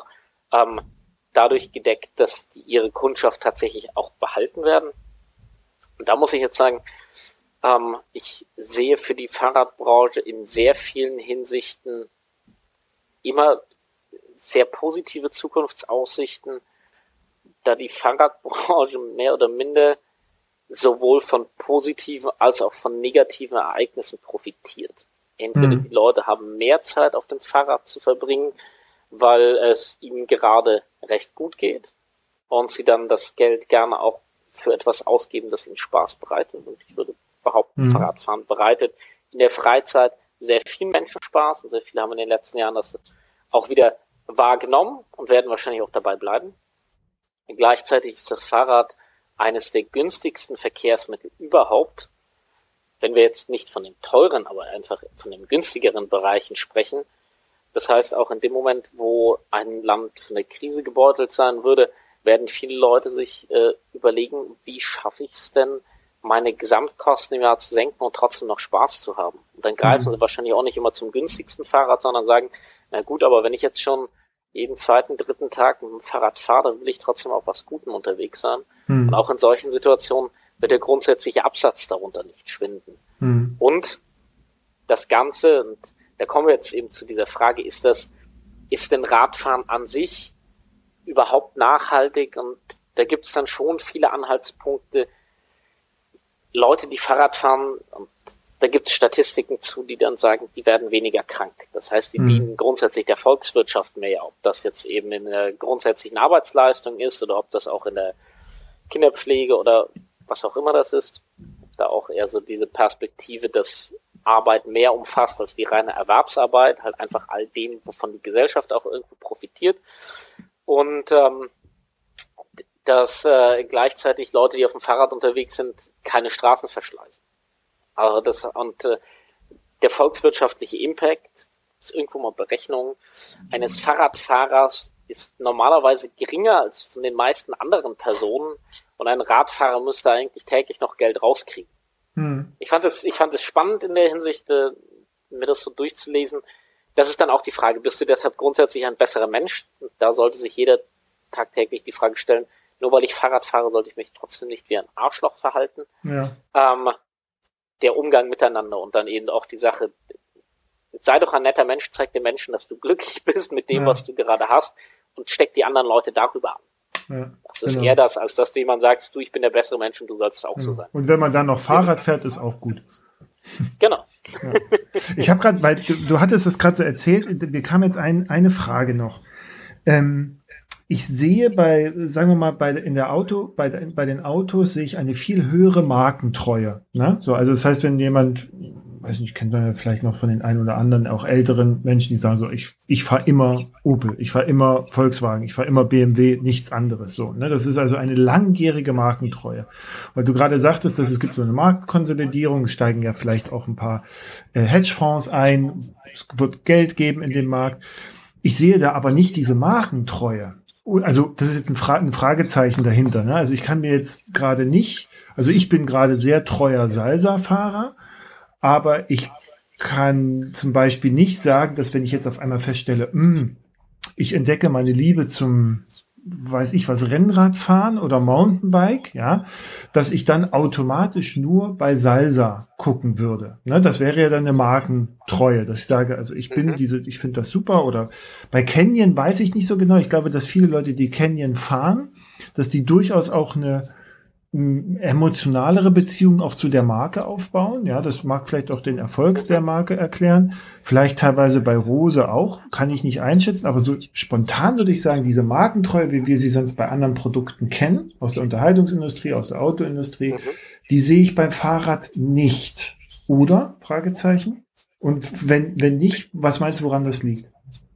dadurch gedeckt, dass die ihre Kundschaft tatsächlich auch behalten werden. Und da muss ich jetzt sagen, ich sehe für die Fahrradbranche in sehr vielen Hinsichten immer sehr positive Zukunftsaussichten, da die Fahrradbranche mehr oder minder sowohl von positiven als auch von negativen Ereignissen profitiert. Entweder die Leute haben mehr Zeit auf dem Fahrrad zu verbringen, weil es ihnen gerade recht gut geht und sie dann das Geld gerne auch für etwas ausgeben, das ihnen Spaß bereitet. Und ich würde behaupten, Fahrradfahren bereitet in der Freizeit sehr vielen Menschen Spaß und sehr viele haben in den letzten Jahren das auch wieder wahrgenommen und werden wahrscheinlich auch dabei bleiben. Und gleichzeitig ist das Fahrrad eines der günstigsten Verkehrsmittel überhaupt. Wenn wir jetzt nicht von den teuren, aber einfach von den günstigeren Bereichen sprechen. Das heißt, auch in dem Moment, wo ein Land von der Krise gebeutelt sein würde, werden viele Leute sich überlegen, wie schaffe ich es denn, meine Gesamtkosten im Jahr zu senken und trotzdem noch Spaß zu haben. Und dann greifen sie wahrscheinlich auch nicht immer zum günstigsten Fahrrad, sondern sagen, na gut, aber wenn ich jetzt schon jeden zweiten, dritten Tag mit dem Fahrrad fahre, dann will ich trotzdem auf was Gutem unterwegs sein. Und auch in solchen Situationen wird der grundsätzliche Absatz darunter nicht schwinden. Und das Ganze, und da kommen wir jetzt eben zu dieser Frage, ist denn Radfahren an sich überhaupt nachhaltig? Und da gibt es dann schon viele Anhaltspunkte. Leute, die Fahrrad fahren, und da gibt es Statistiken zu, die dann sagen, die werden weniger krank. Das heißt, die dienen grundsätzlich der Volkswirtschaft mehr, ob das jetzt eben in der grundsätzlichen Arbeitsleistung ist oder ob das auch in der Kinderpflege oder was auch immer das ist. Da auch eher so diese Perspektive, dass Arbeit mehr umfasst als die reine Erwerbsarbeit, halt einfach all dem, wovon die Gesellschaft auch irgendwo profitiert. Und dass gleichzeitig Leute, die auf dem Fahrrad unterwegs sind, keine Straßen verschleißen. Also der volkswirtschaftliche Impact, ist irgendwo mal Berechnung eines Fahrradfahrers ist normalerweise geringer als von den meisten anderen Personen und ein Radfahrer müsste eigentlich täglich noch Geld rauskriegen. Ich fand es spannend in der Hinsicht, mir das so durchzulesen. Das ist dann auch die Frage, bist du deshalb grundsätzlich ein besserer Mensch? Und da sollte sich jeder tagtäglich die Frage stellen, nur weil ich Fahrrad fahre, sollte ich mich trotzdem nicht wie ein Arschloch verhalten. Ja. Der Umgang miteinander und dann eben auch die Sache, sei doch ein netter Mensch, zeig den Menschen, dass du glücklich bist mit dem, was du gerade hast und steck die anderen Leute darüber an. Ja, das ist eher das, als dass jemand sagt, du, ich bin der bessere Mensch und du sollst auch so sein. Und wenn man dann noch Fahrrad fährt, ist auch gut. Genau. Ja. Ich habe gerade, weil du hattest es gerade so erzählt, mir kam jetzt eine Frage noch. Ich sehe sagen wir mal, bei den Autos sehe ich eine viel höhere Markentreue. Ne? So, also das heißt, wenn jemand, weiß nicht, kennt man ja vielleicht noch von den einen oder anderen, auch älteren Menschen, die sagen so, ich fahre immer Opel, ich fahre immer Volkswagen, ich fahre immer BMW, nichts anderes. So, ne? Das ist also eine langjährige Markentreue. Weil du gerade sagtest, dass es gibt so eine Marktkonsolidierung, es steigen ja vielleicht auch ein paar Hedgefonds ein, es wird Geld geben in dem Markt. Ich sehe da aber nicht diese Markentreue. Also das ist jetzt ein Fragezeichen dahinter. Ne? Also ich kann mir jetzt gerade nicht, also ich bin gerade sehr treuer Salsa-Fahrer, aber ich kann zum Beispiel nicht sagen, dass wenn ich jetzt auf einmal feststelle, ich entdecke meine Liebe zum, weiß ich was, Rennradfahren oder Mountainbike, ja, dass ich dann automatisch nur bei Salsa gucken würde. Ne, das wäre ja dann eine Markentreue, dass ich sage, also ich bin ich finde das super. Oder bei Canyon weiß ich nicht so genau. Ich glaube, dass viele Leute, die Canyon fahren, dass die durchaus auch eine emotionalere Beziehung auch zu der Marke aufbauen. Ja, das mag vielleicht auch den Erfolg der Marke erklären. Vielleicht teilweise bei Rose auch, kann ich nicht einschätzen. Aber so spontan würde ich sagen, diese Markentreue, wie wir sie sonst bei anderen Produkten kennen, aus der Unterhaltungsindustrie, aus der Autoindustrie, die sehe ich beim Fahrrad nicht. Oder? Fragezeichen. Und wenn nicht, was meinst du, woran das liegt?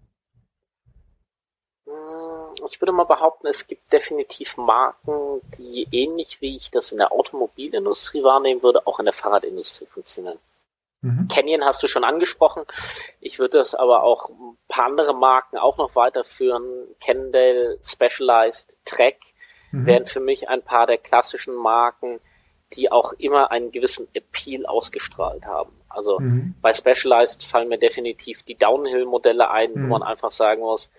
Ich würde mal behaupten, es gibt definitiv Marken, die ähnlich wie ich das in der Automobilindustrie wahrnehmen würde, auch in der Fahrradindustrie funktionieren. Canyon hast du schon angesprochen. Ich würde das aber auch ein paar andere Marken auch noch weiterführen. Cannondale, Specialized, Trek wären für mich ein paar der klassischen Marken, die auch immer einen gewissen Appeal ausgestrahlt haben. Also bei Specialized fallen mir definitiv die Downhill-Modelle ein, wo man einfach sagen muss,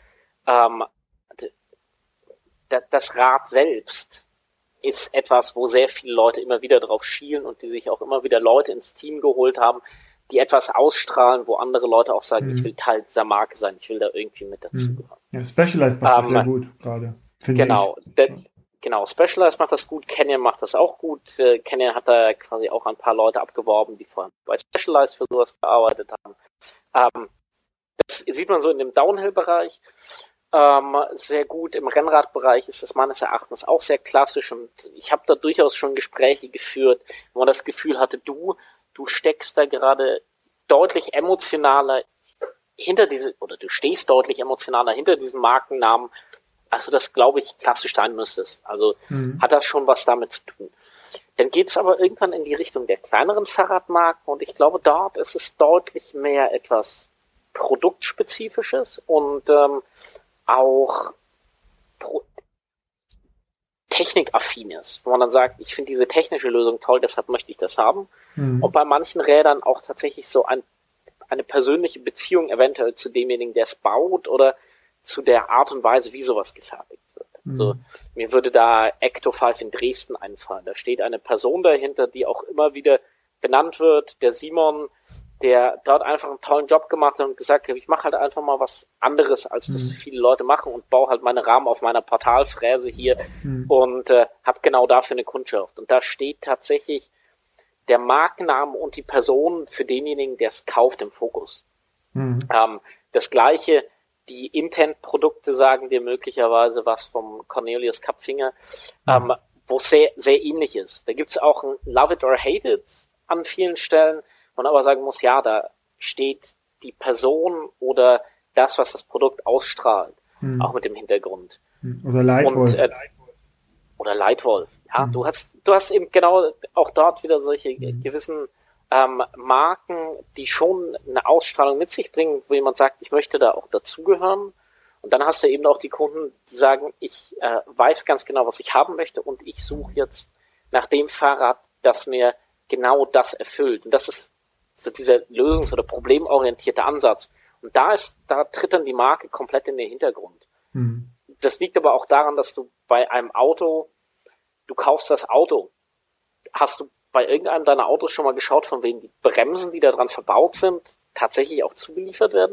das Rad selbst ist etwas, wo sehr viele Leute immer wieder drauf schielen und die sich auch immer wieder Leute ins Team geholt haben, die etwas ausstrahlen, wo andere Leute auch sagen, ich will Teil dieser Marke sein, ich will da irgendwie mit dazugehören. Ja, Specialized macht das sehr gut gerade, finde ich. Genau, Specialized macht das gut, Canyon macht das auch gut. Canyon hat da quasi auch ein paar Leute abgeworben, die vorher bei Specialized für sowas gearbeitet haben. Das sieht man so in dem Downhill-Bereich. Sehr gut. Im Rennradbereich ist das meines Erachtens auch sehr klassisch und ich habe da durchaus schon Gespräche geführt, wo man das Gefühl hatte, du steckst da gerade deutlich emotionaler du stehst deutlich emotionaler hinter diesem Markennamen, also das glaube ich klassisch sein müsstest. Also hat das schon was damit zu tun. Dann geht's aber irgendwann in die Richtung der kleineren Fahrradmarken und ich glaube, dort ist es deutlich mehr etwas Produktspezifisches und auch technikaffines, wo man dann sagt, ich finde diese technische Lösung toll, deshalb möchte ich das haben. Und bei manchen Rädern auch tatsächlich so eine persönliche Beziehung eventuell zu demjenigen, der es baut oder zu der Art und Weise, wie sowas gefertigt wird. Also mir würde da Ecto 5 in Dresden einfallen. Da steht eine Person dahinter, die auch immer wieder benannt wird, der Simon, der dort einfach einen tollen Job gemacht hat und gesagt hat, ich mache halt einfach mal was anderes, als das viele Leute machen und baue halt meine Rahmen auf meiner Portalfräse hier und habe genau dafür eine Kundschaft. Und da steht tatsächlich der Markenname und die Person für denjenigen, der es kauft, im Fokus. Das Gleiche, die Intent-Produkte sagen dir möglicherweise was vom Cornelius Kapfinger, wo es sehr, sehr ähnlich ist. Da gibt's auch ein Love It or Hate It an vielen Stellen, man aber sagen muss, ja, da steht die Person oder das, was das Produkt ausstrahlt, auch mit dem Hintergrund. Oder Leitwolf. Oder Leitwolf. Ja, du hast eben genau auch dort wieder solche gewissen Marken, die schon eine Ausstrahlung mit sich bringen, wo jemand sagt, ich möchte da auch dazugehören. Und dann hast du eben auch die Kunden, die sagen, ich weiß ganz genau, was ich haben möchte und ich suche jetzt nach dem Fahrrad, das mir genau das erfüllt. Und das ist so dieser lösungs- oder problemorientierte Ansatz. Und da tritt dann die Marke komplett in den Hintergrund. Das liegt aber auch daran, dass du bei einem Auto, du kaufst das Auto. Hast du bei irgendeinem deiner Autos schon mal geschaut, von wem die Bremsen, die da dran verbaut sind, tatsächlich auch zugeliefert werden?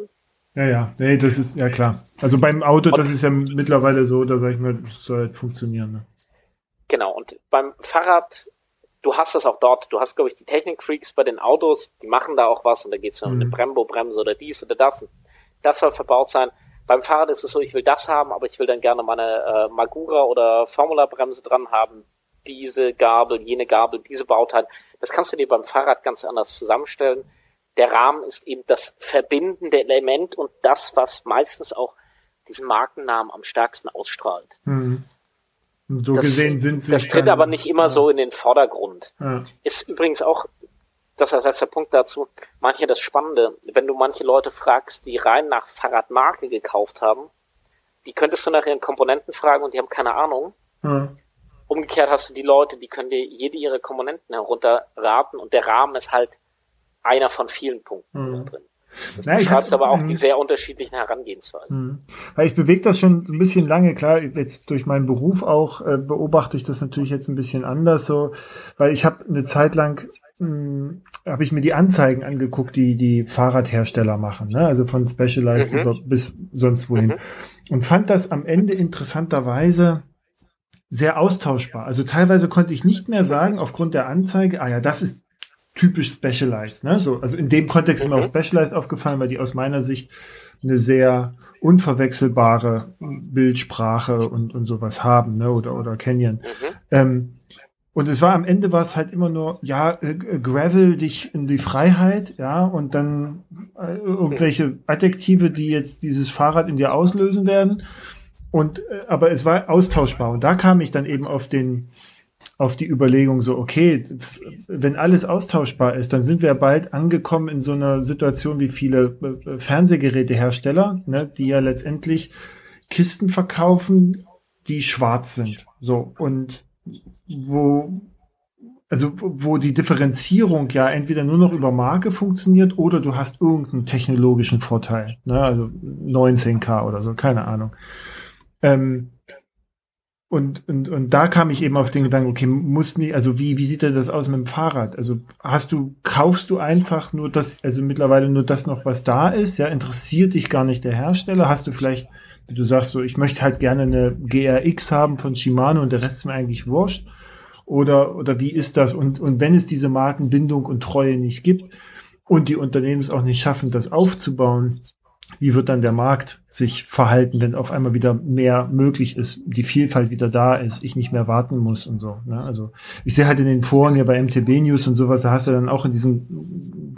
Ja, nee, das ist, ja klar. Also beim Auto, das ist ja mittlerweile so, da sag ich mal, das soll halt funktionieren. Ne? Genau, und beim Fahrrad, du hast das auch dort, du hast, glaube ich, die Technikfreaks bei den Autos, die machen da auch was und da geht es um eine Brembo-Bremse oder dies oder das. Und das soll verbaut sein. Beim Fahrrad ist es so, ich will das haben, aber ich will dann gerne meine Magura oder Formula-Bremse dran haben. Diese Gabel, jene Gabel, diese Bauteile. Das kannst du dir beim Fahrrad ganz anders zusammenstellen. Der Rahmen ist eben das verbindende Element und das, was meistens auch diesen Markennamen am stärksten ausstrahlt. Mhm. So das, gesehen sind sie. Das tritt aber nicht immer so in den Vordergrund. Ja. Ist übrigens auch, das heißt der Punkt dazu, manche das Spannende, wenn du manche Leute fragst, die rein nach Fahrradmarke gekauft haben, die könntest du nach ihren Komponenten fragen und die haben keine Ahnung. Ja. Umgekehrt hast du die Leute, die können dir jede ihrer Komponenten herunterraten und der Rahmen ist halt einer von vielen Punkten drin. Das beschreibt aber auch die sehr unterschiedlichen Herangehensweisen. Weil ich bewege das schon ein bisschen lange, klar, jetzt durch meinen Beruf auch beobachte ich das natürlich jetzt ein bisschen anders, so, weil ich habe eine Zeit lang, habe ich mir die Anzeigen angeguckt, die Fahrradhersteller machen, ne? Also von Specialized bis sonst wohin. Und fand das am Ende interessanterweise sehr austauschbar. Also teilweise konnte ich nicht mehr sagen, aufgrund der Anzeige, das ist typisch Specialized, ne? So, also in dem Kontext ist mir auch Specialized aufgefallen, weil die aus meiner Sicht eine sehr unverwechselbare Bildsprache und sowas haben, ne? Oder Canyon. Und es war am Ende war es halt immer nur, gravel dich in die Freiheit, ja, und dann irgendwelche Adjektive, die jetzt dieses Fahrrad in dir auslösen werden. Und aber es war austauschbar. Und da kam ich dann eben auf die Überlegung so, okay, wenn alles austauschbar ist, dann sind wir bald angekommen in so einer Situation wie viele Fernsehgerätehersteller, ne, die ja letztendlich Kisten verkaufen, die schwarz sind. So, und wo die Differenzierung ja entweder nur noch über Marke funktioniert oder du hast irgendeinen technologischen Vorteil, ne, also 19K oder so, keine Ahnung. Und da kam ich eben auf den Gedanken, okay, wie sieht denn das aus mit dem Fahrrad? Also kaufst du einfach nur das, also mittlerweile nur das noch, was da ist, ja, interessiert dich gar nicht der Hersteller? Hast du vielleicht, wie du sagst so, ich möchte halt gerne eine GRX haben von Shimano und der Rest ist mir eigentlich wurscht? Oder wie ist das? Und wenn es diese Markenbindung und Treue nicht gibt und die Unternehmen es auch nicht schaffen, das aufzubauen, wie wird dann der Markt sich verhalten, wenn auf einmal wieder mehr möglich ist, die Vielfalt wieder da ist, ich nicht mehr warten muss und so. Ne? Also ich sehe halt in den Foren ja bei MTB News und sowas, da hast du dann auch in diesen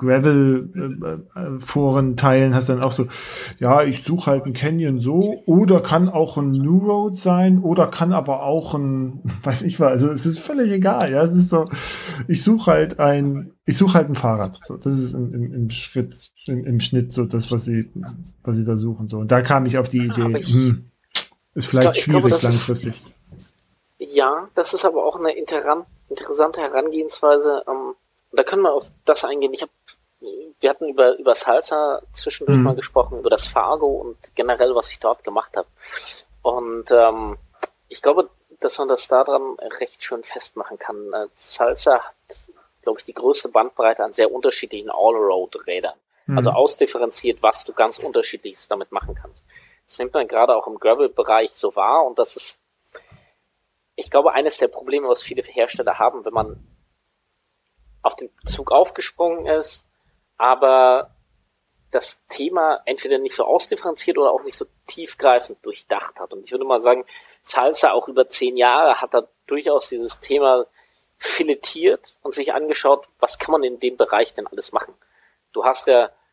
Gravel-Foren-Teilen hast du dann auch so, ja, ich suche halt einen Canyon so oder kann auch ein New Road sein oder kann aber auch ein, weiß ich was, also es ist völlig egal, ja, es ist so, ich suche halt ein Fahrrad, so, das ist im Schnitt so das, was sie da suchen, so. Und da kam ich auf die Idee, ist vielleicht schwierig langfristig. Ja, das ist aber auch eine interessante Herangehensweise. Da können wir auf das eingehen. Wir hatten über Salsa zwischendurch mal gesprochen, über das Fargo und generell, was ich dort gemacht habe. Und ich glaube, dass man das daran recht schön festmachen kann. Salsa hat, glaube ich, die größte Bandbreite an sehr unterschiedlichen Allroad-Rädern. Also ausdifferenziert, was du ganz Unterschiedliches damit machen kannst. Das nimmt man gerade auch im Gravel-Bereich so wahr und das ist, ich glaube, eines der Probleme, was viele Hersteller haben, wenn man auf den Zug aufgesprungen ist, aber das Thema entweder nicht so ausdifferenziert oder auch nicht so tiefgreifend durchdacht hat. Und ich würde mal sagen, Salsa auch über 10 Jahre hat da durchaus dieses Thema filetiert und sich angeschaut, was kann man in dem Bereich denn alles machen. Du hast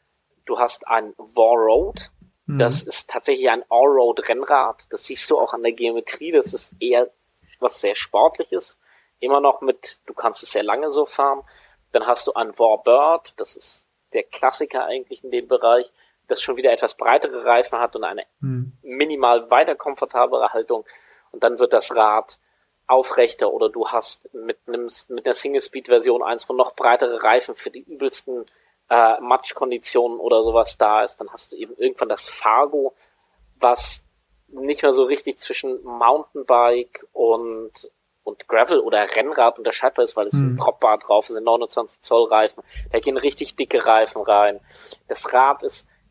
ein Warroad, das ist tatsächlich ein Allroad-Rennrad, das siehst du auch an der Geometrie, das ist eher was sehr Sportliches, immer noch du kannst es sehr lange so fahren. Dann hast du ein Warbird, das ist der Klassiker eigentlich in dem Bereich, das schon wieder etwas breitere Reifen hat und eine minimal weiter komfortablere Haltung. Und dann wird das Rad aufrechter oder du hast mit der Single-Speed-Version eins, wo noch breitere Reifen für die übelsten Matschkonditionen oder sowas da ist, dann hast du eben irgendwann das Fargo, was nicht mehr so richtig zwischen Mountainbike und Gravel oder Rennrad unterscheidbar ist, weil es ein Dropbar drauf ist, sind 29 Zoll Reifen, da gehen richtig dicke Reifen rein. Das Rad ist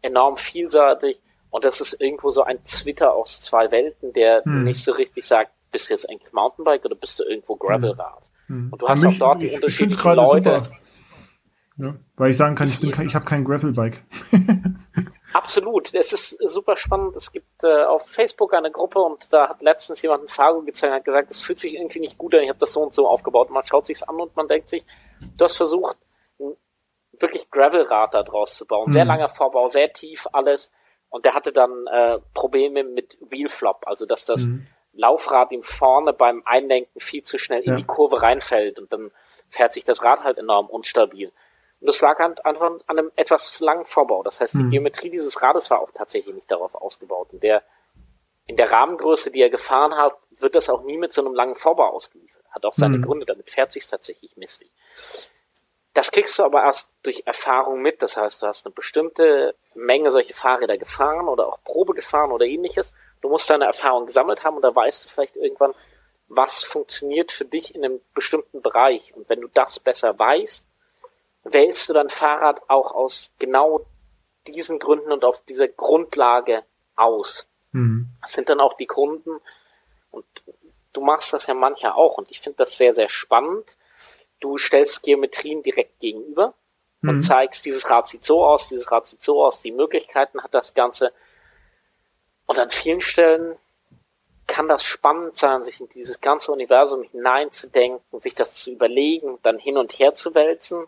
enorm vielseitig und das ist irgendwo so ein Zwitter aus zwei Welten, der nicht so richtig sagt, bist du jetzt eigentlich Mountainbike oder bist du irgendwo Gravelrad? Und du hast auch dort die unterschiedlichen Leute. Super. Ja, weil ich sagen kann, ich habe kein Gravelbike. Absolut, es ist super spannend. Es gibt auf Facebook eine Gruppe und da hat letztens jemand ein Fargo gezeigt und hat gesagt, es fühlt sich irgendwie nicht gut an, ich habe das so und so aufgebaut. Und man schaut sich's an und man denkt sich, du hast versucht, ein wirklich Gravelrad da draus zu bauen. Sehr langer Vorbau, sehr tief alles. Und der hatte dann Probleme mit Wheelflop, also dass das Laufrad ihm vorne beim Einlenken viel zu schnell in die Kurve reinfällt und dann fährt sich das Rad halt enorm unstabil. Und das lag einfach an einem etwas langen Vorbau. Das heißt, die Geometrie dieses Rades war auch tatsächlich nicht darauf ausgebaut. Und in der Rahmengröße, die er gefahren hat, wird das auch nie mit so einem langen Vorbau ausgeliefert. Hat auch seine Gründe, damit fährt sich's tatsächlich mistig. Das kriegst du aber erst durch Erfahrung mit. Das heißt, du hast eine bestimmte Menge solche Fahrräder gefahren oder auch Probe gefahren oder ähnliches. Du musst deine Erfahrung gesammelt haben und da weißt du vielleicht irgendwann, was funktioniert für dich in einem bestimmten Bereich. Und wenn du das besser weißt, wählst du dein Fahrrad auch aus genau diesen Gründen und auf dieser Grundlage aus. Das sind dann auch die Kunden und du machst das ja mancher auch und ich finde das sehr, sehr spannend. Du stellst Geometrien direkt gegenüber und zeigst, dieses Rad sieht so aus, dieses Rad sieht so aus, die Möglichkeiten hat das Ganze. Und an vielen Stellen kann das spannend sein, sich in dieses ganze Universum hineinzudenken, sich das zu überlegen, dann hin und her zu wälzen.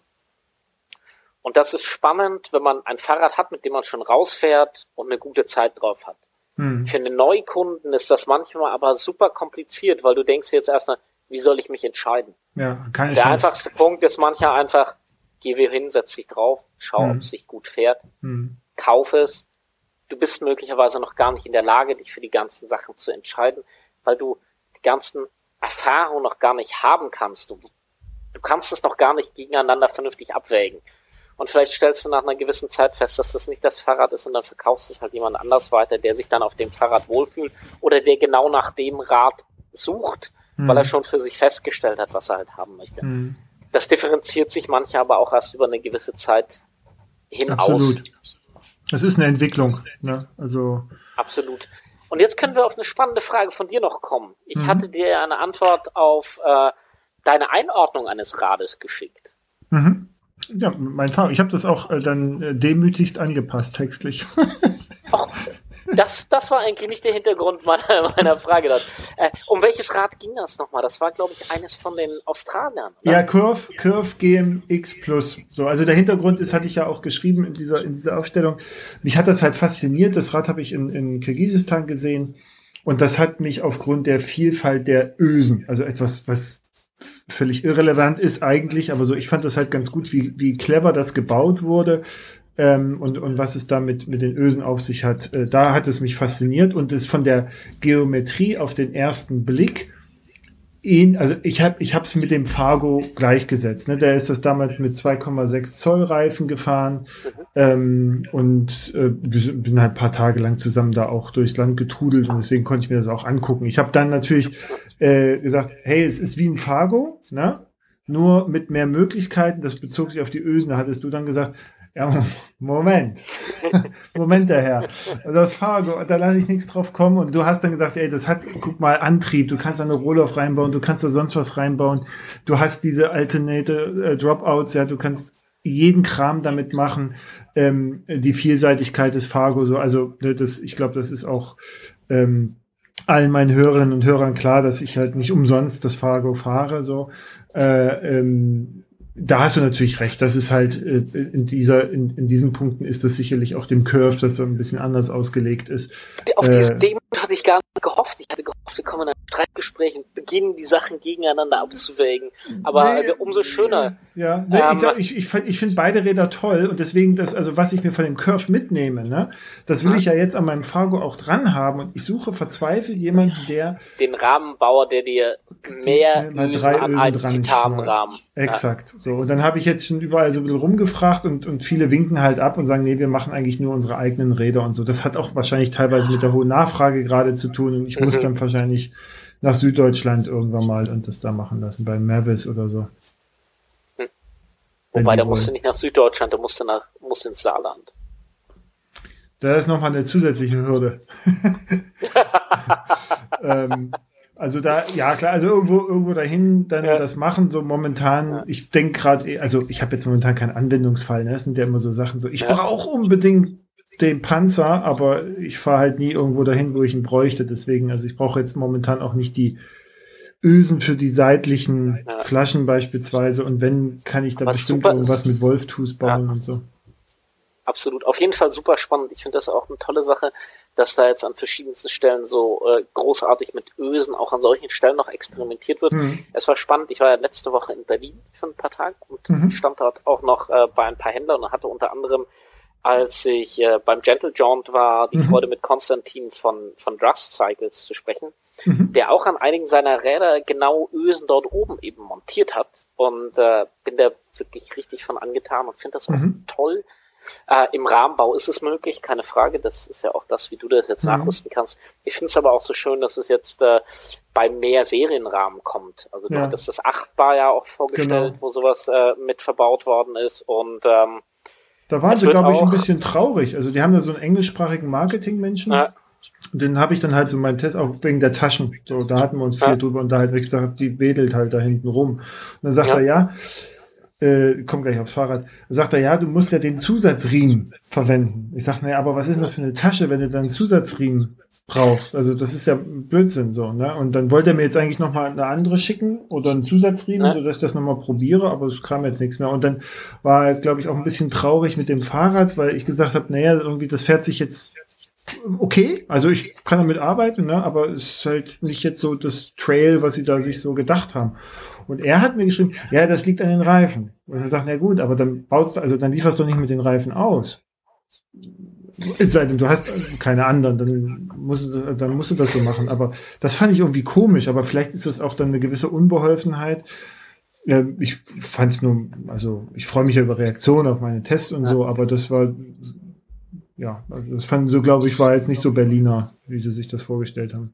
Und das ist spannend, wenn man ein Fahrrad hat, mit dem man schon rausfährt und eine gute Zeit drauf hat. Für einen Neukunden ist das manchmal aber super kompliziert, weil du denkst jetzt erstmal, wie soll ich mich entscheiden? Ja, kann ich Der einfachste Punkt ist manchmal einfach, geh hin, setz dich drauf, schau, ob es sich gut fährt, kauf es. Du bist möglicherweise noch gar nicht in der Lage, dich für die ganzen Sachen zu entscheiden, weil du die ganzen Erfahrungen noch gar nicht haben kannst. Du kannst es noch gar nicht gegeneinander vernünftig abwägen. Und vielleicht stellst du nach einer gewissen Zeit fest, dass das nicht das Fahrrad ist und dann verkaufst du es halt jemand anders weiter, der sich dann auf dem Fahrrad wohlfühlt oder der genau nach dem Rad sucht, weil er schon für sich festgestellt hat, was er halt haben möchte. Das differenziert sich manchmal aber auch erst über eine gewisse Zeit hinaus. Absolut. Es ist eine Entwicklung. Ne? Also absolut. Und jetzt können wir auf eine spannende Frage von dir noch kommen. Ich hatte dir eine Antwort auf deine Einordnung eines Rades geschickt. Ja, mein Fahrer. Ich habe das auch dann demütigst angepasst, textlich. Ach, das war eigentlich nicht der Hintergrund meiner Frage. Um welches Rad ging das nochmal? Das war, glaube ich, eines von den Australiern. Oder? Ja, Curve GMX Plus. So, also der Hintergrund ist, hatte ich ja auch geschrieben in dieser Aufstellung. Mich hat das halt fasziniert. Das Rad habe ich in Kirgisistan gesehen. Und das hat mich aufgrund der Vielfalt der Ösen, also etwas, was völlig irrelevant ist eigentlich, aber so, ich fand das halt ganz gut, wie clever das gebaut wurde und was es da mit den Ösen auf sich hat. Da hat es mich fasziniert und es von der Geometrie auf den ersten Blick also ich hab's mit dem Fargo gleichgesetzt. Ne? Der ist das damals mit 2,6 Zoll Reifen gefahren und bin halt ein paar Tage lang zusammen da auch durchs Land getrudelt und deswegen konnte ich mir das auch angucken. Ich habe dann natürlich gesagt, hey, es ist wie ein Fargo, ne? Nur mit mehr Möglichkeiten. Das bezog sich auf die Ösen. Da hattest du dann gesagt, ja, Moment, der Herr. Das Fargo, da lasse ich nichts drauf kommen. Und du hast dann gesagt, ey, das hat, guck mal, Antrieb. Du kannst da eine Rohloff reinbauen, du kannst da sonst was reinbauen. Du hast diese Alternate Dropouts, ja, du kannst jeden Kram damit machen. Die Vielseitigkeit des Fargo, so, also ich glaube, das ist auch allen meinen Hörerinnen und Hörern klar, dass ich halt nicht umsonst das Fargo fahre, so. Da hast du natürlich recht. Das ist halt in diesen Punkten ist das sicherlich auch dem Curve, das so ein bisschen anders ausgelegt ist. Auf diese Demut hatte ich gar nicht gehofft. Ich hatte gehofft, wir kommen in ein Streitgespräch und beginnen die Sachen gegeneinander abzuwägen. Aber umso schöner. Ja, ich finde beide Räder toll und deswegen also was ich mir von dem Curve mitnehme, ne, das will ich ja jetzt an meinem Fargo auch dran haben und ich suche verzweifelt jemanden, der den Rahmenbauer, der dir mehr Ösen an einen Titanrahmen. Exakt. So, und dann habe ich jetzt schon überall so ein bisschen rumgefragt und viele winken halt ab und sagen, nee, wir machen eigentlich nur unsere eigenen Räder und so. Das hat auch wahrscheinlich teilweise mit der hohen Nachfrage gerade zu tun und ich muss dann wahrscheinlich nach Süddeutschland irgendwann mal und das da machen lassen, bei Mavis oder so. Wobei, da musst du nicht nach Süddeutschland, da musst du ins Saarland. Da ist nochmal eine zusätzliche Hürde. Also da, ja klar, also irgendwo dahin dann das machen, so momentan, ich denke gerade, also ich habe jetzt momentan keinen Anwendungsfall, ne? Das sind ja immer so Sachen, so ich brauche unbedingt den Panzer, aber ich fahre halt nie irgendwo dahin, wo ich ihn bräuchte, deswegen, also ich brauche jetzt momentan auch nicht die Ösen für die seitlichen Flaschen beispielsweise und wenn, kann ich da aber bestimmt irgendwas mit Wolftooth bauen und so. Absolut, auf jeden Fall super spannend. Ich finde das auch eine tolle Sache, dass da jetzt an verschiedensten Stellen so großartig mit Ösen auch an solchen Stellen noch experimentiert wird. Es war spannend, ich war ja letzte Woche in Berlin für ein paar Tage und stand dort auch noch bei ein paar Händlern und hatte unter anderem, als ich beim Gentle Jaunt war, die Freude mit Konstantin von Rust Cycles zu sprechen, der auch an einigen seiner Räder genau Ösen dort oben eben montiert hat und bin da wirklich richtig von angetan und finde das auch toll. Im Rahmenbau ist es möglich, keine Frage. Das ist ja auch das, wie du das jetzt nachrüsten kannst. Ich finde es aber auch so schön, dass es jetzt bei mehr Serienrahmen kommt. Also du hattest das 8-Bar ja auch vorgestellt, wo sowas mit verbaut worden ist. Und da waren sie, glaube ich, ein bisschen traurig. Also die haben da so einen englischsprachigen Marketingmenschen. Und den habe ich dann halt so meinen Test, auch wegen der Taschen. So, da hatten wir uns viel drüber unterhalten. Ich gesagt, die wedelt halt da hinten rum. Und dann sagt er, komm gleich aufs Fahrrad. Dann sagt er, du musst ja den Zusatzriemen verwenden. Ich sag, aber was ist denn das für eine Tasche, wenn du dann einen Zusatzriemen brauchst? Also das ist ja Blödsinn so, ne? Und dann wollte er mir jetzt eigentlich nochmal eine andere schicken oder einen Zusatzriemen, sodass ich das nochmal probiere, aber es kam jetzt nichts mehr. Und dann war er, glaube ich, auch ein bisschen traurig mit dem Fahrrad, weil ich gesagt habe, irgendwie, das fährt sich jetzt okay, also ich kann damit arbeiten, ne, aber es ist halt nicht jetzt so das Trail, was sie da sich so gedacht haben. Und er hat mir geschrieben, das liegt an den Reifen. Und er sagt, na gut, aber dann dann lieferst du nicht mit den Reifen aus. Es sei denn, du hast keine anderen, dann musst du das so machen. Aber das fand ich irgendwie komisch, aber vielleicht ist das auch dann eine gewisse Unbeholfenheit. Ich fand's nur, also ich freue mich ja über Reaktionen auf meine Tests und so, aber das war, also das fanden so, glaube ich, war jetzt nicht so Berliner, wie sie sich das vorgestellt haben.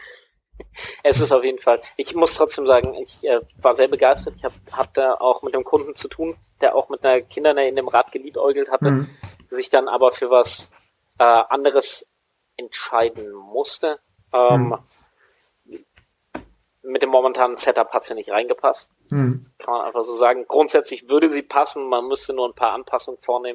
Es ist auf jeden Fall, ich muss trotzdem sagen, ich war sehr begeistert. Ich hab da auch mit einem Kunden zu tun, der auch mit einer Kindernähe in dem Rad geliebäugelt hatte, sich dann aber für was anderes entscheiden musste. Mit dem momentanen Setup hat sie nicht reingepasst. Kann man einfach so sagen. Grundsätzlich würde sie passen, man müsste nur ein paar Anpassungen vornehmen,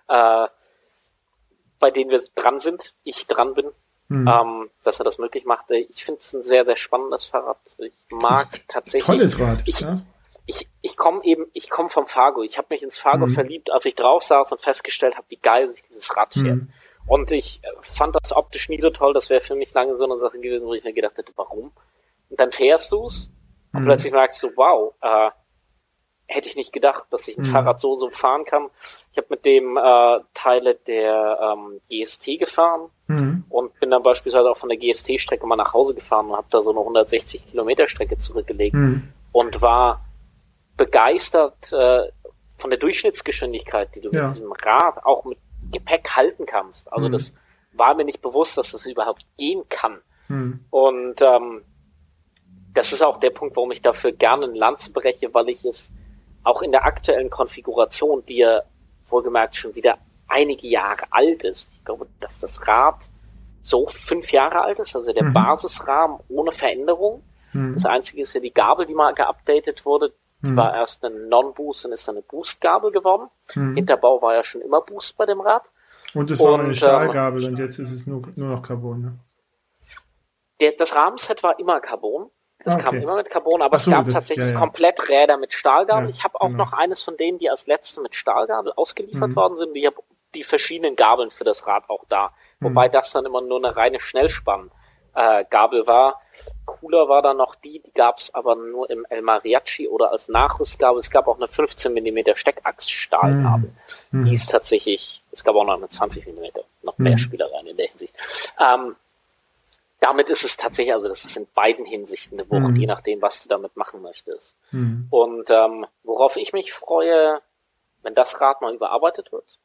bei denen wir dran sind, ich dran bin. Dass er das möglich macht. Ich finde es ein sehr, sehr spannendes Fahrrad. Ich mag tatsächlich. Tolles Rad. Ich komme vom Fargo. Ich habe mich ins Fargo verliebt, als ich drauf saß und festgestellt habe, wie geil sich dieses Rad fährt. Und ich fand das optisch nie so toll. Das wäre für mich lange so eine Sache gewesen, wo ich mir gedacht hätte, warum? Und dann fährst du's und plötzlich merkst du, wow, hätte ich nicht gedacht, dass ich ein Fahrrad so fahren kann. Ich habe mit dem Teile der GST gefahren und bin dann beispielsweise auch von der GST-Strecke mal nach Hause gefahren und habe da so eine 160 Kilometer Strecke zurückgelegt und war begeistert von der Durchschnittsgeschwindigkeit, die du mit diesem Rad auch mit Gepäck halten kannst. Also das war mir nicht bewusst, dass das überhaupt gehen kann. Und das ist auch der Punkt, warum ich dafür gerne eine Lanze breche, weil ich es auch in der aktuellen Konfiguration, die ja wohlgemerkt schon wieder einige Jahre alt ist. Ich glaube, dass das Rad so 5 Jahre alt ist, also der Basisrahmen ohne Veränderung. Das Einzige ist ja die Gabel, die mal geupdatet wurde. Die war erst eine Non-Boost, dann ist eine Boost-Gabel geworden. Hinterbau war ja schon immer Boost bei dem Rad. Und es war eine Stahlgabel und jetzt ist es nur noch Carbon, ne? Das Rahmenset war immer Carbon. Das kam immer mit Carbon, aber es gab tatsächlich komplett Räder mit Stahlgabel. Ich habe auch noch eines von denen, die als letzte mit Stahlgabel ausgeliefert worden sind. Ich habe die verschiedenen Gabeln für das Rad auch da. Wobei das dann immer nur eine reine Schnellspann-Gabel war. Cooler war dann noch die gab es aber nur im El Mariachi oder als Nachrüstgabel. Es gab auch eine 15 mm Steckachs-Stahlgabel. Die ist tatsächlich, es gab auch noch eine 20 mm, noch mehr Spielereien in der Hinsicht. Damit ist es tatsächlich, also das ist in beiden Hinsichten eine Wucht, je nachdem, was du damit machen möchtest. Und worauf ich mich freue, wenn das Rad mal überarbeitet wird,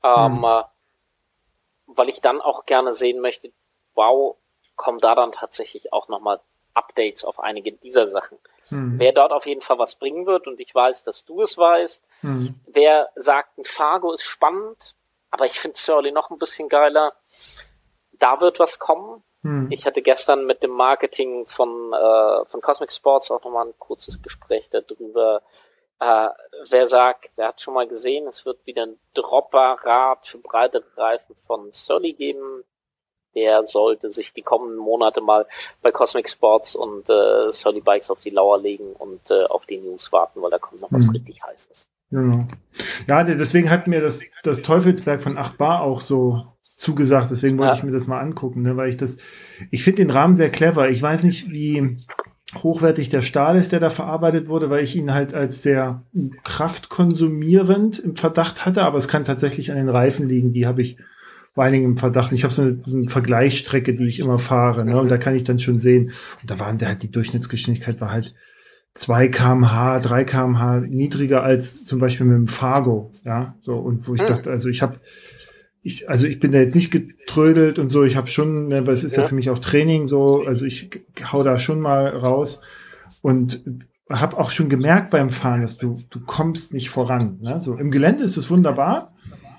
weil ich dann auch gerne sehen möchte, wow, kommen da dann tatsächlich auch nochmal Updates auf einige dieser Sachen. Wer dort auf jeden Fall was bringen wird, und ich weiß, dass du es weißt, wer sagt, ein Fargo ist spannend, Aber ich finde Surly noch ein bisschen geiler. Da wird was kommen. Ich hatte gestern mit dem Marketing von Cosmic Sports auch nochmal ein kurzes Gespräch darüber. Wer sagt, der hat schon mal gesehen, es wird wieder ein Dropper-Rad für breite Reifen von Surly geben. Der sollte sich die kommenden Monate mal bei Cosmic Sports und Surly Bikes auf die Lauer legen und auf die News warten, weil da kommt noch was richtig Heißes. Genau. Ja, deswegen hat mir das Teufelsberg von 8 Bar auch so zugesagt, deswegen wollte ich mir das mal angucken, ne, weil ich finde den Rahmen sehr clever. Ich weiß nicht, wie hochwertig der Stahl ist, der da verarbeitet wurde, weil ich ihn halt als sehr kraftkonsumierend im Verdacht hatte, aber es kann tatsächlich an den Reifen liegen, die habe ich vor allen Dingen im Verdacht. Ich habe so eine Vergleichsstrecke, die ich immer fahre, ne, und da kann ich dann schon sehen, und da war die Durchschnittsgeschwindigkeit war halt 2 km/h, 3 km/h niedriger als zum Beispiel mit dem Fargo, ja, so, und wo ich dachte, also ich bin da jetzt nicht getrödelt und so, ich habe schon, ne, weil es ist ja für mich auch Training so, also ich hau da schon mal raus und habe auch schon gemerkt beim Fahren, dass du kommst nicht voran, ne, so im Gelände ist es wunderbar,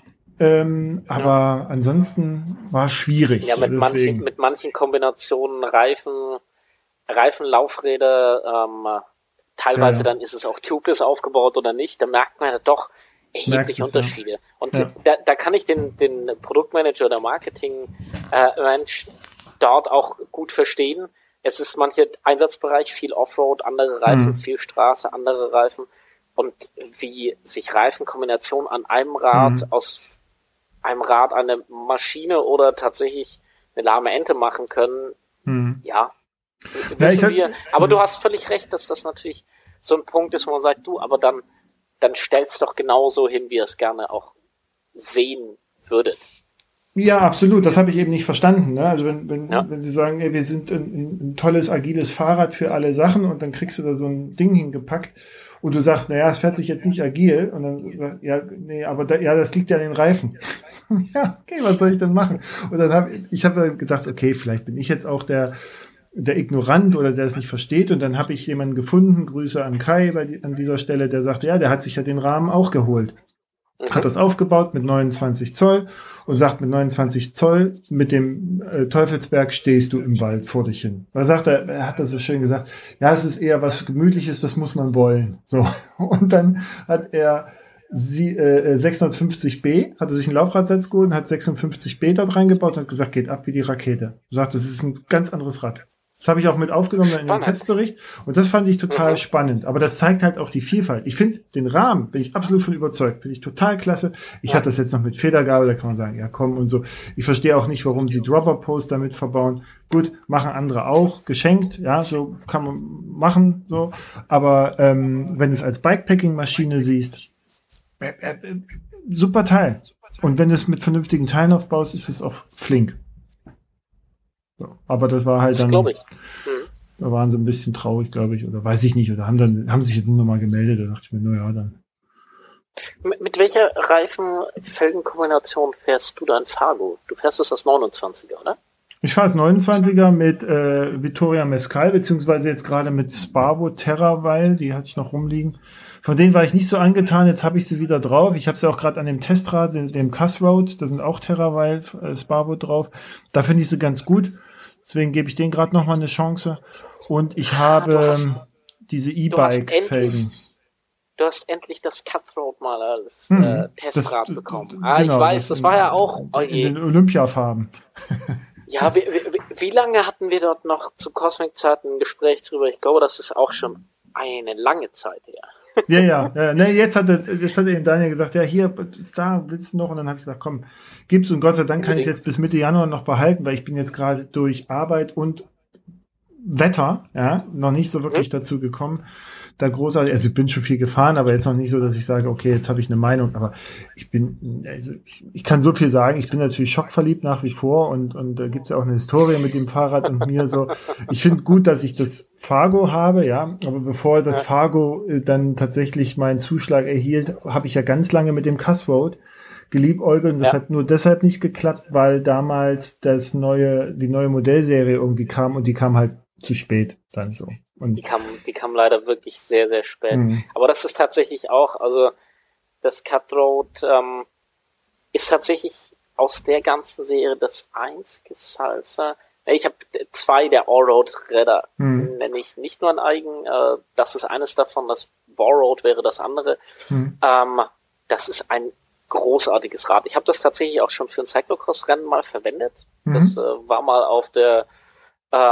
aber ansonsten war es schwierig. Ja, mit manchen Kombinationen Reifen, Laufräder, teilweise dann ist es auch tubeless aufgebaut oder nicht, da merkt man ja doch erhebliche Unterschiede. Ja. Und da kann ich den Produktmanager oder Marketing-Mensch dort auch gut verstehen. Es ist mancher Einsatzbereich, viel Offroad, andere Reifen, viel Straße, andere Reifen. Und wie sich Reifenkombination an einem Rad aus einem Rad eine Maschine oder tatsächlich eine lahme Ente machen können, wissen wir. Aber du hast völlig recht, dass das natürlich so ein Punkt ist, wo man sagt, aber dann stellt's doch genauso hin, wie ihr es gerne auch sehen würdet. Ja, absolut. Das habe ich eben nicht verstanden. Ne? Also wenn Sie sagen, ey, wir sind ein tolles, agiles Fahrrad für alle Sachen und dann kriegst du da so ein Ding hingepackt und du sagst, naja, es fährt sich jetzt nicht agil und dann aber das liegt ja an den Reifen. Ja, okay, was soll ich denn machen? Und dann habe ich gedacht, okay, vielleicht bin ich jetzt auch der Ignorant oder der es nicht versteht. Und dann habe ich jemanden gefunden, Grüße an Kai an dieser Stelle, der sagte, ja, der hat sich ja den Rahmen auch geholt. Hat das aufgebaut mit 29 Zoll und sagt, mit 29 Zoll mit dem Teufelsberg stehst du im Wald vor dich hin. Da sagt er hat das so schön gesagt, ja, es ist eher was Gemütliches, das muss man wollen. So. Und dann hat er 650B, hat er sich einen Laufradsatz geholt und hat 56B da reingebaut und hat gesagt, geht ab wie die Rakete. Er sagt, das ist ein ganz anderes Rad. Das habe ich auch mit aufgenommen in dem Testbericht und das fand ich total spannend. Aber das zeigt halt auch die Vielfalt. Ich finde den Rahmen, bin ich absolut von überzeugt, finde ich total klasse. Ich hatte das jetzt noch mit Federgabel, da kann man sagen, ja komm und so. Ich verstehe auch nicht, warum sie Dropper-Post damit verbauen. Gut, machen andere auch, geschenkt, ja, so kann man machen, so. Aber wenn du es als Bikepacking-Maschine siehst, super Teil. Und wenn du es mit vernünftigen Teilen aufbaust, ist es auch flink. So, aber das war halt dann, glaube ich. Da waren sie ein bisschen traurig, glaube ich, oder weiß ich nicht, oder haben sich jetzt nochmal gemeldet, da dachte ich mir, naja, dann. Mit welcher Reifen-Felgen-Kombination fährst du dein Fargo? Du fährst es das 29er, oder? Ich fahre das 29er mit Vittoria Mescal, beziehungsweise jetzt gerade mit Sparvo Terraweil, die hatte ich noch rumliegen. Von denen war ich nicht so angetan, jetzt habe ich sie wieder drauf. Ich habe sie auch gerade an dem Testrad, dem Cuss Road, da sind auch Terraweil Sparvo drauf. Da finde ich sie ganz gut. Deswegen gebe ich denen gerade nochmal eine Chance. Und ich habe diese E-Bike-Felgen. Du hast endlich das Cutthroat mal als Testrad bekommen. Genau, ich weiß, das war ja auch in den Olympiafarben. Ja, wie lange hatten wir dort noch zu Cosmic-Zeiten ein Gespräch drüber? Ich glaube, das ist auch schon eine lange Zeit her. Ja. Ne, jetzt hat eben Daniel gesagt, ja, hier, da willst du noch? Und dann habe ich gesagt, komm, gib's. Und Gott sei Dank kann ich es jetzt bis Mitte Januar noch behalten, weil ich bin jetzt gerade durch Arbeit und Wetter, noch nicht so wirklich dazu gekommen, da großartig, also ich bin schon viel gefahren, aber jetzt noch nicht so, dass ich sage, okay, jetzt habe ich eine Meinung, aber ich kann so viel sagen, ich bin natürlich schockverliebt nach wie vor und da gibt's ja auch eine Historie mit dem Fahrrad und mir so. Ich finde gut, dass ich das Fargo habe, aber bevor das Fargo dann tatsächlich meinen Zuschlag erhielt, habe ich ja ganz lange mit dem Cuss Road geliebäugelt und das hat nur deshalb nicht geklappt, weil damals die neue Modellserie irgendwie kam und die kam halt zu spät dann so. Und die kam leider wirklich sehr, sehr spät. Aber das ist tatsächlich auch, also das Cutthroat, ist tatsächlich aus der ganzen Serie das einzige Salsa. Ich habe 2 der Allroad-Räder, nenne ich nicht nur ein eigen. Das ist eines davon, das Warroad wäre das andere. Das ist ein großartiges Rad. Ich habe das tatsächlich auch schon für ein Cyclocross-Rennen mal verwendet. Das war mal auf der, das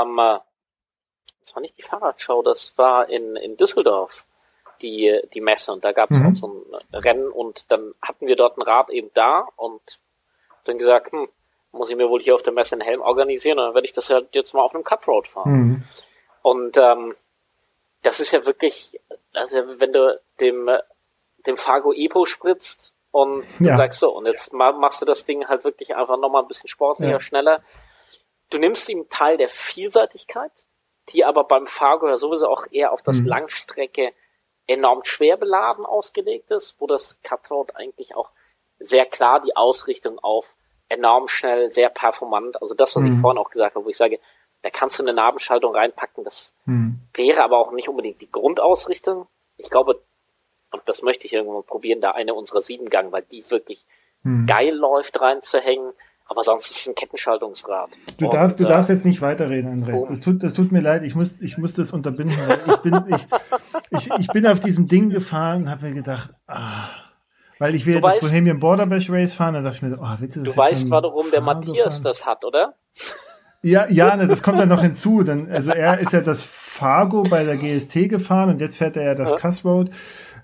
war nicht die Fahrradshow, das war in Düsseldorf, die Messe. Und da gab es auch so ein Rennen und dann hatten wir dort ein Rad eben da und dann gesagt, muss ich mir wohl hier auf der Messe einen Helm organisieren und dann werde ich das halt jetzt mal auf einem Cutthroat fahren. Und das ist ja wirklich, also wenn du dem Fargo Epo spritzt und dann sagst so, und jetzt machst du das Ding halt wirklich einfach nochmal ein bisschen sportlicher, schneller. Du nimmst ihm Teil der Vielseitigkeit, die aber beim Fargo ja sowieso auch eher auf das Langstrecke enorm schwer beladen ausgelegt ist, wo das Cutthroat eigentlich auch sehr klar die Ausrichtung auf enorm schnell, sehr performant, also das, was ich vorhin auch gesagt habe, wo ich sage, da kannst du eine Nabenschaltung reinpacken, das wäre aber auch nicht unbedingt die Grundausrichtung. Ich glaube, und das möchte ich irgendwann mal probieren, da eine unserer 7-Gang, weil die wirklich geil läuft, reinzuhängen, aber sonst ist es ein Kettenschaltungsrad. Du darfst jetzt nicht weiterreden, André. Das tut mir leid, ich muss das unterbinden, weil ich bin auf diesem Ding gefahren und habe mir gedacht, weil ich will das Bohemian Border Bash Race fahren, dann dachte ich mir so, willst du das jetzt weißt, warum der Matthias fahren? Das hat, oder? Ja, ne, das kommt dann noch hinzu. Also er ist ja das Fargo bei der GST gefahren und jetzt fährt er ja das Cutthroat.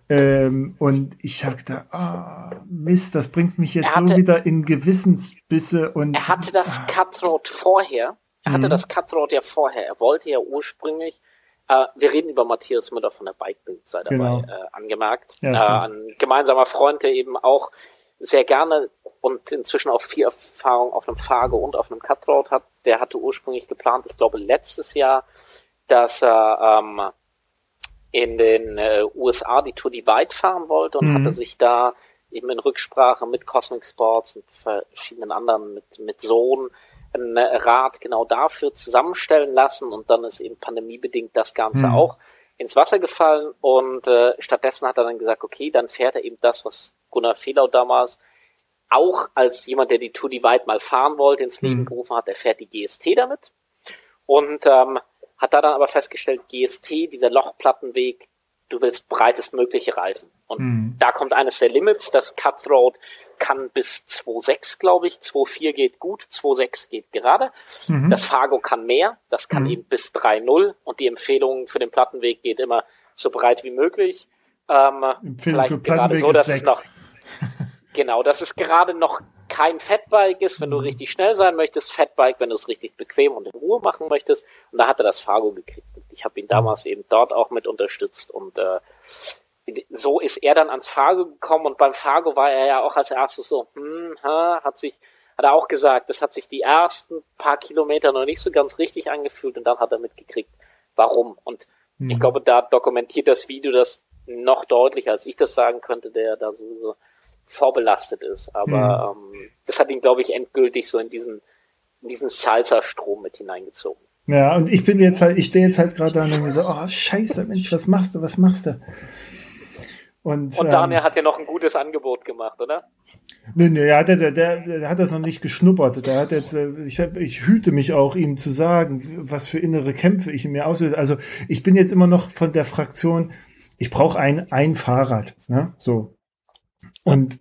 Und ich sagte, Mist, das bringt mich jetzt so wieder in Gewissensbisse. Und er hatte das Cutthroat vorher. Er hatte das Cutthroat ja vorher. Er wollte ja ursprünglich, wir reden über Matthias Müller von der Bikebild, sei dabei angemerkt. Ein gemeinsamer Freund, der eben auch sehr gerne und inzwischen auch viel Erfahrung auf einem Fargo und auf einem Cutthroat hat. Der hatte ursprünglich geplant, ich glaube letztes Jahr, dass er in den USA die Tour Divide fahren wollte und hatte sich da eben in Rücksprache mit Cosmic Sports und verschiedenen anderen, mit Sohn, ein Rad genau dafür zusammenstellen lassen und dann ist eben pandemiebedingt das Ganze auch ins Wasser gefallen und stattdessen hat er dann gesagt, okay, dann fährt er eben das, was Gunnar Fehlau damals auch als jemand, der die Tour Divide mal fahren wollte, ins Leben gerufen hat, er fährt die GST damit und hat da dann aber festgestellt, GST, dieser Lochplattenweg, du willst breitestmögliche Reifen. Und da kommt eines der Limits, das Cutthroat kann bis 2,6, glaube ich, 2,4 geht gut, 2,6 geht gerade. Das Fargo kann mehr, das kann eben bis 3,0 und die Empfehlung für den Plattenweg geht immer so breit wie möglich. Vielleicht gerade so, dass es noch genau, dass es gerade noch kein Fatbike ist, wenn du richtig schnell sein möchtest, Fatbike, wenn du es richtig bequem und in Ruhe machen möchtest. Und da hat er das Fargo gekriegt. Ich habe ihn damals eben dort auch mit unterstützt und so ist er dann ans Fargo gekommen und beim Fargo war er ja auch als erstes so, hat er auch gesagt, das hat sich die ersten paar Kilometer noch nicht so ganz richtig angefühlt und dann hat er mitgekriegt, warum. Und ich glaube, da dokumentiert das Video das noch deutlicher, als ich das sagen könnte, der da sowieso vorbelastet ist. Aber das hat ihn, glaube ich, endgültig so in diesen Salsa-Strom mit hineingezogen. Ja, und ich stehe jetzt halt gerade da und denke mir so, scheiße, Mensch, was machst du? Und Daniel hat ja noch ein gutes Angebot gemacht, oder? Nee, der hat das noch nicht geschnuppert. Der hat jetzt, ich hüte mich auch, ihm zu sagen, was für innere Kämpfe ich in mir auslöse. Also ich bin jetzt immer noch von der Fraktion, ich brauche ein Fahrrad, ne? So. Und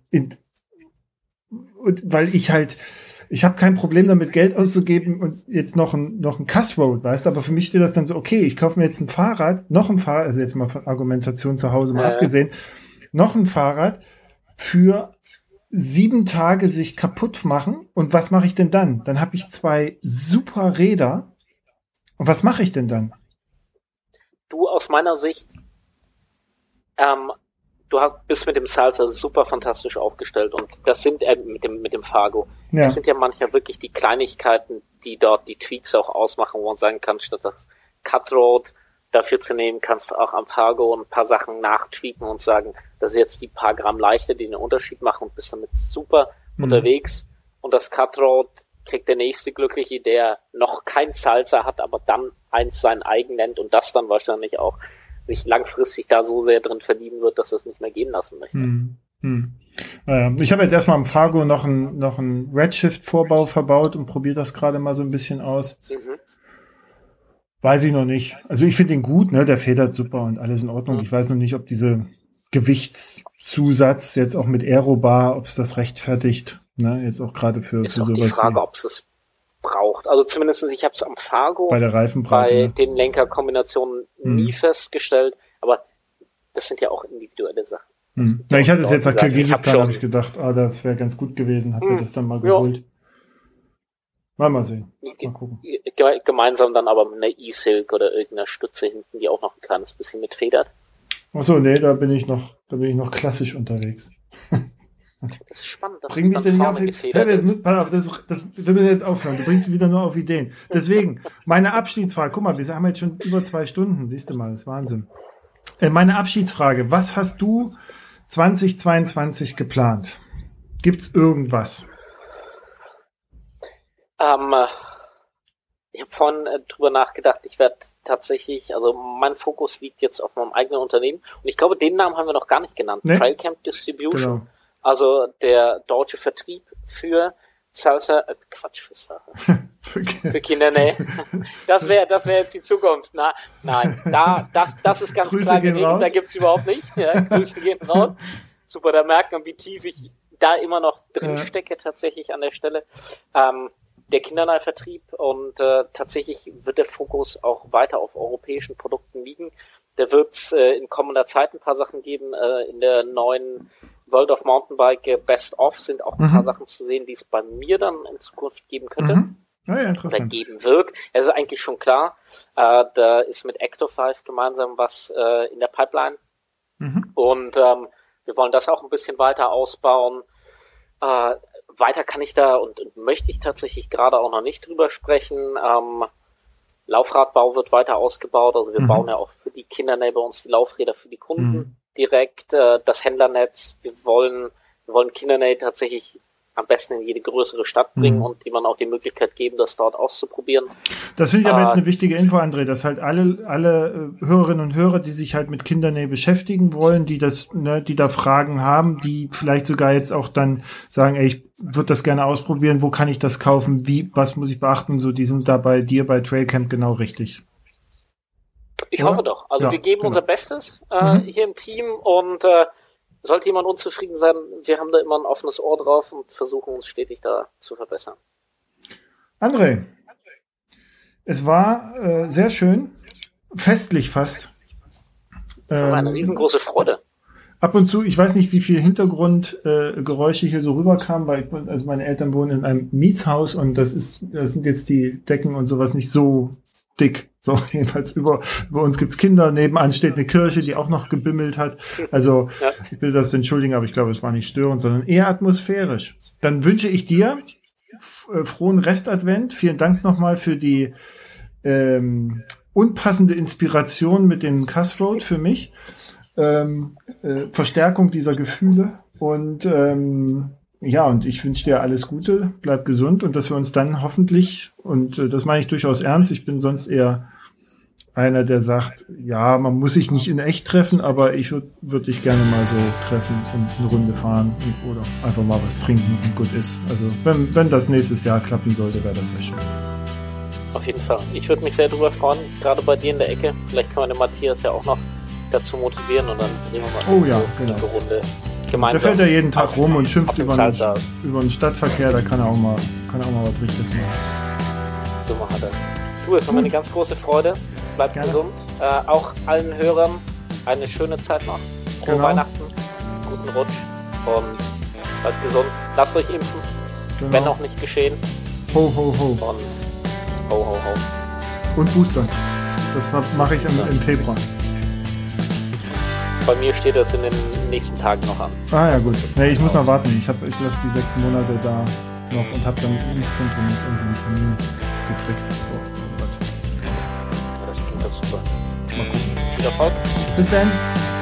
weil ich habe kein Problem damit, Geld auszugeben und jetzt noch ein Cutthroat, weißt du, aber für mich steht das dann so, okay, ich kaufe mir jetzt ein Fahrrad, also jetzt mal von Argumentation zu Hause mal abgesehen, noch ein Fahrrad für 7 Tage sich kaputt machen und was mache ich denn dann? Dann habe ich 2 super Räder und was mache ich denn dann? Du, aus meiner Sicht, bist mit dem Salsa super fantastisch aufgestellt und das sind mit dem Fargo. Ja. Das sind ja manchmal wirklich die Kleinigkeiten, die dort die Tweaks auch ausmachen, wo man sagen kann, statt das Cutthroat dafür zu nehmen, kannst du auch am Fargo ein paar Sachen nachtweaken und sagen, das ist jetzt die paar Gramm leichter, die einen Unterschied machen und bist damit super unterwegs. Und das Cutthroat kriegt der nächste Glückliche, der noch kein Salsa hat, aber dann eins sein eigen nennt und das dann wahrscheinlich auch sich langfristig da so sehr drin verlieben wird, dass er es nicht mehr gehen lassen möchte. Ich habe jetzt erstmal am Fargo noch einen Redshift-Vorbau verbaut und probiere das gerade mal so ein bisschen aus. Weiß ich noch nicht. Also ich finde ihn gut, ne? Der federt super und alles in Ordnung. Ich weiß noch nicht, ob diese Gewichtszusatz jetzt auch mit Aerobar, ob es das rechtfertigt, ne? Jetzt auch gerade für ist auch sowas. Die Frage, ob es es braucht. Also zumindest ich habe es am Fargo bei der Reifenbreite, den Lenkerkombinationen nie festgestellt, aber das sind ja auch individuelle Sachen. Na, ich hatte es jetzt nach Kirgisistan, habe ich gedacht, das wäre ganz gut gewesen, hab mir das dann mal geholt. Mal sehen. Mal gucken. Gemeinsam dann aber mit einer E-Silk oder irgendeiner Stütze hinten, die auch noch ein kleines bisschen mitfedert. Achso, nee, da bin ich noch klassisch unterwegs. Das ist spannend, dass Bring mich denn nicht auf wir müssen jetzt aufhören. Du bringst mich wieder nur auf Ideen. Deswegen, meine Abschiedsfrage, guck mal, wir haben jetzt schon über 2 Stunden, siehst du mal, das ist Wahnsinn. Meine Abschiedsfrage, was hast du 2022 geplant? Gibt's irgendwas? Ich habe vorhin drüber nachgedacht, ich werde tatsächlich, also mein Fokus liegt jetzt auf meinem eigenen Unternehmen und ich glaube, den Namen haben wir noch gar nicht genannt. Nee. Trailcamp Distribution, genau. Also der deutsche Vertrieb für Salsa, für Kinder, nee. Das wäre jetzt die Zukunft. Nein, das ist ganz Grüße klar geregelt, da gibt's überhaupt nicht. Ja, Grüße gehen raus. Super, da merkt man, wie tief ich da immer noch drin stecke tatsächlich an der Stelle. Der Kinderleihvertrieb und tatsächlich wird der Fokus auch weiter auf europäischen Produkten liegen. Da wird es in kommender Zeit ein paar Sachen geben. In der neuen World of Mountainbike Best Of sind auch ein paar Sachen zu sehen, die es bei mir dann in Zukunft geben könnte. Ja, interessant. Oder geben wird. Es ist eigentlich schon klar. Da ist mit Ecto5 gemeinsam was in der Pipeline. Und wir wollen das auch ein bisschen weiter ausbauen. Weiter kann ich da und möchte ich tatsächlich gerade auch noch nicht drüber sprechen. Laufradbau wird weiter ausgebaut. Also wir bauen ja auch für die Kindernähe bei uns die Laufräder für die Kunden direkt. Das Händlernetz. Wir wollen Kindernähe tatsächlich am besten in jede größere Stadt bringen und die man auch die Möglichkeit geben, das dort auszuprobieren. Das finde ich aber jetzt eine wichtige Info, André, dass halt alle Hörerinnen und Hörer, die sich halt mit Kindernähe beschäftigen wollen, die da Fragen haben, die vielleicht sogar jetzt auch dann sagen, ich würde das gerne ausprobieren, wo kann ich das kaufen, was muss ich beachten, so, die sind da bei dir bei Trailcamp genau richtig. Ich hoffe doch. Also wir geben unser Bestes hier im Team und sollte jemand unzufrieden sein, wir haben da immer ein offenes Ohr drauf und versuchen uns stetig da zu verbessern. André, es war sehr schön, festlich fast. Das war eine riesengroße Freude. Ab und zu, ich weiß nicht, wie viel Hintergrundgeräusche hier so rüberkamen, weil meine Eltern wohnen in einem Mietshaus und das sind jetzt die Decken und sowas nicht so dick. So, jedenfalls über uns gibt's Kinder, nebenan steht eine Kirche, die auch noch gebimmelt hat. Also, ich will das entschuldigen, aber ich glaube, es war nicht störend, sondern eher atmosphärisch. Dann wünsche ich dir frohen Restadvent. Vielen Dank nochmal für die unpassende Inspiration mit dem Cussroad für mich. Verstärkung dieser Gefühle und und ich wünsche dir alles Gute, bleib gesund und dass wir uns dann hoffentlich, und das meine ich durchaus ernst, ich bin sonst eher einer, der sagt, ja, man muss sich nicht in echt treffen, aber ich würde dich gerne mal so treffen und eine Runde fahren oder einfach mal was trinken und gut ist. Also wenn das nächstes Jahr klappen sollte, wäre das sehr schön. Auf jeden Fall. Ich würde mich sehr drüber freuen, gerade bei dir in der Ecke. Vielleicht können wir den Matthias ja auch noch dazu motivieren und dann drehen wir mal eine Runde gemeinsam. Der fährt ja jeden Tag rum und schimpft über den Stadtverkehr, da kann er auch mal was Richtiges machen. So macht er. Du, es war mir eine ganz große Freude. Bleibt gesund. Auch allen Hörern eine schöne Zeit noch. Frohe Weihnachten, guten Rutsch und bleibt gesund. Lasst euch impfen, wenn noch nicht geschehen. Ho, ho, ho. Und ho, ho, ho. Und Booster. Das mache ich im Februar. Bei mir steht das in den nächsten Tagen noch an. Ah ja, gut. Nee, ich muss noch warten. Ich lasse die 6 Monate da noch und habe dann im Zentrum jetzt irgendwie einen Termin gekriegt. Das klingt doch super. Mal gucken. Viel Erfolg. Bis dann.